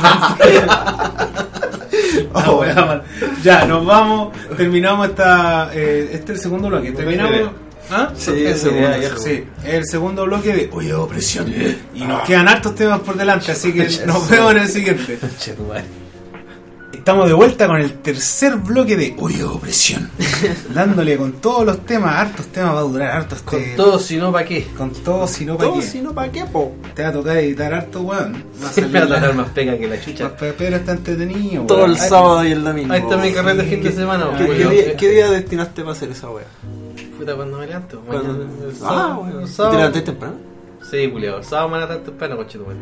dentro. La wea, man. Ya, nos vamos. Terminamos esta. Eh, este es el segundo bloque. Terminamos. ¿Ah? Sí, Ese ese día, weón, ya, ese Sí, weón. es el segundo bloque de Oye Opresión. Y nos quedan hartos temas por delante, así que nos vemos en el siguiente. Che, tu madre. Estamos de vuelta con el tercer bloque de Oye Opresión. Dándole con todos los temas, hartos temas va a durar, hartos Con te- todo, si no, ¿para qué? Con todo, si no, ¿para Todo, qué? si no, ¿para qué, po? Te va a tocar editar harto, weón. Va a Me va a salir tratar más pega que la chucha. pero está entretenido, weón. Todo el Ay, sábado y el domingo. Ahí está mi carrera de fin de semana. ¿Qué, weón. qué día, qué día destinaste para hacer esa wea? Puta, cuando me levanto. Cuando- Mañana, el Ah, sábado, bueno. el ¿Te sábado. levantaste temprano? Sí, culiao. El sábado me levanto temprano, coche tu madre.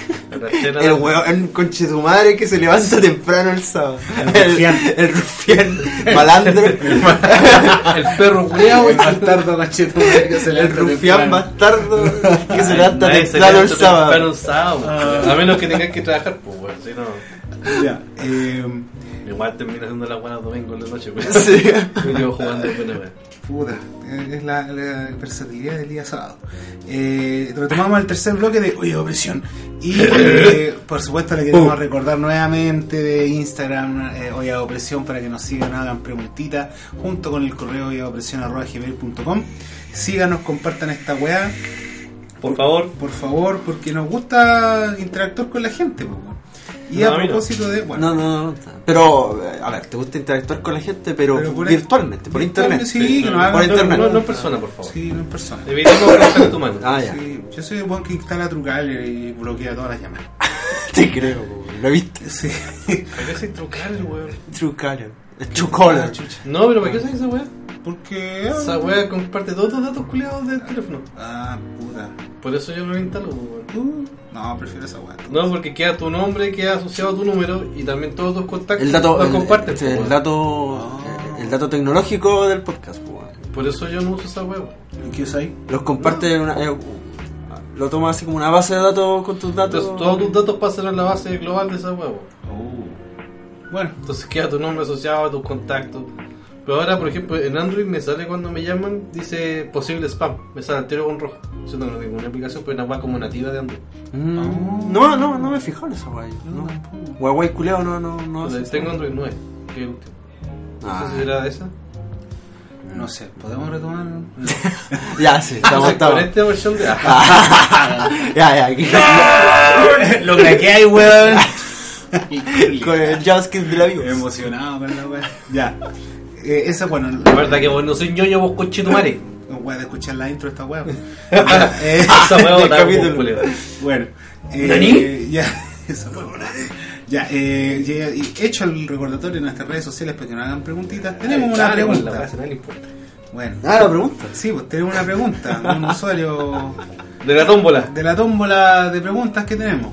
El weón, conche tu madre que se levanta temprano el sábado. El rufián. El, el rufián, malandro. El perro culiao, El bastardo cachetumare que se El levanta rufián temprano. bastardo que se levanta Nadie se temprano el levanta temprano sábado. un sábado. Ah. A menos que tengas que trabajar, pues, weón. Si no, Ya, eh, igual termino haciendo las buenas domingos en la noche, weón. Sí. Me llevo jugando buena, weón. puta, es la, la versatilidad del día sábado. Eh, retomamos el tercer bloque de Oye Opresión. Y eh, por supuesto le queremos recordar nuevamente de Instagram eh, Oye Opresión para que nos sigan, hagan preguntitas junto con el correo oyeopresión arroba gmail punto com. Síganos, compartan esta weá, Por favor. por favor, porque nos gusta interactuar con la gente, po, weón. Y No, a a mí no. propósito de... Bueno, No, no, no. Pero, eh, a ver, te gusta interactuar con la gente, pero, Pero por- virtualmente, por virtualmente, internet. sí, que nos por hagan- internet. No, no en persona, por favor. sí, no en persona. Evitemos prestarle tu mano. Ah, ya. Sí, yo soy el buen que instala Trucaller y bloquea todas las llamadas. Te creo, lo viste. Sí. ¿Para qué soy trucar, weón? True Color. True Color. Ah, chucha. No, pero ¿para qué soy esa weá? Porque... Esa weá comparte todos tus datos culiados del teléfono. Ah, puta. Por eso yo no lo instalo, weón. Uh, no, prefiero esa weá. No, porque queda tu nombre, queda asociado a tu número y también todos tus contactos El dato, los el, comparten. este, po, el weón. dato, el, el dato tecnológico del podcast, pues, weón. Por eso yo no uso esa weá. ¿Y qué usáis? Los comparte en una, eh, lo tomas así como una base de datos con tus datos. Entonces todos tus datos pasan a la base global de esa weá. weón. Oh. Bueno, Entonces queda tu nombre asociado a tus contactos. Pero ahora, por ejemplo, en Android me sale cuando me llaman, dice posible spam. Me sale al tiro con rojo. Yo no tengo ninguna aplicación, pero es una weá como nativa de Android. Mm, no, no, no me fijo en esa weá. No, No. tampoco. Huawei culeado no, no, no. Entonces, hace tengo esa Android nueve, que es el último. No Ah. sé si será de esa. no sé, ¿podemos retomar? weá. Ya, sí, estamos, Entonces, con estamos. esta versión de... Ya, ya, aquí. Lo que hay, weón. Con el JavaScript de la vida. Emocionado con la weá. Ya. Eh, esa, bueno, La verdad que vos no soy ñoño, vos conchetumare. no voy a escuchar la intro de esta weá. Ya, eh, Esa weá Del otra capítulo. culeo. Bueno, eh, ¿Nani? ya, eso fue bueno. Ya, eh, ya, y hecho el recordatorio en nuestras redes sociales para que nos hagan preguntitas. Tenemos una Dale, weón, la pregunta. weá, si no le importa. Bueno, Ah, la pregunta. sí, pues tenemos una pregunta de un usuario De la tómbola. de la tómbola de preguntas que tenemos.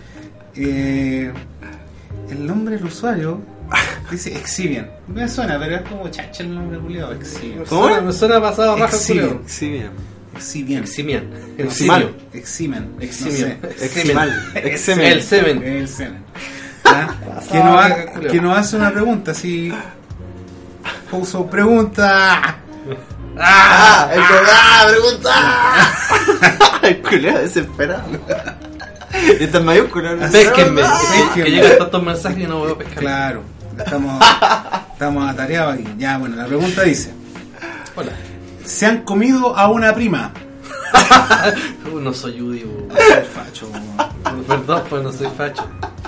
Eh, el nombre del usuario dice Exhibian. Me suena, pero es como chacha el nombre culiado. Exhibian. ¿Cómo Me era? suena- Me suena pasado raja Exhibian. culeo. Sí, bien. Exhibian. Eximian. Eximal. Eximio. Exhibian. Eximian. No sé. Eximal. Exemen. El semen. El semen. ¿Ya? Que, nos ha- que nos hace una pregunta así. Puso pregunta. ¡Ah! ¡El ¡Ah! ¡Pregunta! El culeado desesperado. Y está en mayúscula. Pésquenme. ¡Ah! Es que- Que llegan tantos mensajes y no voy a pescar. Claro. Estamos, estamos atareados aquí. Ya, bueno, la pregunta dice: Hola. ¿se han comido a una prima? Uh, no soy judío. Facho. Perdón, pues no soy facho.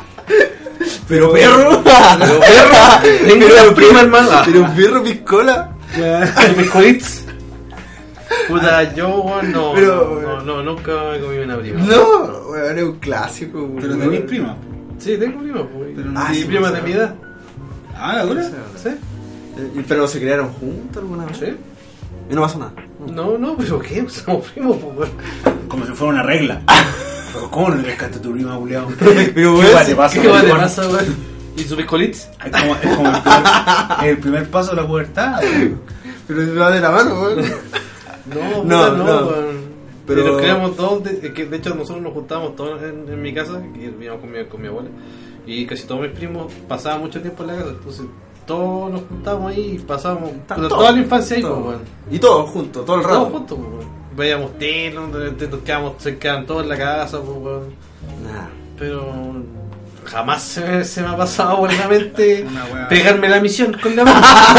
Pero perro. Pero perro, tengo una prima, hermano. Pero perro piscola. ¿Hay piscolits? Puta, yo weón, no, Pero, no, no, nunca me comí una prima. No, weón, es un clásico. weón. Pero tenéis prima. Sí, tengo prima, pues. Pero no- Ah, Ah, sí, sí, prima pues, de mi edad. Ah, la dura. ¿Sí? Eh, ¿Pero se criaron juntos alguna vez? Sí. Y no pasó nada. No, no, pero ¿qué? Somos primos, pues, weón. Como si fuera una regla. Pero ¿cómo no le pescaste a tu prima, culiao? Pero, ¿Qué weón, guay te pasa? ¿Qué más te weón? pasa, weón? ¿Y su piscolits? Es como, es como el, primer, el primer paso de la pubertad. weón. Pero va de la mano, weón. No, No, no, no, no. weón. Pero- Pero nos creamos todos, de, que de hecho nosotros nos juntábamos todos en, en mi casa, que vivíamos con mi, con mi abuela, y casi todos mis primos pasaban mucho tiempo en la casa, entonces todos nos juntábamos ahí y pasábamos Está toda, todo, toda la infancia ahí, todo. pues, weón. Y todos juntos, todo el rato. Todos juntos, pues, weón. Veíamos tele, nos quedábamos, se quedaban todos en la casa, pues, weón. Nah. Pero jamás se me, se me ha pasado por la mente Una weá. pegarme la misión con la mano.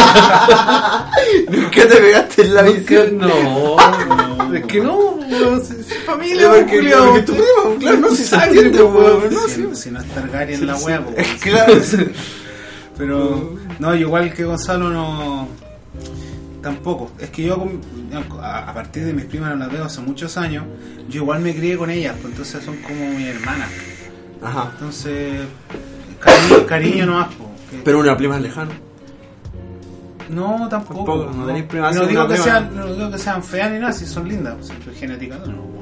¿Nunca te pegaste en la Nunca- visión? No, es que no, weón, es es familia, Es porque- Julio. porque tu primo, claro, no, si se Sangre, entiende, weón. weón. No, si, sí. si no es Targaryen en la wea, po, weón. Claro. Pero, no, igual que Gonzalo, no. Tampoco. Es que yo, con- a, a partir de mis primas, no las veo hace muchos años. Yo igual me crié con ellas, pues entonces son como mis hermanas. Ajá. Entonces, cariño, cariño nomás, po, que- Pero una prima lejana. No, tampoco. Tampoco, no tenéis primas, no, así digo una que prima. sean, no digo que sean feas ni nada, si son lindas, pues siempre genética no. no.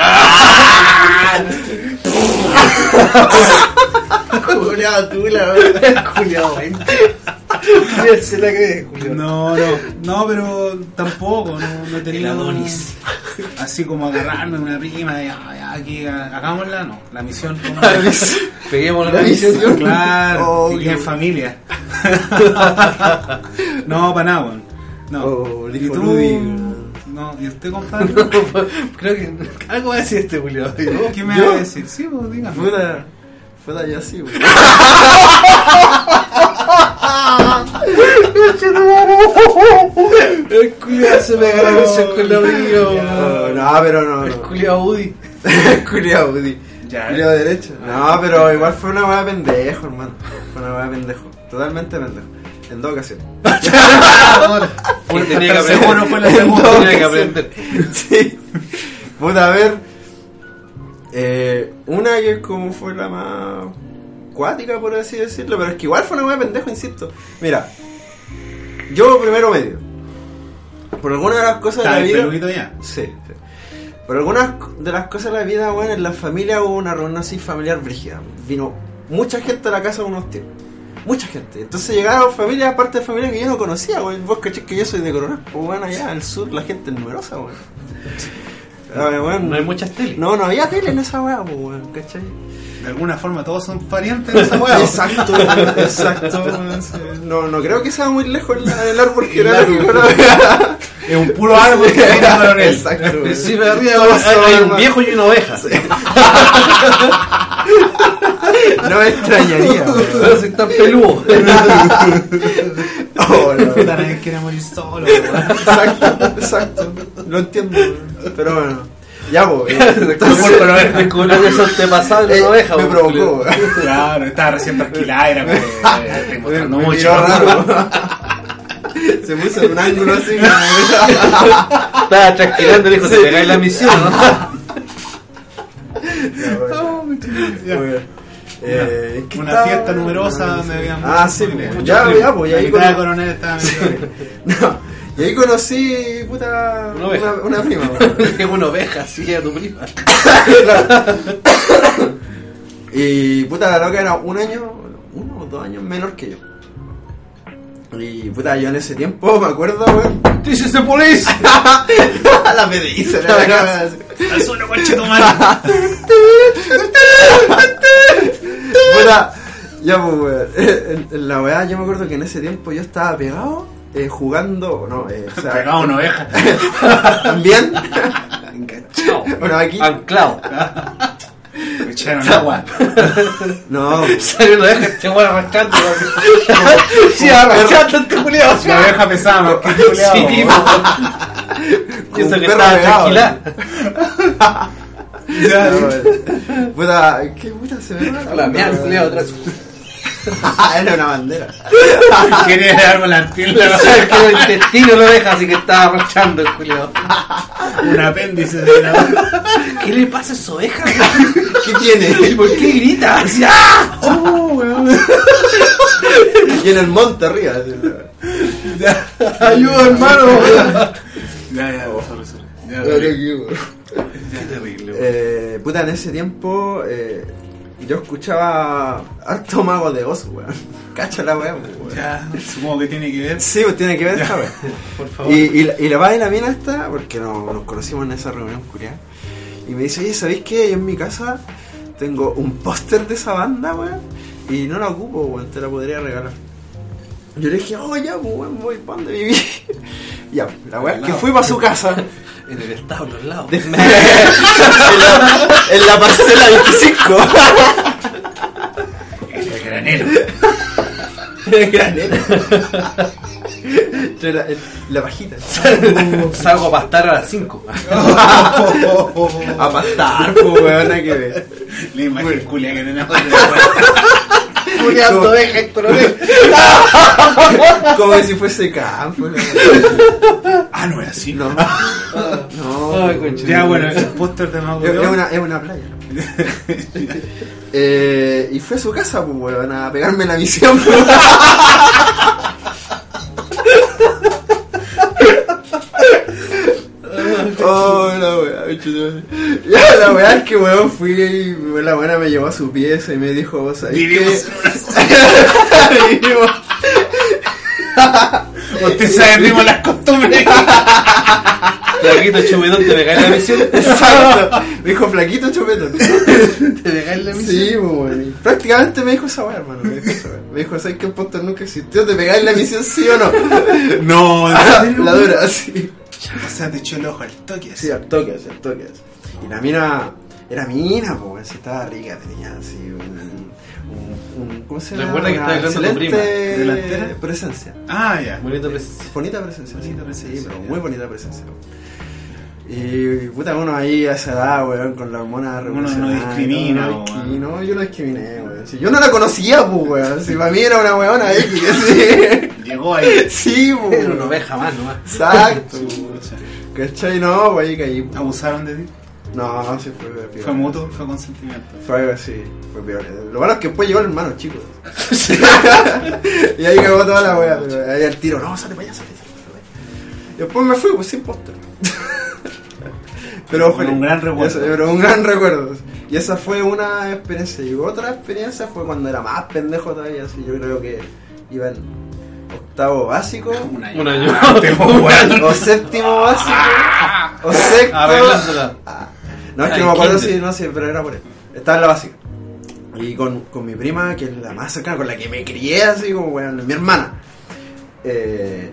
Juliado, tú la weón. Culiao, weón. Se la cree, Julio. No, no, no, pero tampoco, no, no he tenido El Adonis. así como agarrarme a una prima de "Ah, ya, aquí ha- hagámosla, no, la misión como Peguemos la La misión. misión. claro, Oh, y qué en bueno. familia. No, para nada, weón. No. Oh, el ¿Y hijo tú? Ludwig. No, ¿y usted, compadre? Creo que algo va a decir este Julio. ¿No? ¿Qué me ¿Yo? va a decir? Sí, pues dígame. Puta. Puta, yo así, weón. El culiao se pega la misión con la brillo. No, no, pero no. El no. culiao Udi. Culiao, Woody. Ya, Culiao derecho. No, pero igual fue una weá pendejo, hermano. Fue una weá pendejo. Totalmente pendejo. En dos ocasiones. Que tenía que Hasta el aprender. seguro fue la segunda. Tenía que aprender. Sí. Puta, a ver. Eh, una que es como fue la más cuática, por así decirlo, pero es que igual fue una weá pendejo, insisto. Mira, yo primero medio. Por alguna de las cosas Está de la el vida. peludito ya. Sí, sí. Por algunas de las cosas de la vida, bueno, en la familia hubo una reunión así familiar brígida. Vino mucha gente a la casa de unos tíos. Mucha gente. Entonces llegaron familias, aparte de familia que yo no conocía, güey. Vos caché que yo soy de Coronel, pues bueno, allá al sur la gente es numerosa, güey. Ah, bueno, No hay muchas teles. no, no había tele en esa weá, pues weón, ¿cachai? De alguna forma todos son parientes de esa weá. Exacto, weón, exacto. weón, sí. No, no creo que sea muy lejos el, el árbol genealógico, la weá. Es un puro árbol que viene a Coronel. Exacto, weón. Sí, me arriba Todos hay, son, hay un hermano. viejo y una oveja. No me extrañaría, weón. Pero si están peludos. Oh, no. Puta, nadie quiere morir solo, weón. Exacto, exacto. Lo entiendo, weón. Pero bueno. Ya, pues. Entonces, descubrió que eso te pasaba de Eh, una oveja. me weón. provocó, weón. Claro, estaba recién trasquilada, era como, eh, estoy mostrando Me mucho. miró raro. Se puso en un ángulo así. Estaba tranquilando y dijo, te pegáis la misión, ¿no? Ya. Eh, ¿en qué Una estaba? fiesta numerosa donde había Ah, muchos sí, familiares. pues, ya, ya, pues, y La ahí mitad de con- Coronel estaba metido. No, y ahí conocí, puta, Una oveja. una, una prima, weón. Es una oveja, sí, a tu prima. Claro. Y puta, la loca era un año, uno o dos años menor que yo. Y puta, yo en ese tiempo me acuerdo, weón. This is the police. La me dice, la cara. Al suelo, conchetumare. Puta, ya pues, weón. En, en la weá, yo me acuerdo que en ese tiempo yo estaba pegado, eh, jugando, no, eh, o sea, Pegado a una oveja. también. Enganchado. Bueno, aquí. Anclado. Me echaron agua. No, Salió una oveja, este weón arrancando. Sí, arrancando este culiao. La oveja pesaba más que el culiao. Sí, como Pienso un que perro estaba pegado. tranquila. Ya, No, weón. Puta, ¿qué puta se ve? La mía, el culiao atrás. Era una bandera. quería darme la antilla. Sabes que el intestino lo deja, así que estaba arrancando el culiao. Un apéndice de la oveja. ¿Qué le pasa a esa oveja? ¿Qué tiene? ¿Y por qué grita? Así, ¡ah! Oh, weón. Y en el monte arriba. así, Ya. ¡Ayuda, hermano! Ya, ya, Oh. sorry, sorry. Ya, Pero sorry. qué, weón. Ya, terrible, weón. Eh, puta, en ese tiempo eh, yo escuchaba harto Mago de Oz, weón. Cacha la weón, weón. Ya, supongo que tiene que ver. Sí, pues tiene que ver Ya. esa weón. Por favor. Y, y, la- y la va de la mina esta, porque no, nos conocimos en esa reunión culiada, y me dice, oye, ¿sabéis qué? Yo en mi casa tengo un póster de esa banda, weón, y no la ocupo, weón, te la podría regalar. Yo le dije, oh, ya, pues, weón, voy, ¿para dónde viví? Ya, la weón, que fui para su casa, En el establo al lado. de- en, la, en la parcela veinticinco. El granero. Granero. Entre la, en- la pajita. Salgo a pastar a las cinco. A pastar, pues, weón, hay que ver. La imagen culia que tenemos de la Juliando deja el coronel. Como si fuese campo. ¿No? Ah, no es así. No. No. Ay, concha. Ya, bueno, el póster de Mago Es, de es Oz. una, es una playa. eh, y fue a su casa, pues, weón, a pegarme la misión. Pues. Oh, la weá, bicho, ya, la weá es que weón fui y la buena me llevó a su pieza y me dijo, vos sabés Vivimos que... Vivimos. Usted sabe, vimos las costumbres. Flaquito chupetón, te pegáis la misión. Exacto. Me dijo flaquito chupetón. Te pegáis la misión. Sí, pues, weón. Y prácticamente me dijo esa weá, hermano. Me dijo esa weá. Me dijo, ¿sabes que el póster nunca existió? ¿Te pegáis la misión sí o no? No, ¿en serio? La dura, sí. O sea, te echó el ojo al toque. Sí, al toque, así, al toque. Así. Y la mina, era mina, pues, si estaba rica, tenía así un, un, un ¿cómo se llama? Recuerda que Una estás hablando de tu prima. excelente ¿Delantera? presencia. Ah, ya. Bonito presencia. Bonita presencia, sí, Bonita presencia, sí, pero ya. muy bonita presencia. Y puta, uno ahí a esa edad, weón, con la hormona Uno no revolucionaria, discrimina, no, no, weón. no, yo no discriminé, weón. Si yo no la conocía, pues, weón. Si para mí era una weona X, así. Llegó ahí. Sí, pues. Pero no ve jamás nomás. Exacto. O sea, ¿Cachai? No, pues ahí caí. pues. ¿abusaron de ti? No, sí fue peor. ¿Fue mutuo? ¿Fue consentimiento? Fue algo así, fue peor. Lo malo es que después llegó el hermano, chicos. Y ahí cagó toda la wea. Pero ahí al tiro, no, sale para allá, sale, sale, sale. Y después me fui, pues sin póster. Pero Con un gran recuerdo. Esa- pero un gran recuerdo. Y esa fue una experiencia. Y otra experiencia fue cuando era más pendejo todavía. Así, yo creo que iba en octavo básico. Un año. Un año. Te weón. O séptimo básico. O sexto. Arreglándola. No, es que Ay, no me acuerdo kinder. si, no sé, pero era por ahí. Estaba en la básica. Y con, con mi prima, que es la más cercana, con la que me crié así como, bueno, mi hermana. Eh,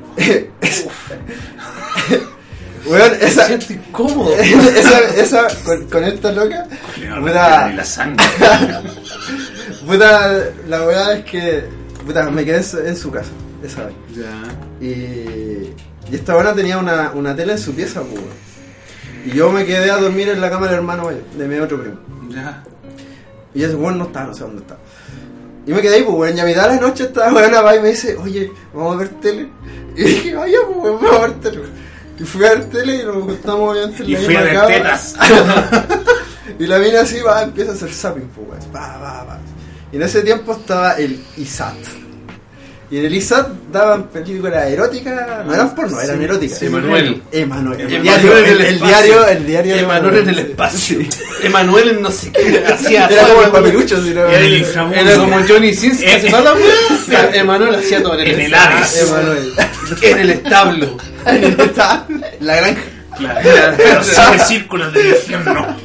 weón, esa, Siento incómodo. esa, esa, con, con esta loca, No, puta, ni la sangre. puta, la verdad es que, puta, me quedé en su, en su casa, esa vez. Ya. Y, y esta buena tenía una, una tele en su pieza, pues, weón. Y yo me quedé a dormir en la cama del hermano mayor, de mi otro primo. Ya. Y ese weón no estaba, no sé dónde está. Y me quedé ahí, pues weón, y a mitad de la noche esta weona va y me dice, oye, vamos a ver tele. Y dije, vaya, pues weón, vamos a ver tele. Y fui a ver tele y nos juntamos obviamente en Y la fui a misma ver cama. tetas. Y la mina así va, empieza a hacer zapping, pues weón, va, va, va. Y en ese tiempo estaba el I S A T. Y en el I S A T daban películas eróticas, no eran porno, eran Sí, eróticas. sí, Emanuel. Emanuel. El Emanuel diario, en el, el el espacio. diario, el diario. de Emanuel en el espacio. Sí. Emanuel en no sé qué. Hacía Era todo, como el Emanuel. papilucho, si no. Era el inframundo. Era como Johnny Sins que Eh, hace toda la wea. Emanuel hacía todo en el, En el Hades. Emanuel. En el establo. Está la granja. Claro. Los siete círculos del infierno.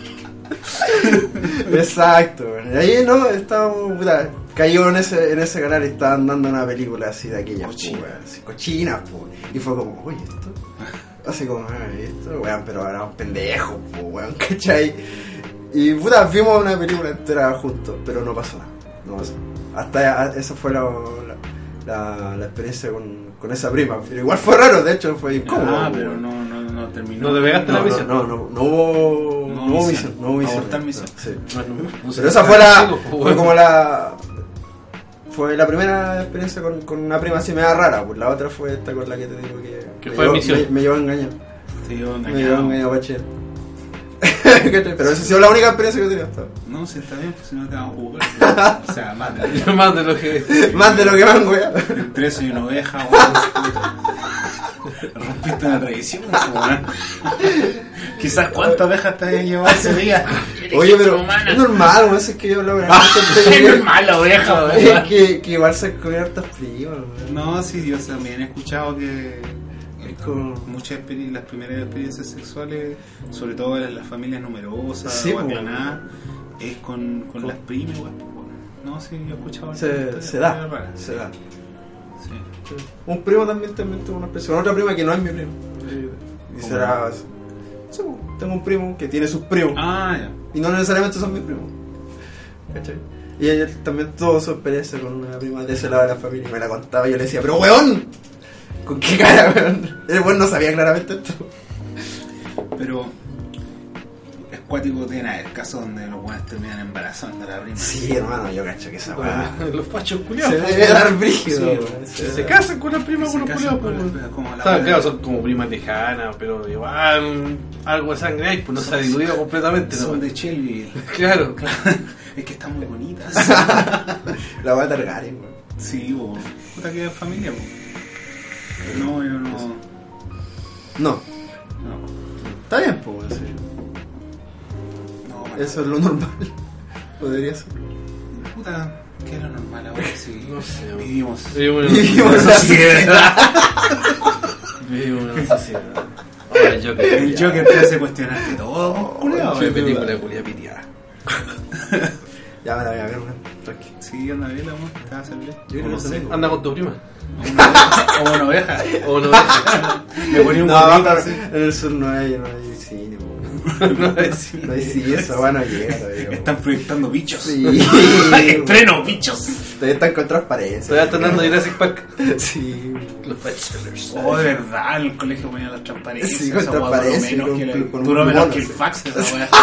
Exacto, bueno. Y ahí no, estábamos, puta, cayó en ese, en ese canal y estaban dando una película así de aquellas, Cochina. pues, weón, así, cochinas, pues. Y fue como, oye, esto, así como, "Ay, esto, weón, pero éramos pendejos, pues, weón, ¿cachai? Y puta, vimos una película entera juntos, pero no pasó nada, no pasó. Hasta esa fue la, la, la, la experiencia con, con esa prima, pero igual fue raro, de hecho fue incómodo. Ah, pues, pero weón. no, no, no terminó. No te pegaste la No, misión. no, no, no, no hubo, No no hubo misión. misión, no hubo misión. Abortar misión. Sí. No, no, no sé. Pero esa fue la. Chico, pues, Fue bueno. como la. Fue la primera experiencia con, con una prima así media rara, pues la otra fue esta con la que te digo que. Que me fue llevó- misión. Me, me llevó a engañar. Te digo Me llevó engañado. engañado para Chile. Pero esa ha sido la única experiencia que he tenido hasta ahora. No, si está bien, pues si no te vamos a jugar. O sea, mata. Más de lo que. Más de lo que van, weón. Entre eso y una oveja, weón. Rompiste una tradición, weón. Quizás cuántas abejas te habían llevado ese día. Oye, pero es normal, weón, es que yo hablo con la gente. Es normal la oveja, Es weón. que, que igual se comen hartas primas, weón. No, sí, yo también he escuchado que con muchas experiencias, las primeras experiencias sexuales, sobre todo en las familias numerosas Sí, o pues. aclanadas, es con, con las primas, weón. No, sí, yo he escuchado. Se, se da, se da. Sí. Un primo también también tuvo una expresión. Otra prima que no es mi primo. Y será. Sí, tengo un primo que tiene sus primos. Ah, ya. Y no necesariamente son mis primos. ¿Cachai? Y ella también tuvo su experiencia con una prima de ese lado de la familia. Y me la contaba y yo le decía, pero weón, ¿con qué cara, weón? El weón no sabía claramente esto. Pero es cuático, tiene haber casos donde los weones terminan embarazando a la prima. Sí, hermano, yo cacho que esa weá. Los fachos Se culiados. debe dar brígido, Sí, weón. Se, se casan con las primas Se con los casan culiados. con Pues, las- como la o sea, buena- claro, son como primas lejanas, pero igual algo de sangre hay, pues no se ha diluido completamente. Son ¿no? de Shelby. Claro. Es que están muy bonitas. La weá Targaryen, weón. Sí, bo. Puta que es familia, bo. No, yo no. No, No. está bien, pues, weón. Sí. No, man. Eso es lo normal. Podría ser. Puta, ¿qué es lo normal ahora? Sí. No sé, bo. Vivimos. Vivimos en Vivimos una en la sociedad. Vivimos en una sociedad. Ahora el Joker. El Joker te hace cuestionarte todo, culiao. Qué película culia pitiada. Ya me la voy a ver, weón. Tranqui. Sí, anda bien, amor. Te vas a servir. Yo creo no que sé. también. Anda con tu prima. O una oveja. O no. Me ponía un No, gorrito pero así. en el sur no hay, no hay cine, weón. No es No hay cine, esa weá no llega todavía, weón. Están proyectando bichos. Sí. Estreno, bichos. Todavía están con transparencia. Todavía están dando Jurassic Park. Sí. Los bachelors. Oh, de verdad, el colegio ponía las transparencias. Sí, con esa hueá duró transparencia, menos con- que la- con un duró menos plumón, que el así. fax esa weá.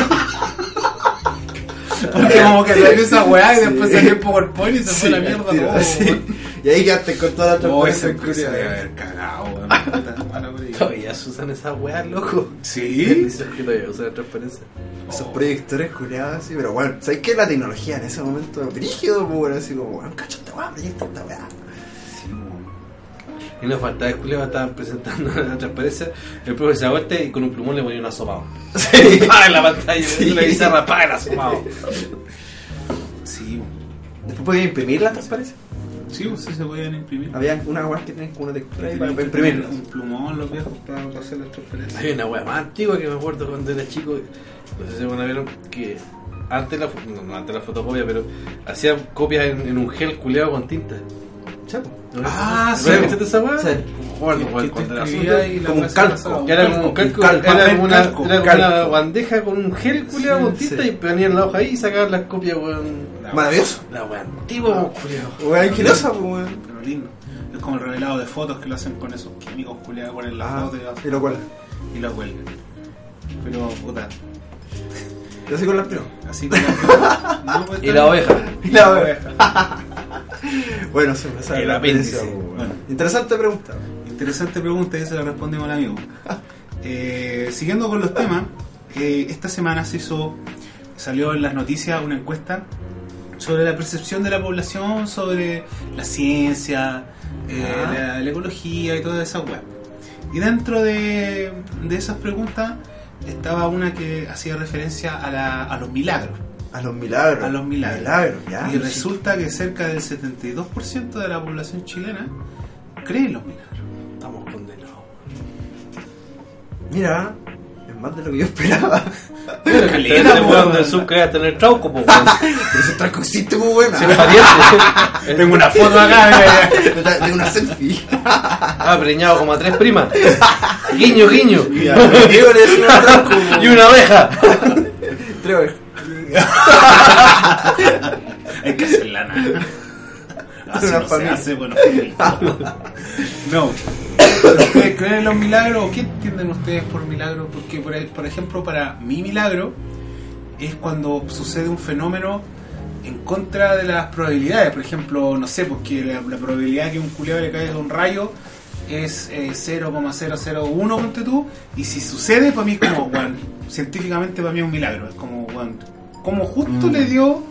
Porque como que salió esa weá y después Sí. salió el PowerPoint y se fue Sí, la mierda tío, todo. sí. Y ahí quedaste con toda la Oh, esa transparencia. empresa debe culiada. haber cagado, weón. Puta, mala por ahí. Todavía se usan esas weas, loco. Sí. Dices que todavía usan la transparencia. Esos proyectores culiados así, pero bueno, ¿sabes qué? La tecnología en ese momento brígido, pues bueno, así como, bueno, cacho esta weá, proyecta esta weá. Sí, weón. Y nos faltaba el culiao, estaban presentando la transparencia. El profe se da vuelta y con un plumón le ponía un asomado. Sí. ¡Pah! En la pantalla, Sí. en la pizarra, ¡pah! El asomado. Sí, weón. Después podías imprimir la transparencia. Sí, pues sí se podían imprimir. Había una weá que tenían como una textura ahí para Tenían que imprimirla. tener un plumón los viejos para hacer las transferencias. Hay una wea más antigua que me acuerdo cuando era chico. No sé si alguna vieron que antes la, fo- no, no, antes la fotocopia, pero hacían copias en, en un gel culeado con tinta. Chapo. ¿No? Ah, ¿No sí. ¿Viste esa wea? Sí. Bueno, Que- bueno, que cuando te era escribía azul, y la como un weá se calco. pasaba. que era como un calco, calco, era papel como una, calco, era como calco. una bandeja con un gel culeado Sí, con tinta sí. y ponían la hoja ahí y sacaban las copias, weón. La Maravilloso. La wea antigua, culeado. Weá ingeniosa, pues weón. Pero lindo. Es como el revelado de fotos que lo hacen con esos químicos culiados, ponen la Ah, foto y la, y lo cual. y la cuelgan. Pero, puta, Yo así con las primas. así como la no, pues, Y la oveja. Y la oveja. Bueno, sí, esa El es la apéndice. experiencia, pues, Bueno. weón. Interesante pregunta. interesante pregunta y se la respondemos al amigo. Eh, siguiendo con los temas, eh, esta semana se hizo, salió en las noticias una encuesta sobre la percepción de la población sobre la ciencia, eh, Ah. la, la ecología y toda esa web. Y dentro de, de esas preguntas estaba una que hacía referencia a, la, a los milagros. A los milagros. A los milagros. Milagros, ya. Y resulta que cerca del setenta y dos por ciento de la población chilena cree en los milagros. Estamos condenados. Mira, es más de lo que yo esperaba. Caleta, Este po, weón weón. del sur que va a tener trauco, po, weón. Pero ese traco existe muy buena. Si es pariente. Tengo una foto acá, mira, De una selfie. Ah, preñado como a tres primas. Guiño, guiño. Mira, Diego le decía un traco. Y una abeja. Tres ovejas. hay que hacer la nada. Así Una no se familia. hace, bueno, no. ¿Ustedes creen en los milagros o qué entienden ustedes por milagro? Porque, por, por ejemplo, para mi milagro es cuando sucede un fenómeno en contra de las probabilidades. Por ejemplo, no sé, porque la, la probabilidad que un culiado le caiga un rayo es eh, cero coma cero cero uno, ponte tú, y si sucede, para mí es como, bueno, científicamente para mí es un milagro. Es como, bueno, como justo Mm. le dio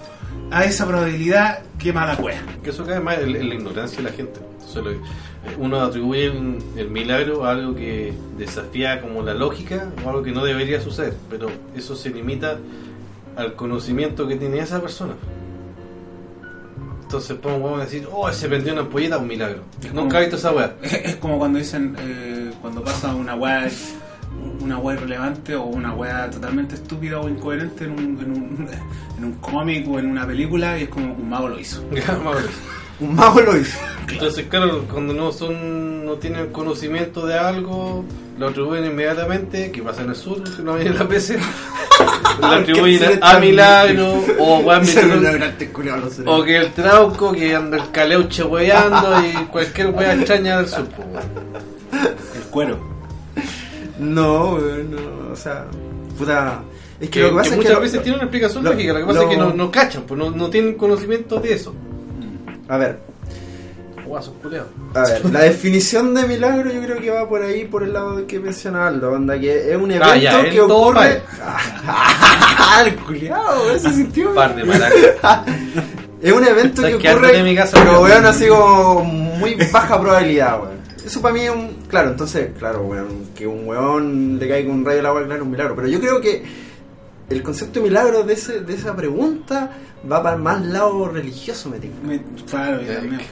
a esa probabilidad, qué mala cueva. Que eso cae más en, en la ignorancia de la gente. Entonces, lo, uno atribuye el, el milagro a algo que desafía como la lógica o algo que no debería suceder, pero eso se limita al conocimiento que tiene esa persona. Entonces podemos decir, oh, se prendió una ampolleta, un milagro. Es Nunca como- he visto esa weá. Es como cuando dicen, eh, cuando pasa una weá, una weá irrelevante o una weá totalmente estúpida o incoherente en un, en un, en un cómic o en una película, y es como un mago lo hizo. Un mago lo hizo. Entonces, claro, cuando no son, no tienen conocimiento de algo, lo atribuyen inmediatamente, que pasa en el sur, que no viene la P C, lo atribuyen a, a milagro, o weá, o que el trauco, que anda el caleuche weando y cualquier weá extraña del sur. po, weón. El cuero. No, weón, no, o sea, puta. Es que, Que, lo que que pasa es muchas que lo- veces tiene una explicación lo- lógica, lo que pasa lo- es que no, no cachan, pues no, no tienen conocimiento de eso. A ver, Guasos culeados. a ver, la definición de milagro yo creo que va por ahí, por el lado que mencionaba Aldo, onda, que es un evento Ah, ya, él que todo ocurre. ¡Ah, el culiao! Ese sintió. Par de maracas. Es un evento que ¿Sabes qué? Ándate ocurre, de mi casa, pero weón. weón, así como muy baja probabilidad, weón. Eso para mí es un. Claro, entonces, claro, weón, que un weón le caiga un rayo al agua, claro, es un milagro. Pero yo creo que el concepto de milagro de, ese, de esa pregunta va para el más lado religioso, me tinca. Me- claro, yo también.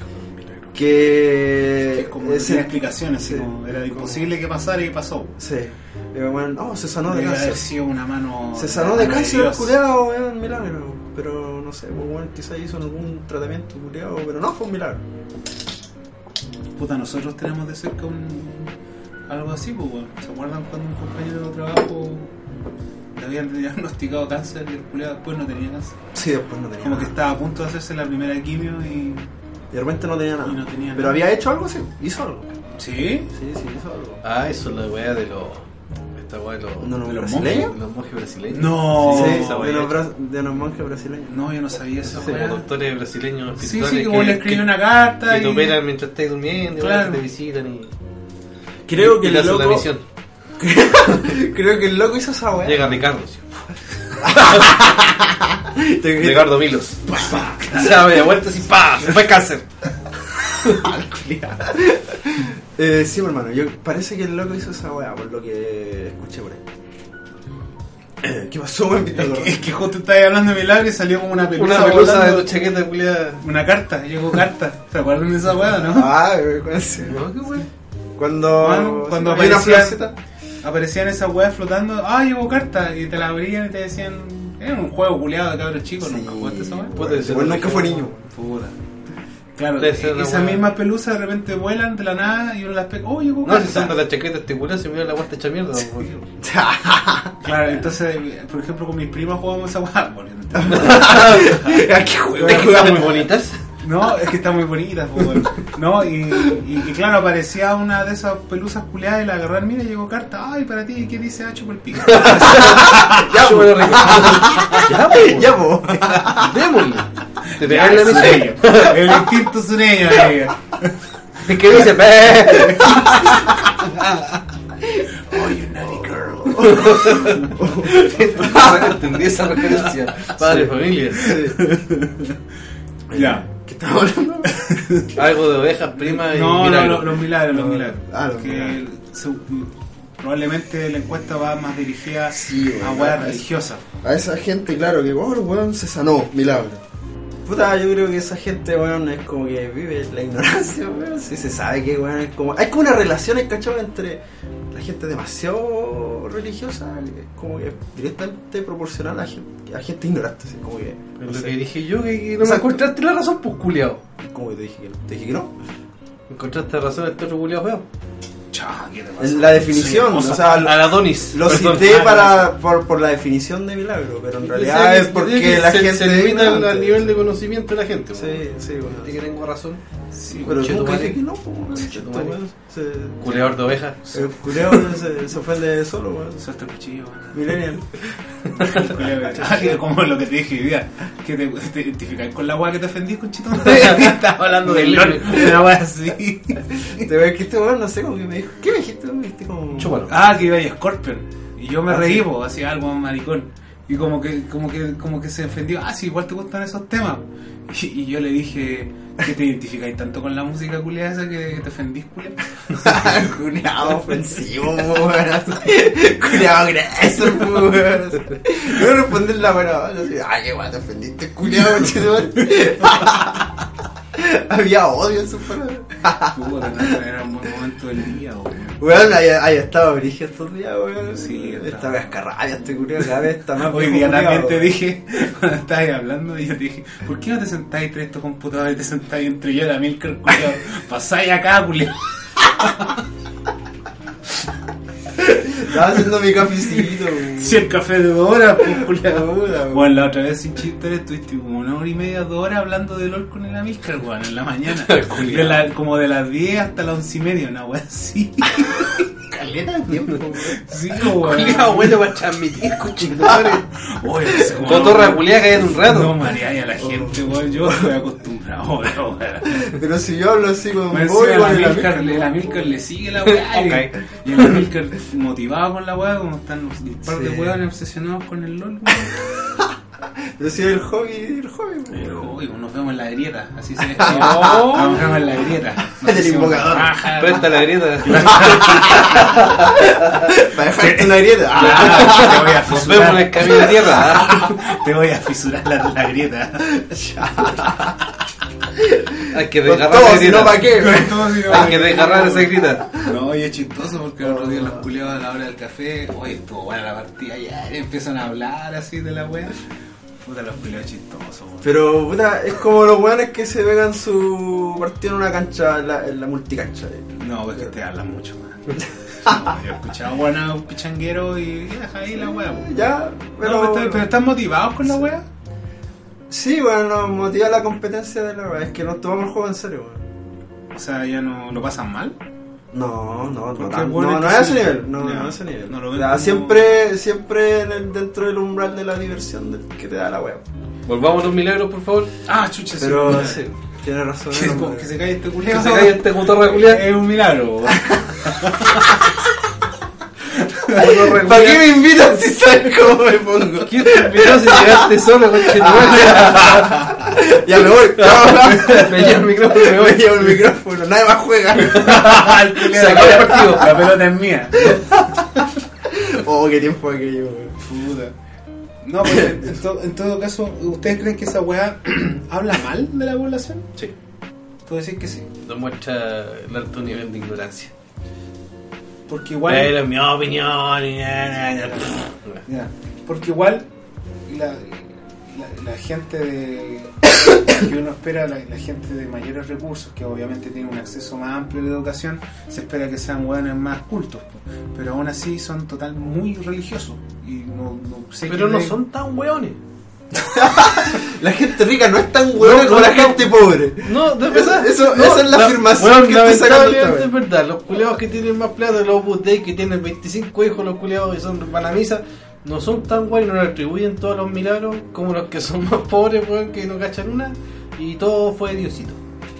Que. Es como ese- tenía explicaciones, así sí. como era imposible que pasara y pasó. Sí. Y, weón, oh, se sanó de Debe haber cáncer. sido una mano. Se sanó de mano cáncer el Dios. culeado, weón, milagro. Pero no sé, pues, weón, quizás hizo algún tratamiento culeado, pero no fue un milagro. Puta, nosotros tenemos de cerca un algo así, pues, weón. ¿Se acuerdan cuando un compañero de trabajo le habían diagnosticado cáncer y el culiado después no tenía cáncer? Sí, después no tenía Como que nada. estaba a punto de hacerse la primera quimio y... Y de repente no tenía nada. Y no tenía Pero nada. había hecho algo, sí, hizo algo. ¿Sí? Sí, sí, hizo algo. Ah, eso es la weá de los. Esta weá de los. ¿No, no, ¿De los brasileños? de los monjes brasileños. No. Sí, esa de weá. los, bra- de los monjes brasileños. No, yo no sabía eso. Como doctores brasileños Sí, espirituales sí, como le escribí una carta que y... te operan mientras estás durmiendo, Claro. y te visitan y. Creo y que te el hacen loco... la misión. Creo que el loco hizo esa weá. Llega Ricardo, sí. Te- Ricardo Milos. Se da media vuelta así, ¡pa! Se fue cáncer. Eh, sí, hermano, yo parece que el loco hizo esa weá, por lo que escuché por ahí. Eh, ¿Qué pasó, weón? Es que, es que justo estabas hablando de milagro y salió como una pelusa. Una pelusa de volando. tu chaqueta culiada. Una carta, llegó carta. ¿Se acuerdan de esa weá, no? Ah, weón, ¿cuál es? No, qué weá. Cuando... Bueno, cuando hay una aparecía- florcita. Aparecían esas weas flotando. Ah, llegó carta. Y te la abrían y te decían. Era un juego culiado de cabros chicos. Sí. Nunca jugaste esa wea. Puede ser. Igual nunca fue niño. Puta. Claro, Debe ser una esas wea. mismas pelusas de repente vuelan de la nada y uno las pega. Oh, llegó No, carta. si son de la chaqueta esticulada, se me dio la vuelta hecha mierda. po. Claro, entonces, por ejemplo, con mis primas jugamos esa wea. Volviendo. ¿A qué juego? Es que están muy bonitas. No, es que está muy bonita, pues, weón. No, y, y, y claro, aparecía una de esas pelusas culiadas y la agarraron, mira, llegó carta, ay, para ti, ¿qué dice Hacho por el pico? Ya, bueno, rico. Ya, po. Ya, po. Démosle. Te Ya, pegáis la misión. sureño. El instinto sureño, amiga. Es que dice, "Pe". Oh, you naughty girl. Entendí esa referencia. Padre, familia. Ya. ¿Qué estamos hablando? Algo de ovejas, prima y No, no, milagro. no, los milagros, los milagros. Ah, los que milagros. se- probablemente la encuesta va más dirigida Sí, a weón. weas religiosas. A esa gente, claro, que oh, el weón se sanó, milagro. Puta, yo creo que esa gente, weón, es como que vive la ignorancia, weón. Sí se sabe que, weón, es como... Hay como una relación, ¿cachai? Entre la gente demasiado religiosa, que es como que directamente proporcional a gente, a gente ignorante, así como que... Es No lo sé, que dije yo, que, que no me Exacto. encontraste la razón, pues culiao. como que te dije que, te dije que no. Encontraste la razón a este otro culiao feo. Chá, ¿qué te pasa? Es la definición, Sí, o sea, A la Donis. lo Perdón. cité ah, para, por, por la definición de milagro, pero en Yo realidad decía es que- porque yo decía que la se, gente... se es limita al, ignorante. al nivel de conocimiento de la gente. Sí, weón. sí, weón. ¿Te que tengo razón? Sí, Pero Conche tu nunca madre. dije que no, pues, weón. Conche tu Esto, madre. weón, se- Culeador de ovejas. El culeo se, se ofende solo, weón. usaste el cuchillo, weón. Millennial. Ah, que como lo que te dije hoy día, que te, te identificas con la weá que te ofendís, conchito. Estaba hablando del LOL, una weá así. Te ves que este weón, no sé, como que me dijo, ¿qué me dijiste? Me dijiste como... Chúpalo. Ah, que iba a Scorpion. Y yo me Ah, reí, sí. po, hacía algo maricón. Y como que, como que, como que se ofendió, ah, sí, igual te gustan esos temas. Y, y yo le dije, ¿qué te identificáis tanto con la música culiada esa que te ofendís, culiado? Culeado ofensivo, weón. Culeado grueso, weón. Yo respondí en la buena onda, así, ay, qué guay, te ofendiste, culeado, conchetumare. Había odio en sus palabras. Puta, no, era un buen momento del día, weón. Weón, ahí, ahí estaba brígido estos días, weón. Sí, esta estaba. cascarrabia, este culiado, cada vez está más Hoy viejo, día culiao, también te weón. dije, cuando estabas hablando, yo te dije, ¿por qué no te sentáis entre estos computadores y te sentáis entre yo y la Milker, culiao? Pasáis acá, culiao. Estaba haciendo mi cafecito, weón. Si el café de dos horas, pues, culiao. Puta, weón. Bueno, la otra vez sin chiste estuviste como una hora y media, dos horas hablando de LOL con el Amilcar, weón, en la mañana. De la, como de las diez hasta las once y media, una weón así. Caleta de tiempo, weón. Sí, weón. Culeado bueno para transmitir, cochitores. Oye, no sé cómo- Cotorra culiada que hay en un rato. No mareáis a la gente, weón. Yo estoy acostumbrado, weón. Pero si yo hablo así con Me vos decía, y con el el Amilcar, amigo, el Amilcar le sigue la weá. y- Ok. Y el Amilcar motivado con la weá, como están un par de Sí. weones obsesionados con el LOL, weón. Pero si el hobby, el hobby, Pero, weón. uy, nos vemos en la grieta, así se ve. Oh. Nos vemos en la grieta. Nos El hicimos invocador. raja, Presta la grieta. Para dejarte una grieta. Ah, te voy a Nos vemos en el fisurar. camino de tierra. Te voy a fisurar la, la grieta. Hay que Con desgarrar todo, esa si no, ¿para grieta. qué? Todo así, no, Hay que desgarrar esa grieta. No, y es chistoso porque el otro día los culiados a la hora del café, oye, estuvo buena la partida ya, y empiezan a hablar así de la wea. Puta, los culiados chistosos, weón. Pero, puta, es como los weones que se pegan su partido en una cancha, en la, en la multicancha. eh. No, pues que te hablan mucho más. No, yo he escuchado bueno, un pichanguero y deja ahí la wea. po. Ya, pero... No, pero, pero ¿están motivados con la wea? Sí, bueno, nos motiva la competencia de la wea. Es que nos tomamos el juego en serio, weón. O sea, ya no lo pasan mal. No, no, no, Porque tan- bueno, no, no es es que a ese sí. nivel, no, Ya, no es a ese nivel. no lo ven Ya, como- siempre, siempre en el- dentro del umbral de la diversión del- que te da la wea. Volvamos a los milagros, por favor. Ah, chucha, Pero sí. sí, tiene razón. Que, no, que se cae este Que culiado. se calle este cotorra culiada. Es un milagro. ¿Para qué me invitan si sabes cómo me pongo? ¿Quién te invitó si llegaste solo, conchetumare? Ya me voy, chao. Me llevo el micrófono y me Me voy. llevo el micrófono, nadie más juega. El culiao, Se acabó el partido. La pelota es mía. Oh, qué tiempo aquello, weón. Puta. No, pues en, to- en todo caso, ¿ustedes creen que esa weá habla mal de la población? Sí. Puedo decir que sí. Demuestra el alto nivel de ignorancia. Porque igual. Pero es mi opinión. y na, na, na. Ya, porque igual la, la, la gente de, que uno espera, la, la gente de mayores recursos, que obviamente tiene un acceso más amplio a la educación, se espera que sean hueones más cultos, po. Pero aún así son total muy religiosos y no, no sé Pero qué no de- son tan hueones. La gente rica no es tan buena No, como no, la no. gente pobre. No, de verdad. Eso- no, esa es la afirmación que estoy sacando esta lamentablemente vez. es verdad. Los culiados que tienen más plata, los Opus Dei que tienen veinticinco hijos, los culiados que son van a misa, no son tan buenos, no le atribuyen todos los milagros como los que son más pobres, weón, que no cachan una. Y todo fue Diosito.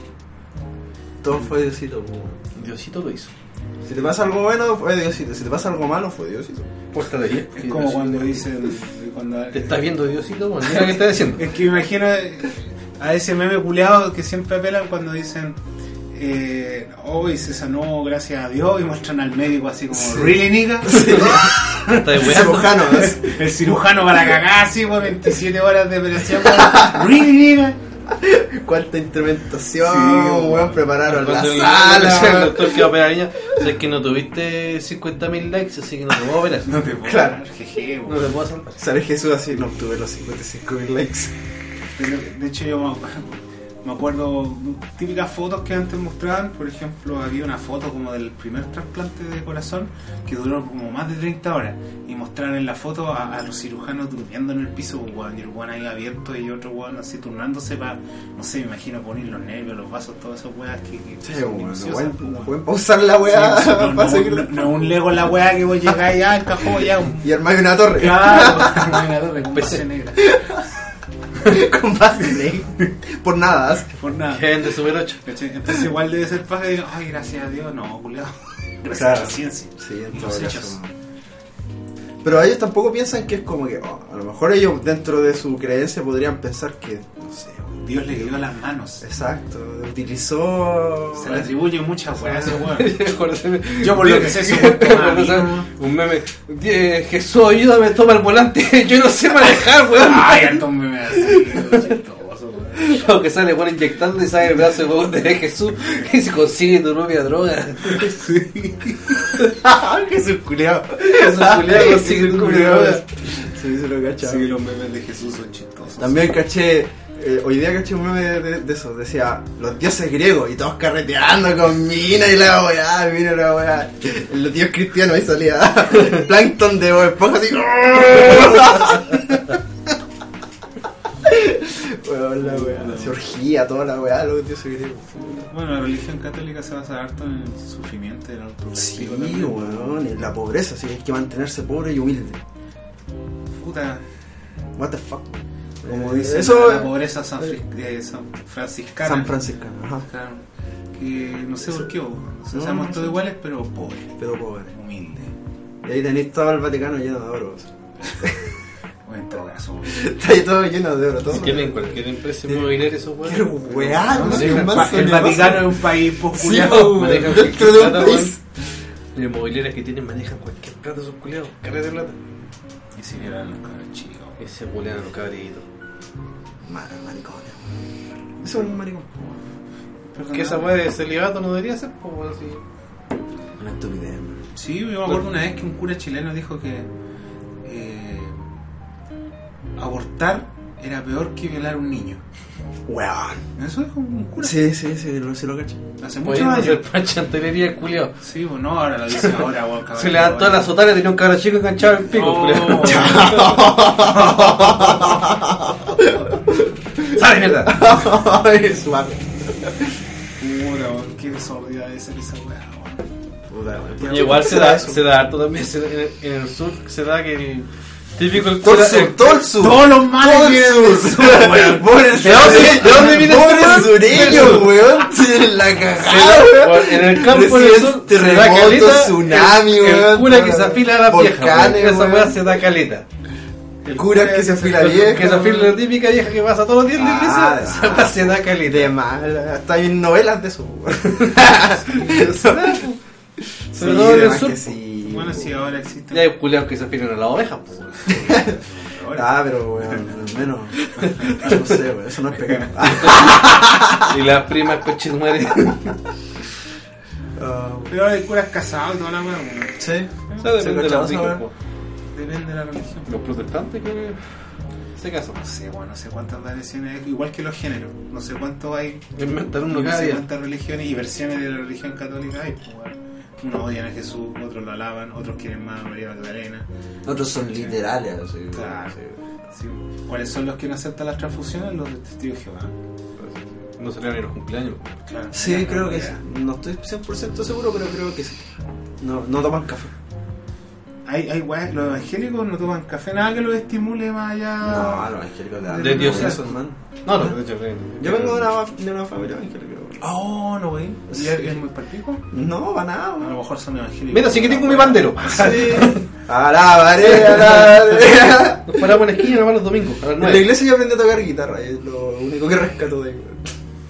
Todo fue Diosito, weón. Diosito lo hizo. Si te pasa algo bueno, fue Diosito. Si te pasa algo malo, fue Diosito. Puerta de Es como cuando dicen. Cuando, ¿Te estás viendo Diosito? Bueno, mira qué estás diciendo. Es que me imagino a ese meme culeado que siempre apelan cuando dicen. Eh, hoy se sanó gracias a Dios y muestran al médico así como, ¿really, nigga? Estás El weando. cirujano, ¿ves? El cirujano para cagar así, weón, veintisiete horas de operación, weón. ¿Really, nigga? Cuánta instrumentación, Sí, weón, weón. prepararon la Cuando el- sala. el weón. doctor que va a operar a la niña, sabes que no tuviste cincuenta mil likes, así que no te puedo operar. No te puedo Claro. dar, jeje, No weón. te puedo salvar. Sale Jesús así, no obtuve los cincuenta y cinco mil likes. Pero, de hecho, yo me, me acuerdo típicas fotos que antes mostraban. Por ejemplo, había una foto como del primer trasplante de corazón que duró como más de treinta horas. Y mostraron en la foto a, a los cirujanos durmiendo en el piso, weón, y el weón ahí abierto y otro weón así turnándose para, no sé, me imagino poner los nervios, los vasos, todas esas weas que, que Sí, son weón, no minuciosas, pueden, pues, no weón. pueden pausar la weá Sí, no, para no, seguir. no, no, un Lego la weá que vos llegáis ya, el cajón ya, un Y armáis una torre. claro, una torre con base negra. Con base negra. Por nada. ¿sí? Por nada. Que vende Super ocho. ¿Cachai? Entonces igual debe ser paja y digo, ay, gracias a Dios, no, culiado. Gracias Claro. a la ciencia. Sí, en Y todo los caso. hechos. Pero ellos tampoco piensan que es como que, oh, a lo mejor ellos dentro de su creencia podrían pensar que, no sé, Dios le dio las manos. exacto, utilizó... Se le atribuye muchas weas a ese weón. Yo Yo por lo que sé, soy un tema amigo. un meme. eh, Jesús, ayúdame, toma el volante. Yo no sé manejar, weón. Ay, harto meme así, chistoso, weón. Lo que sale, bueno, inyectando y sale el brazo de huevón de Jesús y se consigue tu propia droga. Jesús culiao. Jesús culiao consigue tu propia droga. Sí, se lo cachaba. Sí, los memes de Jesús son chistosos. También caché, eh, hoy día caché un meme de, de, de eso, decía, los dioses griegos y todos carreteando con mina y la weá, mina y la weá. Los dioses cristianos ahí salía Plankton de Bob Esponja así. Weón, la weá, se orgía toda la weá, los dioses griegos. Bueno, la religión católica se basa harto en el sufrimiento y el Sí, autocastigo también. weón, y la pobreza, sí, hay que mantenerse pobre y humilde. Puta, What the fuck. como Eh, dice eso, la, la pobreza san, Fri- eh, san franciscana. San Franciscano, ajá. Claro, que no sé por qué, o sea, No, somos no todos sé. iguales, pero pobres, Pero pobre. humildes. Y ahí tenéis todo el Vaticano lleno de oro. O en todo caso, Está ahí todo lleno de oro, todo. Si quieren cualquier empresa inmobiliaria, esos Qué weones. weá, no no sé, sé, el, man, pa- se el le Vaticano pasa. es un país Sí, popular. manejan dentro de un plata, país. Las inmobiliarias que tienen manejan cualquier plata, esos culiados. Carrete de plata. Y si vieran los cabros chicos. Y se culean a los cabritos. Mar- maricones. Eso es un maricón. Perdón, Que esa weá de celibato no debería ser, pues weón, así. Una estupidez, man. Sí, yo me acuerdo una vez que un cura chileno dijo que eh, abortar era peor que violar a un niño. Weón. Eso dijo un cura. Sí, sí, sí, lo, sí lo cacho. Hace muchos Pueden hacer años. pa' chantería el culiao. Sí, pues no, ahora lo dice ahora, weón, cabrón. Se levantó a la sotana y tenía un cabro chico enganchado en el pico, Oh. culiao. ¡Sale, mierda! Ay, suave. Puta, weón, qué desordenada debe ser esa weá, weón. Puta, weón. Y igual ¿Por qué se da, eso? se da harto también se da- en, el, en el sur se da que el típico el Todo el cura- sur, el- todo el sur. Todos los males Todo el vienen sur. del sur, weón. Pobre ¿De dónde- de dónde viene Pobre este weón? sureño, Del sur. weón. Tienen la se cagada, da- weón. en el campo del Recién sur se da terremotos, caleta tsunami, el, el weón. cura que se afila a la vieja, Volcanes, weón. Esa weón. weá se da caleta. El cura que se afila vieja. Que se afila la típica vieja que pasa todos los días en la Ah, iglesia, esa weá se da De caleta. mal. Hasta hay novelas de eso, weón. Sobre todo en el además sur. que sí. Bueno, sí, ahora existe. Y hay culiados que se afilan a la oveja, pues. Ah, pero weón, al menos. No sé, weón, eso no es pecado. Y las primas coches madre. Ah, Pero ahora hay curas casados y toda la weá, weón. sí. Eso depende de la cachaba esa religión, weá. pues. Depende de la religión. Los protestantes creo que se casan. No sé, bueno, no sé cuántas variaciones hay, igual que los géneros. No sé cuánto hay. Inventan uno No cada sé día. cuántas religiones y versiones de la religión católica hay. Pues, bueno. Unos odian a Jesús, otros lo alaban, otros quieren más a María Magdalena. Otros son literales, así. Claro. sí. Sí. ¿Cuáles son los que no aceptan las transfusiones? Los de Testigos de Jehová. No celebran ni los cumpleaños. Claro. Sí, Ya, creo no, que ya. sí. No estoy cien por ciento seguro, pero creo que sí. No, no toman café. Hay, hay weas, los evangélicos no toman café, nada que los estimule más allá. No, los evangélicos de de Dios, eso, hermano. No, no, de hecho, eh, Yo vengo de una, de una familia evangélica. Oh, no, wey. ¿Y es, es muy partico? No, va nada, A lo weón. mejor son evangélicos. Mira, sí que tengo mi bandero. Sí. A la marea, a la marea. Nos paramos en la esquina nomás los domingos, a las En la nueve. iglesia yo aprendí a tocar guitarra, es lo único que rescato de ahí, weón.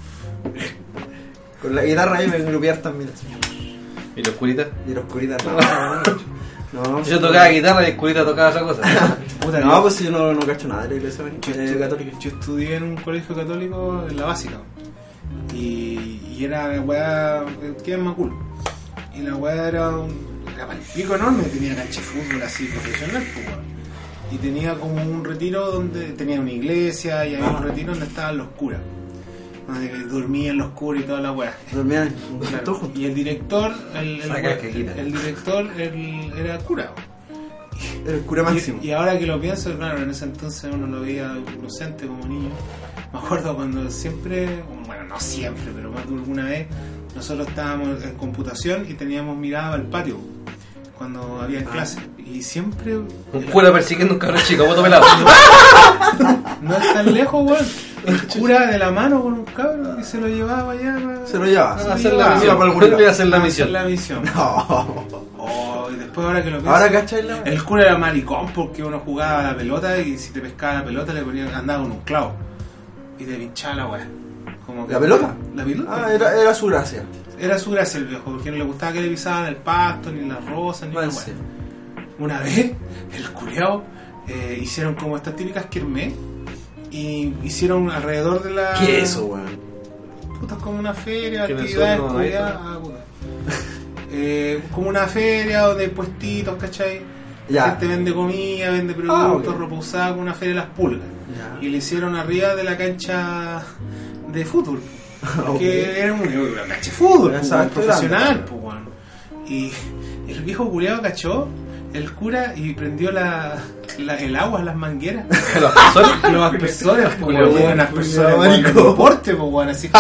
Con la guitarra ahí me grupear también. Y los curitas. Y la oscuridad, no, no, no. Yo tocaba guitarra y el curita tocaba otra cosa. Puta, No, yo- pues yo no, no cacho nada de la iglesia Yo, eh, estu- católica. yo estudié en un colegio católico en la básica y, y era la weá que es más cool y la weá era un era palpico enorme, tenía cancha de fútbol así profesional pues, weón. Y tenía como un retiro donde tenía una iglesia y había un retiro donde estaban los curas, donde dormían los curas y toda la weá. Dormían Claro. todos juntos. Y el director el, el, Saca que quita. el director el- era cura. Era el cura máximo. Y, y ahora que lo pienso, claro, en ese entonces uno lo veía inocente como niño. Me acuerdo cuando siempre, bueno, no siempre, pero más de alguna vez, nosotros estábamos en computación y teníamos mirada al patio cuando había clase. Y siempre. Un cura persiguiendo un cabrón chico, voto pelado. No es tan lejos, weón. El cura de la mano con un cabro y se lo llevaba allá. para- Se lo llevaba. A se lo hacer la llevaba. misión. Iba para algún lado. Iba a hacer la a misión. la misión. No. Oh, Oh, y después ahora que lo pienso, Ahora cachai la el cura era maricón porque uno jugaba a la pelota y si te pescaba la pelota le ponía, andaba con un clavo y te pinchaba la weá. Como que- ¿La pelota? La pelota. Ah, era, era su gracia. Era su gracia el viejo, porque no le gustaba que le pisaban el pasto, ni las rosas, ni la Bueno, weá. sí. Una vez, el culiao eh, hicieron como estas típicas kermés y hicieron alrededor de la. ¿Qué es eso, weón? Puta, es como una feria, Que en el actividades, sur no hay, culiadas, ah, puta. Eh, como una feria donde hay puestitos, ¿cachai? Ya. Gente vende comida, vende productos, Ah, ok. ropa usada, como una feria de las pulgas. Ya. Y le hicieron arriba de la cancha de fútbol. Ok. Que era un- una cancha de fútbol, pues, Exacto, weón, profesional, grande. pues, weón. Y el viejo culiado cachó el cura y prendió la, la- el agua, las mangueras. Los ascensores. Los aspersores, pues, Culiao, weón, unas culiao, personas weón, de marico. deporte, pues, weón, así.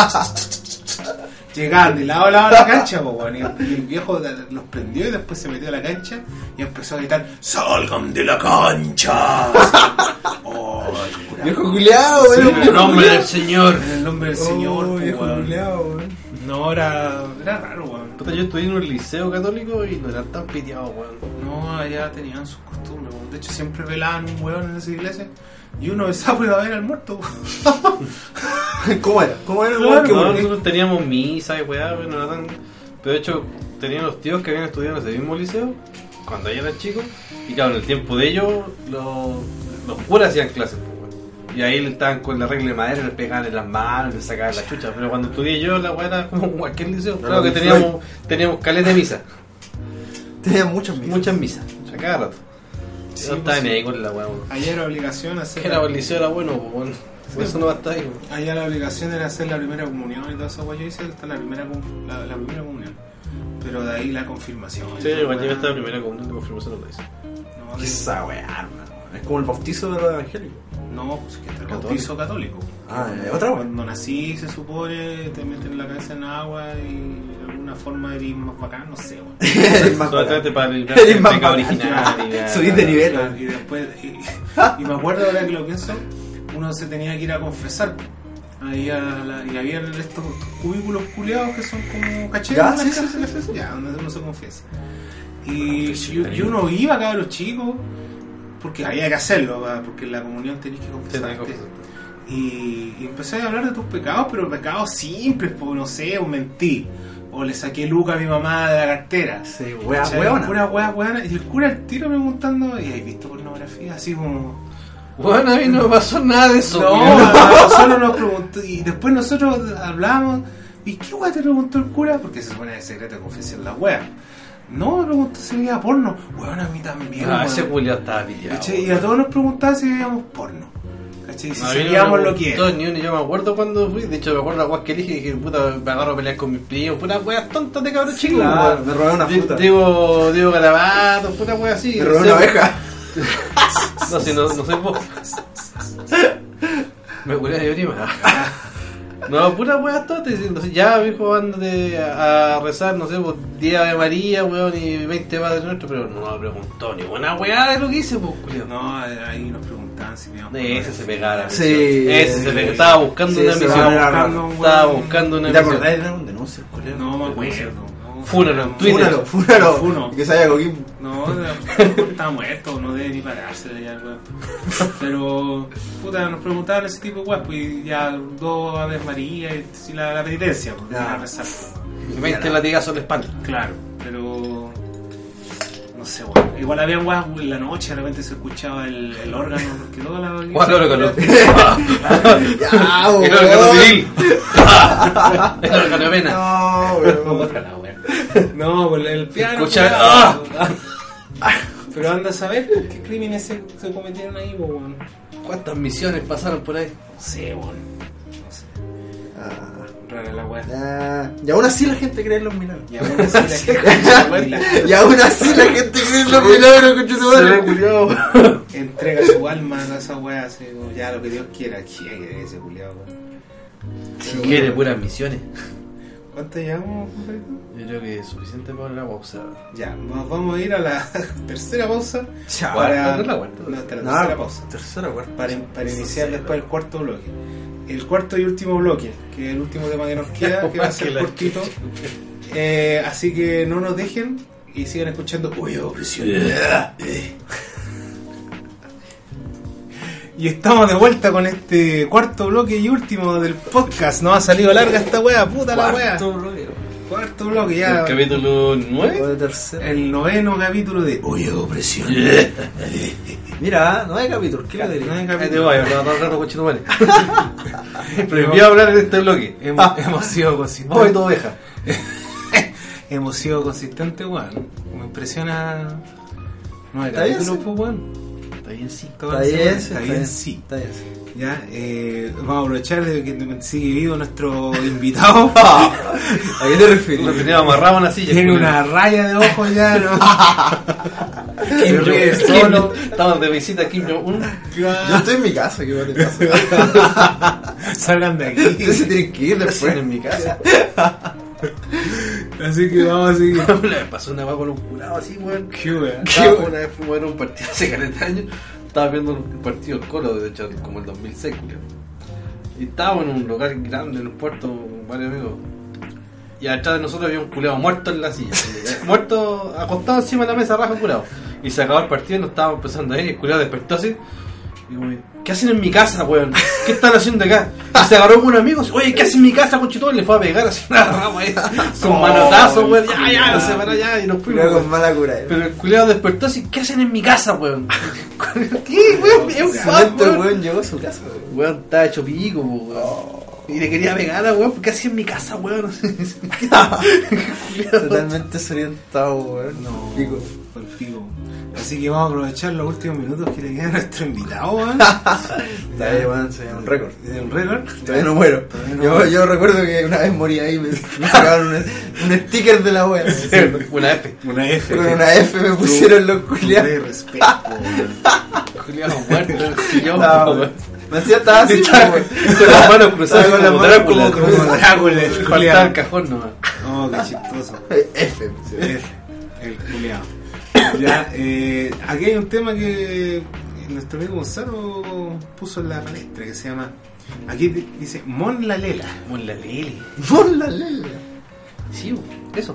Llegaban de lado a lado a la cancha, pues, weón, y y el viejo los prendió y después se metió a la cancha y empezó a gritar: ¡salgan de la cancha! Así. Oh, el cura. Viejo culiao, Sí, weón. en En el nombre del Señor. En el nombre del Señor, Oh, pues, viejo weón. culiao, weón. No, era, era raro, weón. Puta, yo estudié en un liceo católico y no eran tan piteados, weón. No, allá tenían sus costumbres, weón. De hecho, siempre velaban un weón en esa iglesia y uno besaba iba a ver al muerto, weón. ¿Cómo era? ¿Cómo era el Claro, weón que No, murió? nosotros teníamos misa y weá, pero no era tan. Pero de hecho, tenían los tíos que habían estudiado en ese mismo liceo cuando ellos eran chicos. Y claro, en el tiempo de ellos, los, los curas hacían clases, pues, weón. Y ahí estaban con la regla de madera, les pegaban en las manos, les sacaban la chucha. Pero cuando estudié yo, la weá era como cualquier liceo. No, Claro que no, teníamos, teníamos caleta de misa, Tenía muchas misas. muchas misas, o sea, cada rato. Sí, no pues, estaba ni sí. ahí con la weá, weón. Allá era obligación hacer. Que era el liceo era bueno, pues, weón. Por eso no va a estar ahí, weón. Allá la obligación era hacer la primera comunión y todo eso, weón. Yo hice hasta la primera, com- la, la primera comunión. Pero de ahí la confirmación. Sí, y todo, igual llegué weón. hasta la primera comunión de confirmación no lo hice. No, ¿Qué de- es esa weá, hermano? Es como el bautizo de los evangélicos. No, pues es que está el Católico. bautizo católico. Ah, Cuando- ¿es otra, weón? Cuando nací, se supone, te meten la cabeza en agua y de alguna forma eres más bacán, no sé, weón. Eres más Solamente bacán. para librar Eres el más pecado bacán. original. Subís de nivel. Claro, y después y, y me acuerdo ahora que lo pienso, uno se tenía que ir a confesar ahí a la, y había estos, estos cubículos culeados que son como cachetes, Ya, las sí, sí, casas, sí, sí. ya, donde uno se confiesa. Y yo, yo no iba, cabros chicos, porque había que hacerlo, pa, porque en la comunión tenías que confesarte. Y, y empecé a hablar de tus pecados, pero pecados simples, pues no sé, o mentí, o le saqué luca a mi mamá de la cartera. Sí, weá, ¿Cachai? weona. Pura weá, weona. Y el cura al tiro preguntando, ¿y has visto pornografía? Así como... Bueno, a mí no me pasó nada de eso. No, weón. a nosotros nos preguntó, y después nosotros hablamos, ¿y qué weá te preguntó el cura? Porque se supone que es secreto de confesión la weá. No, me preguntó si veía porno. Weón, a mí también. Ah, weón. ese culiao estaba piteado. ¿Cachai? Y a todos nos preguntaba si veíamos porno. ¿Cachai? Si No, a mí no sabíamos me lo que gustó era. ni uno, yo me acuerdo cuando fui. De hecho, me acuerdo a guas que dije, dije, puta, me agarro a pelear con mis primos. Puras weas tontas de cabros chicos. Claro, weón. me robé una Di- fruta. Digo, digo garabatos, puta wea así. Me robé no una sé. oveja. No, si no, no soy vos. Me curé de prima. No, pura weá tonta, diciendo así, ya viejo, ándate a, a rezar, no sé, pues diez Ave María, weón, y veinte Padre Nuestro, pero no me preguntó ni buena weá de lo que hice, pues, culiao. No, ahí nos preguntaban si veíamos porno. Ese se pegaba la Sí. misión. Ese se pegaba, estaba buscando Sí, una ese misión. va a ver a buscando un Estaba weón. buscando una ¿Te misión. acordás de un denuncio, el culiao? No me acuerdo. No, Fúnalo en Twitter. Fúnalo, fúnalo. Funo. Que se haya Coquimbo. No, está muerto, no debe ni pararse de allá, weón. Pero, puta, nos preguntaban ese tipo de weas, pues ya dos Aves María y y la, la penitencia, pues, Ya. a rezar. Y veinte latigazos en la espalda. Claro, pero. No sé, weón. Igual había weas en la noche, de repente se escuchaba el, el órgano, porque toda la. ¿Cuál órgano? Ya, El órgano viril. El órgano de pena. No, weón. No, pues el piano. Escucha- culiao. Pero anda a saber pues, qué crímenes se, se cometieron ahí, pues, weón. ¿Cuántas misiones pasaron por ahí? No sé, weón. No sé. Ah, Rara la wea. ya. Y aún así la gente cree en los milagros. Y aún así la gente y la- Y aún así la gente cree en los milagros, conchetumare. culiao. entrega su alma a esa wea, así como ya lo que Dios quiera. ¿Quién es ese culiao, weón? Quiere puras misiones. ¿Cuánto llevamos, compadrito? Yo creo que es suficiente para la pausa. Ya, nos vamos a ir a la tercera pausa. Chao. Para ¿no es la cuarta? No, esta es la No, tercera pausa. tercera, cuarta. Para, para iniciar después el cuarto bloque. El cuarto y último bloque, que es el último tema que nos queda, que va a ser Que la cortito. Eh, así que no nos dejen y sigan escuchando Oye Opresión. Yeah. Y estamos de vuelta con este cuarto bloque y último del podcast. Nos ha salido larga esta wea, puta la wea. Cuarto bloque. Cuarto bloque ya. El capítulo O nueve. de tercero. El noveno capítulo de Oye Opresión. Mira, no hay capítulo, ¿qué le No diría? hay Ahí te capítulo. voy, hablar todo el rato, cochito, vale. Prohibido hablar en este bloque. Hemos, hemos sido Voy consistentes. tu oveja. Hemos sido consistentes, weón. Me impresiona. No hay Está bien, capítulo, sí. pues, weón. Está bien, sí. Toda Está la bien, semana. sí, Está bien, sí. Está bien, sí. Ya, eh, vamos a aprovechar de que sigue vivo nuestro invitado. ¿A qué te refieres? Lo tenía amarrado en una silla. Tiene una raya de ojos ya, ¿no? Kim ríe Kim- solo. Estamos de visita Kim Jong-un. Yo estoy en mi casa, ¿qué te pasa? Salgan de aquí. Ustedes se tienen que ir Después después. en mi casa. Así que vamos a seguir. Una vez pasó una weá con un curado así, weón. Qué wea. Estaba- Una vez fuimos a ver un partido hace caleta años. Estaba viendo un partido del Colo, de hecho, como el dos mil seis, culiao. Y estábamos en un lugar grande, en el puerto, con varios amigos. Y atrás de nosotros había un culeado muerto en la silla. Muerto, acostado encima de la mesa, raja curado. Y se acabó el partido y nos estábamos empezando ahí. Y el culeado despertó así. Y como, ¿qué hacen en mi casa, weón? ¿Qué están haciendo acá? Y se agarró con un amigo. Oye, ¿qué hacen en mi casa, conchito? Y le fue a pegar así una rama ahí. Son Oh, manotazos, weón. Ya, ya, no se para allá. Y nos fuimos. Cuidado weón. con mala cura. Pero el culeado despertó así. ¿Qué hacen en mi casa, weón? ¿Qué, weón? Es un fan, Solamente el weón. weón llegó a su casa, weón. Weón, estaba hecho pico, weón. Y le quería pegar a weón, ¿qué hacía en mi casa, weón? Culeado. Totalmente desorientado, weón. No, Pico. por pico. Así que vamos a aprovechar los últimos minutos que le quedan a nuestro invitado, weón. Está ahí, weón, se llama un récord. De un récord. Todavía no muero. Todavía no yo, muero. yo recuerdo que una vez morí ahí y me, me sacaron un, un sticker de la wea. Una F. Una F. Con una F me pusieron los De culiados. respeto, weón. Culeado muerto en el sillón, No, weón. me hacía estaba así, Estaba weón. con las manos cruzadas Estaba con como las manos Drácula. como Como Drácula, el Faltaba culiao. el cajón nomás. Oh, qué chistoso. F. F. El culiao. Ya, eh, aquí hay un tema que nuestro amigo Gonzalo puso en la palestra que se llama. Aquí di- dice Mon la Lela. Mon la Lele. Mon la lela. Sí, weón, eso.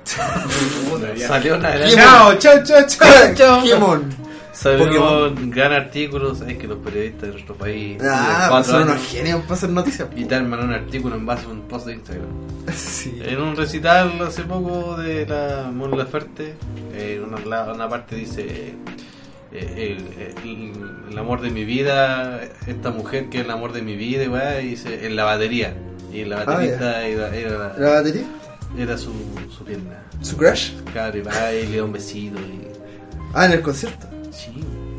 ya. Salió una gran. Chao, chao, chao, chao, chao. ¿Qué mon? Salió Pokémon. un gran artículo. Sabes que los periodistas de nuestro país. Ah, de pues cuatro son años, unos genios para hacer noticias. y te arman un artículo en base a un post de Instagram. Sí. En un recital hace poco de la Mon Laferte, eh, una, la- una parte dice eh, el, el- el amor de mi vida, esta mujer que es el amor de mi vida, y weá, y dice en la batería. Y la baterista era, era, la- ¿La batería? era su, su pierna. ¿Su crush? Claro, y va y le da un besito. Y, Ah, en el concierto. sí.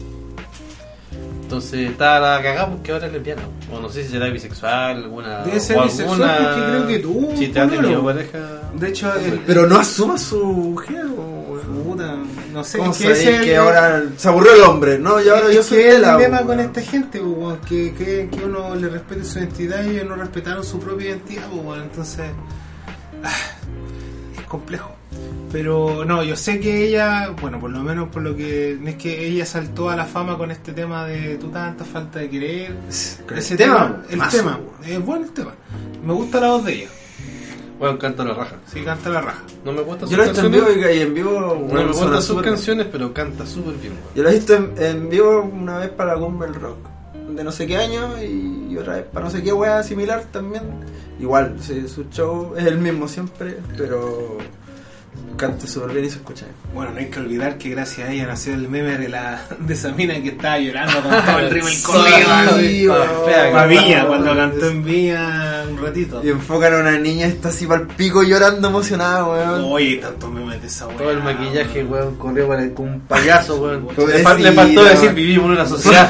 Entonces estaba la cagada porque ahora es lesbiana. O no sé si será bisexual, alguna. Debe ser o bisexual alguna- porque creo que tuvo un Si te ha tenido pololo. pareja. De hecho, el, Pero no asuma su género, weón. puta, no sé. ¿Cómo es que sabéis ese es que el- ahora se aburrió el hombre? No, y ahora es yo que soy es el la problema weón. con esta gente, pues, weón, que creen que uno le respete su identidad y ellos no respetaron su propia identidad, pues, weón, entonces ah, es complejo. Pero no, yo sé que ella, bueno, por lo menos por lo que es que ella saltó a la fama con este tema de tu tanta falta de querer. Con Ese el tema, tema, el mazo, tema, weón. es bueno el tema. Me gusta la voz de ella, Bueno, canta la raja. sí, canta la raja. No me gustan Yo sus lo he visto en canciones. vivo y y en vivo. No weón, me suena gustan sus súper bien. canciones, pero canta súper bien. weón. Yo lo he visto en, en vivo una vez para Gumbel Rock de no sé qué año y otra vez para no sé qué wea similar también. Igual, sí, su show es el mismo siempre, pero canta súper bien y se escucha bien. Bueno, no hay que olvidar que gracias a ella nació el meme de la de esa mina que estaba llorando con todo el rímel Sí, corrido. weón. fea, Para que- Viña, cuando cantó en Viña un ratito. Y enfocan a una niña, está así para el pico llorando emocionada, weón. Oye, tantos memes de esa weá. Todo el maquillaje, weón, corrió para el- como un payaso, weón. Pobrecita, Le, fal- le faltó decir weón. vivimos en una sociedad.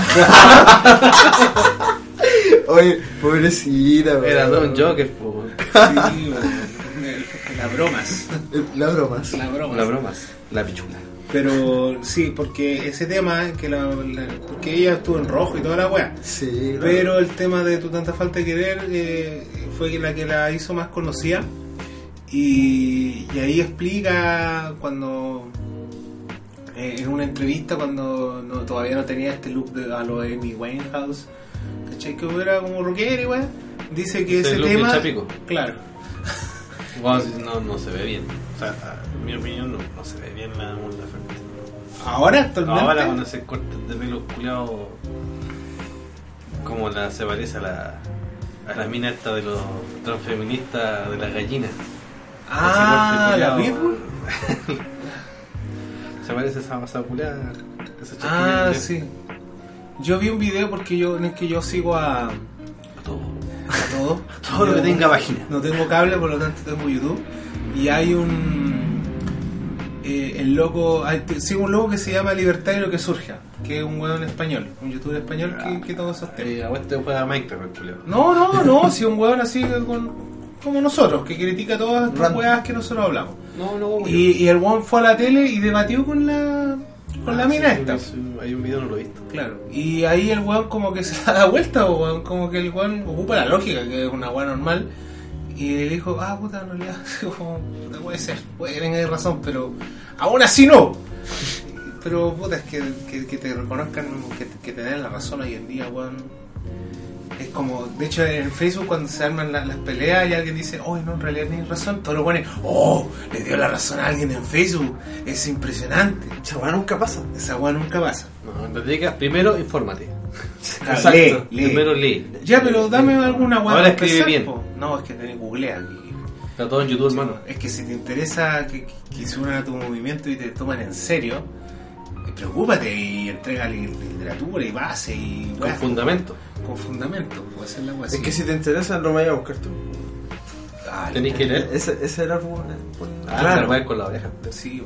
Oye, pobrecita, weón. Era Don Joker, po, weón. Sí, weón. Las bromas. La bromas. Las bromas. La bromas, la pichula. Pero sí, porque ese tema, que la, la- porque ella estuvo en rojo y toda la weá. Sí, claro. Pero el tema de tu tanta falta de querer eh, fue la que la hizo más conocida. Y, y ahí explica cuando eh, en una entrevista cuando no, todavía no tenía este look de, a lo de Amy Winehouse, ¿cachai? Que era como rockera y weá. Dice que Ese ese look tema, de Chapico. claro, Bueno, si no, no se ve bien. O sea, en mi opinión, no, no se ve bien la Mon Laferte. Ahora, actualmente. Ahora con ese corte de pelo culiado, como la se parece a la a la mina esta de los transfeministas de las gallinas. Ah, la Pitbull. Se parece a esa, esa culiada, esa Ah, chiquilla. sí. Yo vi un video porque yo no es que yo sigo a, A todo. a todo. Todo lo que Yo tenga página. No tengo cable, por lo tanto tengo YouTube. Y hay un. Eh, el loco. Hay, sigo un loco que se llama Libertario que Surja, que es un weón español, un youtuber español que, que toca esos temas. Eh, a este juega Minecraft, el culiao. No, no, no, si un weón así con, como nosotros, que critica todas estas Random. weas que nosotros hablamos. No, no, como yo. Y, y el weón fue a la tele y debatió con la con la Ah, mina sí, esta. sí, hay un video, no lo he visto. Claro. Y ahí el weón como que se da vuelta, weón, como que el weón ocupa la lógica, que es una weá normal. Y le dijo, ah, puta, en realidad, como, puta, puede ser, puede que tengáis razón, pero aún así no. Pero, puta, es que, que, que te reconozcan que, que te den la razón hoy en día, weón. Es como, de hecho, en Facebook cuando se arman la- las peleas y alguien dice, oh, no, en realidad tienes razón, todos lo ponen, oh, le dio la razón a alguien en Facebook. Es impresionante. Esa weá nunca pasa. Esa weá nunca pasa. No, en realidad, primero, infórmate. Exacto. Lee, lee. Primero lee. Ya, pero dame alguna weá. Ahora para escribe empezar, bien. po. No, es que tenés googlea aquí. Está todo en YouTube, hermano. Es que si te interesa que, que, que se unan a tu movimiento y te toman en serio, eh, preocúpate y entrega li- literatura y base y Con weá, fundamento. con fundamento. Puede ser la weá Es así. que si te interesa, lo vayas a buscar tú. Ah, Tenéis que leer. Ese, ese era el buen- buen- Ah, claro. claro. con la oreja. Sí.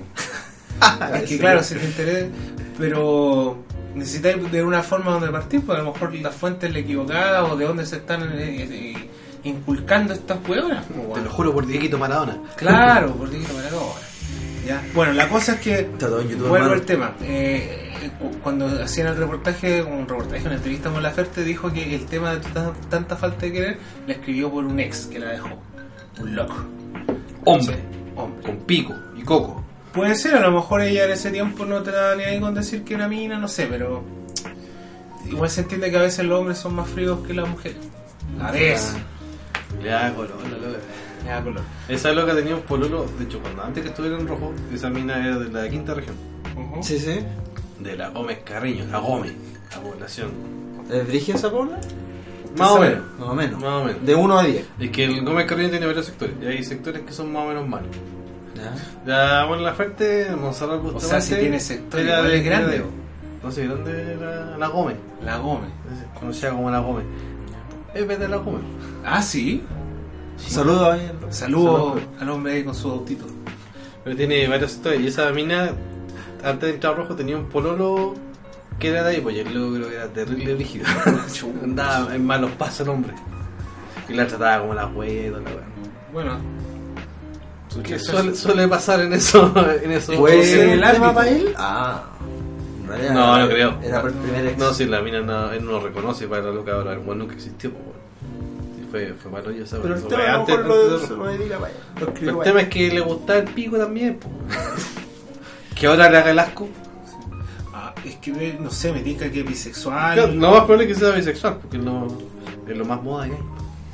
Es que claro, si te interesa, pero necesitáis de una forma donde partir, pues a lo mejor la fuente es la equivocada o de dónde se están eh, eh, inculcando estas hueonas. pues, Te bueno. lo juro por Dieguito Maradona. Claro, por Dios, Maradona. Ya. Bueno, la cosa es que Está todo en YouTube, vuelvo hermano. al tema. Eh, cu- cuando hacían el reportaje, un reportaje, una entrevista con la Ferte, dijo que el tema de tan- tanta falta de querer la escribió por un ex que la dejó. Un loco. Hombre. Sí, hombre. Con pico y coco. Puede ser, a lo mejor ella en ese tiempo no te da ni ahí con decir que era mina, no sé, pero igual se entiende que a veces los hombres son más fríos que las mujeres. A veces. Le da color, la loca. Le da color. Esa loca tenía un pololo, de hecho, cuando antes que estuviera en rojo, esa mina era de la quinta región. Ujú. Sí, sí. De la Gómez Carriño, la Gómez, la población. ¿Es Brigia esa pobla? Más o menos. Más o menos. Más o menos. De uno a diez. Es que el Gómez Carriño tiene varios sectores, y hay sectores que son más o menos malos. Ya. Ya, bueno, la fuerte, Monserrat O Bustamante. sea, si tiene sector, era igual de- es grande. era de- No sé, grande era la Gómez. La Gómez. Conocida como la Gómez. Es de la Gómez. Ah, sí. Saludos ahí. Saludos Saludos. al hombre ahí con su autito. Pero tiene varios sectores. Y esa mina, antes de entrar a rojo, tenía un pololo que era de ahí, pues y el loco creo que era terrible rígido. Andaba en malos pasos el hombre. Y la trataba como la hueá, la weá. Bueno, Que suele, suele pasar en eso. En eso. ¿Puede Sí, ser el el tema ámbito. para él? Ah. En realidad No, no creo. Era por el primer ex. No, si la mina no, él no lo reconoce para la loca ahora. El weón nunca existió, pues bueno. Sí, fue, fue malo yo esa Pero el weá. tema a lo Antes- mejor antes lo, de- se lo dedica para allá. Lo Pero escribió el para tema allá. es que le gustaba el pico también, pues. Que ahora le haga el asco. ah, es que no sé, me diga que es bisexual. Claro, lo más probable es que sea bisexual, porque es lo, es lo más moda que hay.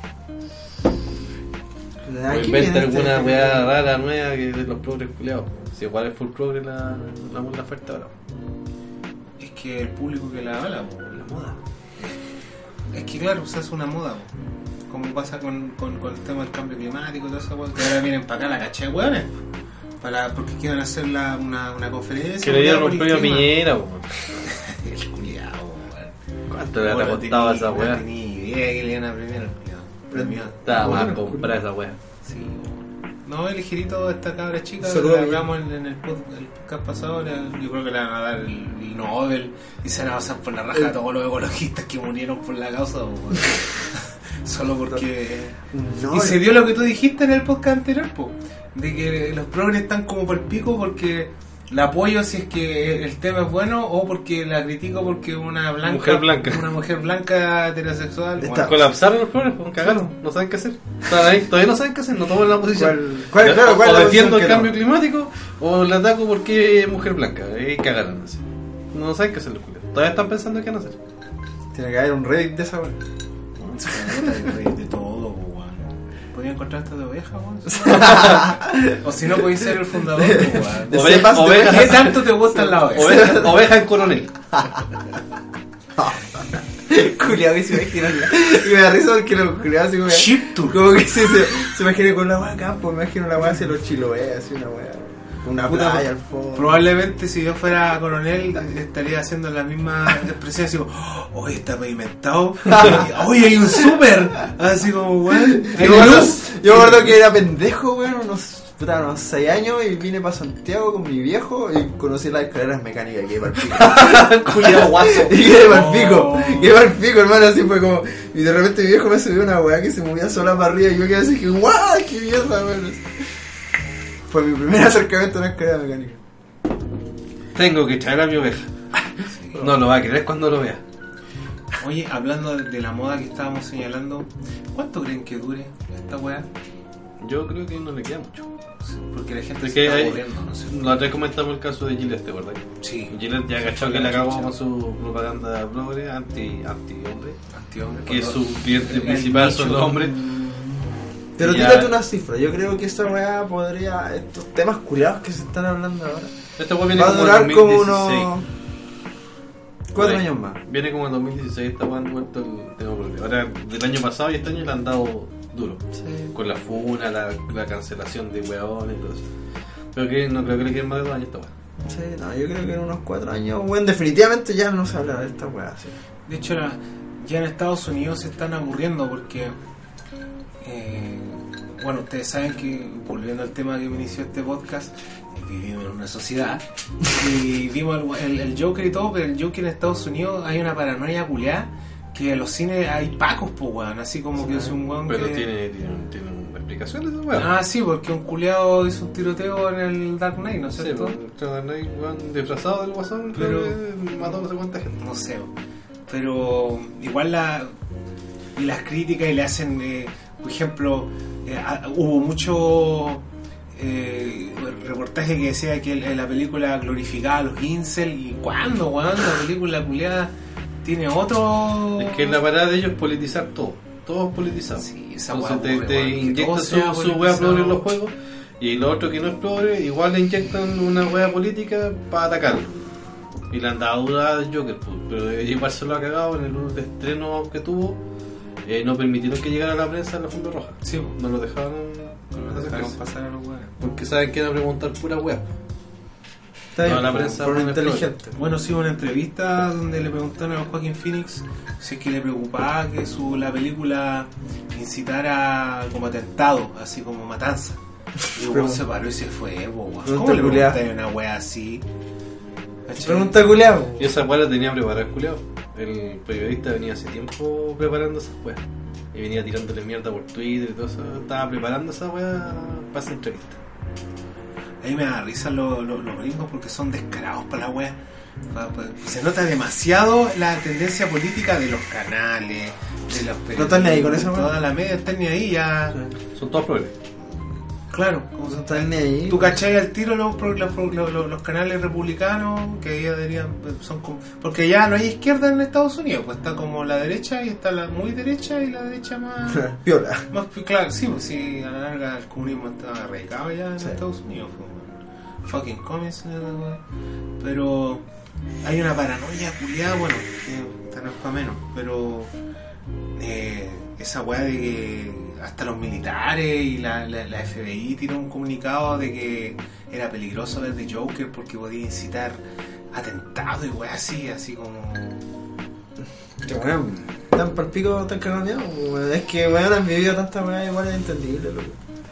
¿De O aquí inventa viene este alguna tema? weá rara nueva que de los progres culiados. Si igual es full progre la, la, la oferta ahora. Es que el público que la habla, po. La moda. Es que claro, se hace una moda, po. Como pasa con, con, con el tema del cambio climático y todo eso, que ahora vienen para acá la caché de hueones, para, porque quieren hacer la, una, una conferencia. Que le dieron por un el premio a clima. Piñera, po. El culiao, weón. ¿Cuánto le Bueno, ha costado a esa No weá? tenía idea que le iban a premiar al culiao. Premio. Estaba más a Bueno, comprar esa weá. Sí, weón. No, el ligerito de esta cabra chica, Saludos, le hablamos en, en el, pod- el podcast pasado, le- yo creo que le van a dar el, el Nobel y se van a pasar por la raja a todos los ecologistas que murieron por la causa, po, weón. Solo porque... No, Y se dio lo que tú dijiste en el podcast anterior, po, de que los progres están como por el pico porque la apoyo si es que el tema es bueno o porque la critico porque una blanca, Mujer blanca. una mujer blanca heterosexual. Está- bueno, Colapsaron los progres, pues cagaron. No saben qué hacer. Están ahí, todavía no saben qué hacer, no toman la posición. ¿Cuál- cuál- claro, cuál o es la defiendo posición el que cambio no? climático o le ataco porque es mujer blanca. Y cagaron así. No saben qué hacer los culiados. Todavía están pensando qué van a hacer. Tiene que haber un Reddit de esa weá. puta, de reír de todo, po, weón. Podrían encontraste de oveja, weón? O si no, podéis ser el fundador, weón. Oveja, oveja. ¿Qué tanto te gustan las ovejas? Oveja, oveja en coronel. Culeado que se imagina. Y me da risa porque lo culeado así como. Ship tour. Como que se, se, se imagina con la weá campo, me imagino la weá hacia los chiloé, así una weá. Una Puta, playa al fondo. Probablemente si yo fuera coronel estaría haciendo la misma expresión así como, oh, está pavimentado, oye, hay un súper, así como, weón, hay Yo me acuerdo- luz. yo me acuerdo que era pendejo, weón, unos, puta, unos seis años y vine para Santiago con mi viejo y conocí las escaleras mecánicas y quedé para el pico. Culiao guaso. Y quedé para el Oh. pico, quedé para el pico, hermano, así fue como. Y de repente mi viejo me subió una weá que se movía sola para arriba y yo quedé así que, guau, qué mierda, weón. Fue mi primer acercamiento a una escalera mecánica. Tengo que traer a mi oveja. No lo va a creer cuando lo vea. Oye, hablando de, de la moda que estábamos señalando, ¿cuánto creen que dure esta weá? Yo creo que no le queda mucho. Porque la gente Es se que está hay- aburriendo, no sé. La otra vez comentamos el caso de Gillette, ¿verdad? Sí, Gillette ya cachó que le acabó con su propaganda progre anti, anti-hombre. antihombre. Que cuando- su cliente el- el principal nicho. son los hombres. Pero Ya. tírate una cifra, yo creo que esta weá podría. Estos temas culiados que se están hablando ahora. Este juego viene Va a como en durar dos mil como dieciséis. unos. Cuatro Por ahí. años más. Viene como en dos mil dieciséis, está jugando vuelto el tema progre. Ahora, del año pasado y este año le han dado duro. Sí. Con la funa, la, la cancelación de weones y todo eso. Pero que no creo que le queden más de dos años esta weá. Sí, no, yo creo que en unos cuatro años, bueno, definitivamente ya no se habla de esta weá. Sí. De hecho, la- ya en Estados Unidos se están aburriendo porque, eh, bueno, ustedes saben que, volviendo al tema que me inició este podcast, vivimos en una sociedad y vimos el, el, el Joker y todo, pero el Joker en Estados Unidos hay una paranoia culiada que en los cines hay pacos, pues, weón, así como que es un weón Pero que... tiene, tiene, tiene una explicación de esa weá. Ah, sí, porque un culiado hizo un tiroteo en el Dark Knight, ¿no es Sí, cierto? pues, el Knight, weón, disfrazado del guasón, Pero- pero que mató a no sé cuánta gente. No sé, pero igual la y las críticas y le hacen, eh, por ejemplo, eh, a- hubo mucho eh, reportaje que decía que el- la película glorificaba a los incel y cuándo, weón, la película culiada tiene otro... Es que la parada de ellos es politizar todo. Todo es politizado. Sí, esa Entonces weá te, aburre, te weón, que inyectan todo su, sea su wea politizado. progre en los juegos y lo otro que no es progre, igual le inyectan una wea política para atacarlo. Y le han dado dura al Joker, pues, pero igual se lo ha cagado en el estreno que tuvo. Eh, no permitieron que llegara a la prensa en la Funda Roja. Sí, No lo dejaron, no lo dejaron pasar a los weones. porque saben que era preguntar pura wea. Está bien, No, la por- prensa por buena inteligente. Bueno, sí, hubo una entrevista donde le preguntaron a Joaquin Phoenix si es que le preocupaba que su, la película incitara como atentado, así como matanza. Y el weón se paró y se fue, po, weón. Pregunta ¿Cómo le culiá. preguntan a una wea así? ¿Cachai? Pregunta culiao. Y esa wea la tenía preparada el culiao. El periodista venía hace tiempo preparando esas weas. Y venía tirándole mierda por Twitter y todo eso. Estaba preparando esa wea para esa entrevista. Ahí me da risa los, los, los gringos porque son descarados para la wea. Pa- pa- Se nota demasiado la tendencia política de los canales, de los periodistas. No están ni ahí con esa wea. Toda la media están ni ahí ya. Son todos progres. Claro, como se No están ni ahí. ¿Tú cachai al tiro los, pro- los, pro- los, los- los canales republicanos que ya deberían son como, porque ya no hay izquierda en Estados Unidos, pues está como la derecha y está la muy derecha y la derecha más, Piola. más claro, sí, pues sí, a la larga el comunismo está arraigado ya en Sí. Estados Unidos, pues, bueno. Fucking commies, eh, bueno. Pero hay una paranoia culiada, bueno, que esta no es para menos, pero eh, esa weá de que hasta los militares y la, la, la F B I tiró un comunicado de que era peligroso ver The Joker porque podía incitar atentados y weá así, así como... Que bueno, tan palpico, tan caganeado. Es que weón han vivido tanta weá, igual es entendible, loco.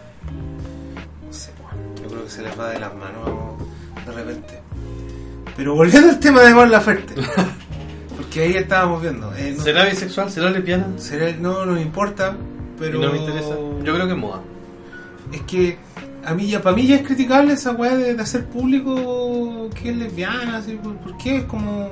No sé, bueno, yo creo que se les va de las manos de repente. Pero volviendo al tema de Mon Laferte, porque ahí estábamos viendo. Eh, no, ¿Será bisexual? ¿Será lesbiana? será- no nos importa, pero... Y no me interesa. Yo creo que es moda. Es que a mí ya, para mí ya es criticable esa weá de, de hacer público que es lesbiana, así, ¿por, por qué? Es como...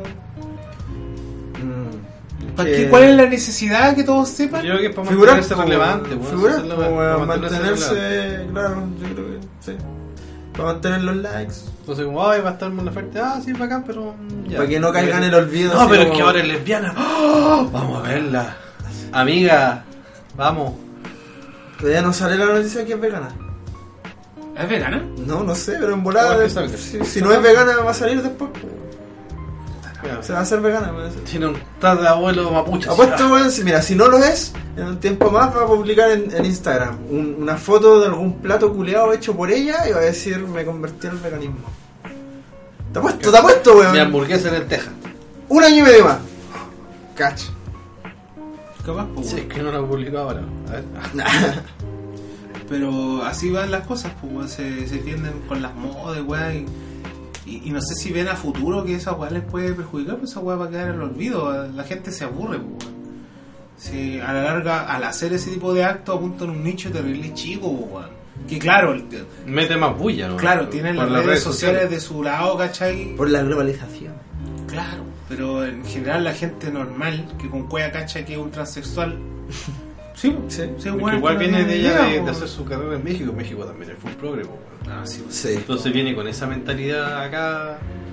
Mm. ¿para Que- qué? ¿Cuál es la necesidad que todos sepan? Yo creo que es para Figurar mantenerse como- relevante. bueno, figurar esa es la como, wea, weón, para mantenerse, relevante. claro, yo creo que sí. Para mantener los likes. Entonces, como, ay, va a estar Mon Laferte. Ah, sí, bacán, pero. mm, ya. Para que no caiga en el olvido. No, así pero es como- que ahora es lesbiana. ¡Oh! Vamos a verla. Amiga, vamos. Todavía no sale la noticia que es vegana. ¿Es vegana? No, no sé, pero en volada. Igual que salga. Si, si no es vegana, va a salir después. Se va a hacer vegana. Va a ser. Tiene un tatarabuelo mapuche. Apuesto, weón, si, mira, si no lo es, en un tiempo más va a publicar en, en Instagram un- una foto de algún plato culeado hecho por ella y va a decir, me convertí al veganismo. Te apuesto, te apuesto, weón. Mi hamburguesa en el Texas. Un año y medio más. Cacho. Capaz, pues, Sí, es weón. que no lo he publicado ahora. A ver. Pero así van las cosas, pues, weón. Se, se tienden con las modas, weón. Y, y, y no sé si ven a futuro que esa weá les puede perjudicar, pues esa weá va a quedar en el olvido. La gente se aburre, pues, weón. Si a la larga, al hacer ese tipo de actos, apuntan un nicho terrible chico, pues, weón. Que claro, el- Mete más bulla, ¿no? claro, tienen Por las redes sociales de su lado, ¿cachai? Por la globalización. Claro, pero en general la gente normal que con cueva cacha que es un transexual. Sí, Sí. sí, Porque bueno, igual no viene tiene de ella idea, de, de po. hacer su carrera en México. México también es full progre, po, weón. Ah, sí, pues. Sí. Entonces viene con esa mentalidad acá.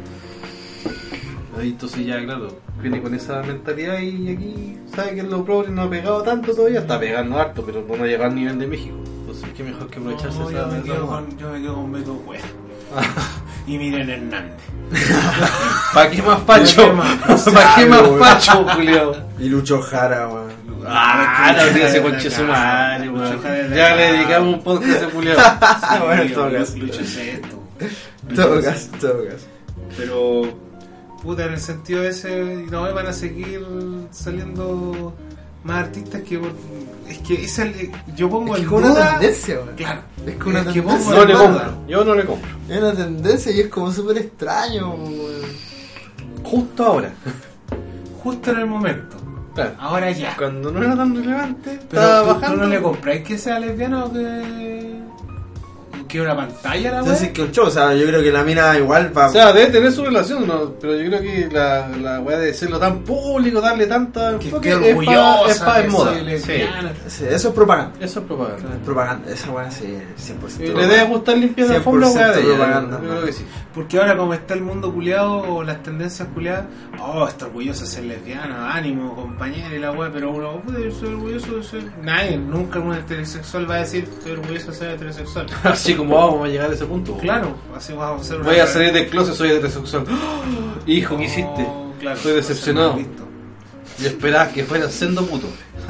Ahí entonces ya, claro, viene con esa mentalidad y aquí sabe que lo progre no ha pegado tanto todavía. Está pegando harto, pero no ha llegado al nivel de México. Entonces qué mejor que aprovecharse No, esa, yo, me esa quedo moda. con, yo me quedo con Beto Cueva y Miriam Hernández. ¿Para qué más pacho? ¿Para qué más pacho, Julio? Y Lucho Jara, weón. Ah, no, tío, ese conche su madre, Lucho weón. Jara de la Ya le casa. dedicamos un podcast a ese Julio. Ah, bueno, en todo Lu- caso. Lucho es esto. Todo caso, todo caso. Pero, puta, en el sentido ese, no van a seguir saliendo más artistas que. Es que esa, yo pongo Es que en es una duda. tendencia, weón. Claro, Es que una es que tendencia. pongo No en le duda. compro, yo no le compro. Es una tendencia y es como súper extraño, weón. Justo ahora. Justo en el momento. Claro. Ahora ya. Cuando no era tan relevante, Pero estaba tú, tú bajando. no le compráis que sea lesbiana o que. que una pantalla la Entonces wea. que un show, o sea, yo creo que la mina igual va. O sea, debe tener su relación, ¿no? Pero yo creo que la, la weá de serlo tan público, darle tanta Que enfoque, esté es para orgullosa es pa que en moda. soy Sí. lesbiana. Sí, eso es propaganda. Eso es propaganda. Es propaganda, esa weá sí, cien por Y ciento. le debe gustar limpiar la alfombra, weá de ella. propaganda. Yo creo que sí. Porque ahora como está el mundo culiado o las tendencias culiadas, oh, está orgulloso de ser lesbiana, ánimo, compañera y la weá, pero uno puede ser orgulloso de ser. Nadie, nunca un heterosexual va a decir estoy orgulloso de ser heterosexual. Así como vamos a llegar a ese punto. Claro, así vamos a hacer una. Voy a salir del closet, soy heterosexual. Hijo, ¿qué hiciste? No, claro, Estoy decepcionado. va a ser mal visto. Y esperaba que fuera siendo puto.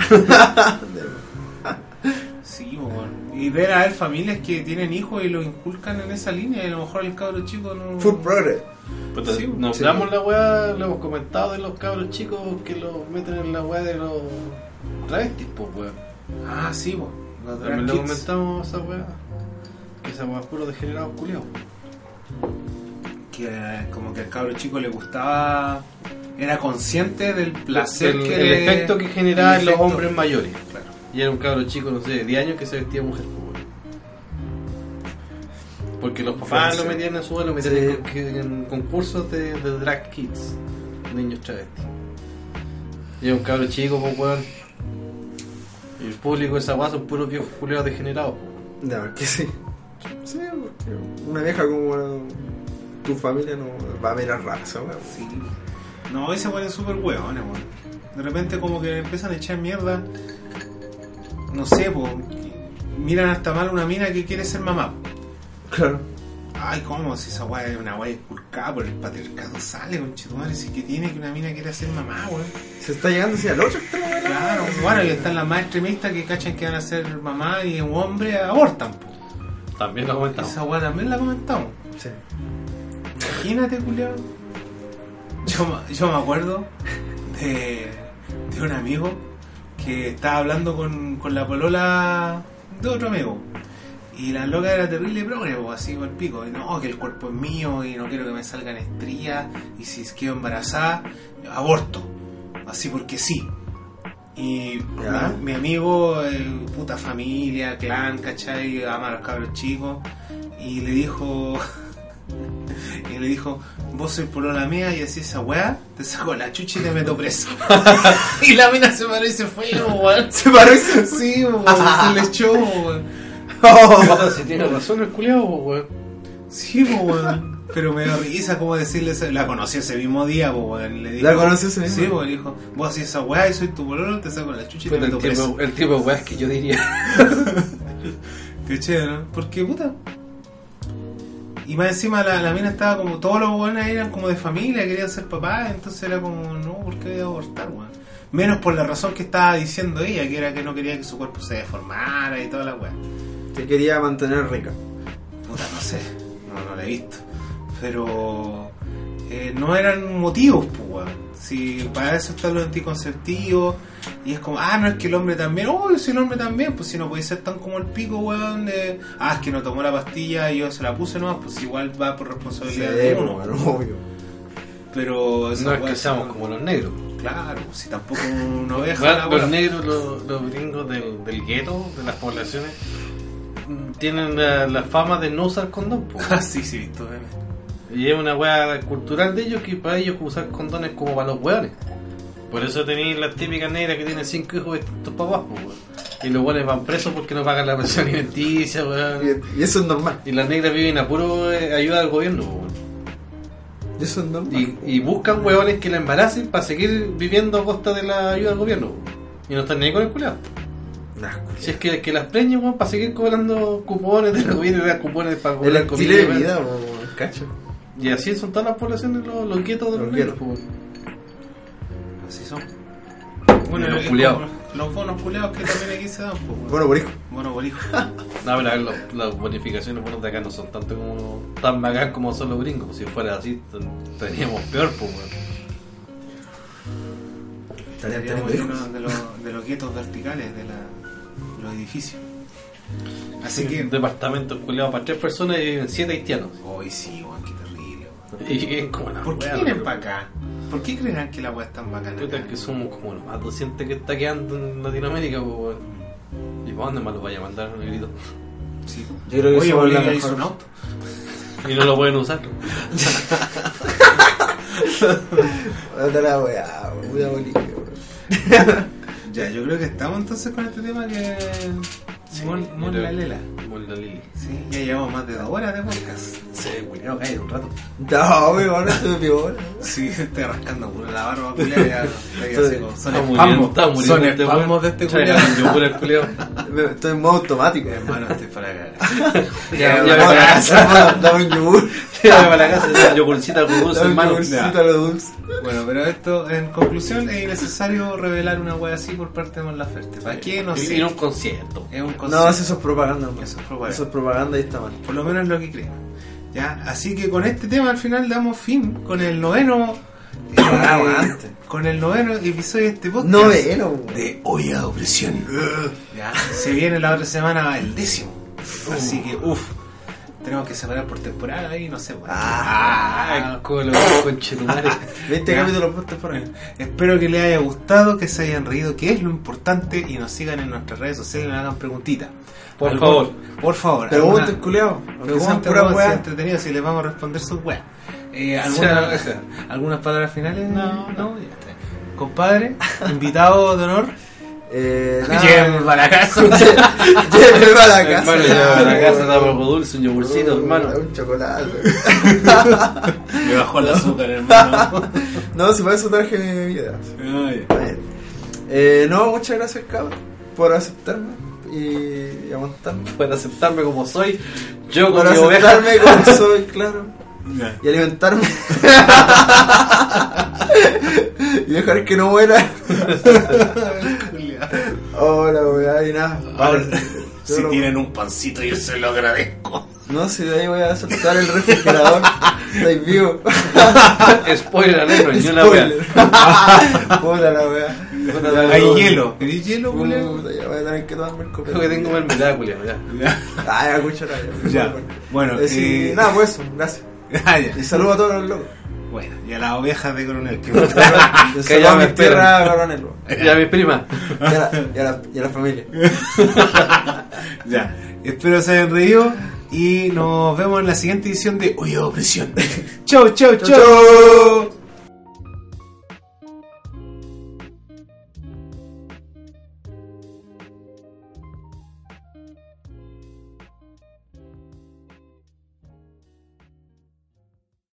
Sí, pues, bueno. Y ver a ver familias que tienen hijos y lo inculcan en esa línea y a lo mejor el cabro chico no. Full progress. Puta, Sí, nos sí. damos la weá, lo hemos comentado de los cabros chicos que los meten en la weá de los travestis, pues weón. Ah, sí, pues. Los drag También lo kids. comentamos esa weá. Que esa weá es puro degenerado culiao. Que eh, como que al cabro chico le gustaba. Era consciente del placer el, que el le- efecto que generaba el en los efecto. hombres mayores. Claro. Y era un cabro chico, no sé, de diez años que se vestía mujer, pues weón. Porque los papás lo Sí. metían en su lo metían Sí. en, con- en concursos de, de drag kids, niños travestis. Y era un cabro chico, pues weón. Y el público de esa weá son puros viejos culiados degenerados. No, que sí. Sí, porque una vieja como tu familia no va a mirar rara esa weá. Sí. No, ese weón es súper weón, weón. De repente como que empiezan a echar mierda. No sé, pues. Miran hasta mal una mina que quiere ser mamá. Claro. Ay, ¿cómo? Si esa weá es una weá inculcada por el patriarcado, sale, conchetumare. Si que tiene que una mina quiera ser mamá, weón. Se está llegando hacia el otro extremo, weón. Claro, bueno, y están las más extremistas que cachan que van a ser mamá y un hombre abortan, po. También lo comentamos. Esa weá también la comentamos. Sí. Imagínate, culiao. Yo, me- yo me acuerdo de, de un amigo que estaba hablando con, con la polola de otro amigo. Y la loca era terrible progre, po, así por el pico. Y no, que el cuerpo es mío y no quiero que me salgan estrías. Y si quedo embarazada, aborto. Así porque sí. Y Ya. mi, mi amigo, eh, puta familia, clan, ¿cachai? Ama a los cabros chicos. Y le dijo... y le dijo, vos sois polola mía y así esa weá, te saco la chucha y te meto preso. Y la mina se paró y se fue, weón. Se parece. Sí, weón, se le echó, weón. Puta, si tiene razón el culiao, pues, weón. Sí, weón. Pero me dio risa como decirle eso. La conocí ese mismo día, pues, weón. Le dijo, ¿La conocí ese mismo? Sí, pues, le dijo, vos hacés esa weá y soy tu bololo, te saco la chucha y te Fue el meto preso. tipo, el tipo de weas que yo diría. Qué chévere, ¿no? Porque, puta. Y más encima la, la mina estaba como, todos los weones eran como de familia, querían ser papás, entonces era como, no, ¿por qué voy a abortar, weón? Menos por la razón que estaba diciendo ella, que era que no quería que su cuerpo se deformara y toda la weá. Te quería mantener rica. Puta, no sé, no, no la he visto. Pero eh, no eran motivos, pues, weón. Si para eso están los anticonceptivos. Y es como, ah, no, es que el hombre también. Oh, si el hombre también, pues si no puede ser tan como el pico, weón. De, ah, es que no tomó la pastilla y yo se la puse nomás, pues igual va por responsabilidad Sí, de uno. bueno, obvio. Pero esa No es weá que seamos son- como los negros. Claro, si tampoco una oveja. Bueno, la los weá. negros, los, los gringos del, del gueto, de las poblaciones, mm, tienen la, la fama de no usar condón, po. Ah, sí, sí, visto, weón. Y es una weá cultural de ellos que para ellos usar condones como para los weones. Por eso tenéis las típicas negras que tienen cinco hijos de estos papás, po, weón. Y los weones van presos porque no pagan la pensión alimenticia, weón. Y, y eso es normal. Y las negras viven a puro eh, ayuda del gobierno, po, weón. Y eso es normal. Y, y buscan huevones que la embaracen para seguir viviendo a costa de la ayuda del gobierno. Y no están ni ahí con el culiado. Nah, Si es que, que las preñen, weón, para seguir cobrando cupones del gobierno y dar cupones para el cobrar estilo de weón. vida, weón, cacho. Y así son todas las poblaciones, los, los guetos de los Los negros, guetos. weón. Así son. Y los es culiados. como los bonos culiados que también aquí se dan, pues, weón. Bueno, por hijo. Bueno, por hijo. No, pero a ver, los- las bonificaciones bonos de acá no son tanto como tan bacán como son los gringos. Si fuera así, ten- teníamos peor, pues, weón. Estarían Seríamos teniendo hijos. uno de los, de los guetos verticales de la, los edificios. Así Un que. departamento culiado para tres personas y viven siete haitianos. Hoy sí, weón, qué terrible, weón. Y viven como una ¿Por qué wea, vienen pero- para acá? ¿Por qué creerán que la weá es tan bacana? Puta, acá? que somos como los más docentes que está quedando en Latinoamérica, pues, weón. ¿Y para dónde más los vaya a mandar, negrito? Sí. Yo creo que Oye, somos la Bolivia hizo mejor. un auto. Y no lo pueden usar. Anda la weá, weón. Voy a Bolivia, weón. Ya, yo creo que estamos entonces con este tema que. Mon, Mon yo la creo- Lela. Mon la Lili. Sí, ya llevamos más de dos horas de podcast. Sí, culiado, cállate un rato. No, weón, esto es piola. Sí, estoy rascando por la barba, culiao, ya estoy así como. Son Está muriendo, espasmos. está muriendo Son este espasmos weón. de este Traigan culiao. yogur al culiao. Me- Estoy en modo automático. Hermano, estoy para acá. Ya, Ya, ya, ya, ya, ya. ya. Dame un yogur. Llévame para la casa, ya, yogurcita al dulce, Dame un hermano. yogurcito a lo dulce. Bueno, pero esto, en conclusión, es innecesario revelar una wea así por parte de Mon Laferte. ¿Para qué? No Y- sé. y en un concierto. Es un No, concepto. eso es propaganda, hermano. Eso es propaganda. Eso es propaganda y está mal. Por lo menos es lo que creo. ¿Ya? Así que con este tema al final damos fin con el noveno. eh, Ah, aguante. con el noveno episodio de este podcast. Noveno, weón. De Olla de Opresión. Ya, se viene la otra semana el décimo. Así que, uff. Tenemos que separar por temporada y no sé. Bueno. Ah, colo, conchetumare. veinte Ya. capítulos por temporada. Espero que les haya gustado, que se hayan reído, que es lo importante, y nos sigan en nuestras redes sociales y nos hagan preguntitas. Por Algún- favor. Por favor. Pregunten, alguna- culiao. Aunque sean Pregunten, pura weón, si es weá. entretenido, si les vamos a responder sus weas. Eh, O sea, ¿alguna- o sea. ¿Algunas palabras finales? No, no. Ya está. Compadre, invitado de honor. Eh, nada. Llévenme para la casa. Llévenme para la casa. Hermano, ya a la casa damos algo dulce, un yogurcito, hermano. Un chocolate. Me bajó el azúcar, hermano. No, si para eso traje mi bebida. Ay. Eh, no, muchas gracias, cabrón, por aceptarme y, y aguantarme. Para aceptarme como soy, yo Por con mi oveja. aceptarme como soy, claro. Ya. Y alimentarme. Y dejar que no muera. Hola, weá, y nada. Ahora, Vale. Yo si lo- tienen un pancito, yo se lo agradezco. No, si de ahí voy a soltar el refrigerador. Estáis vivos. Spoiler alert, ni una wea. Spoiler. Puta la weá. Puta la Hay wea. hielo. ¿Queréis hielo, Julio? Puta, ya voy a tener que tomarme el copete. Creo que tengo mermelada, culiao, ya. Ya. Ah, ya, cuchara, ya. Ya. Bueno, Eh, sí, eh, nada, pues eso, gracias. Ah, ya. Y saludo a todos los locos. Bueno, y a las ovejas de Coronel. Que Y saludo ya a me mi tierra, coronel. Ya, mi prima. Y a la, y a la, y a la familia. Ya. Espero se hayan reído y nos vemos en la siguiente edición de Olla de Opresión. Chau, chau, chau. Chau, chau.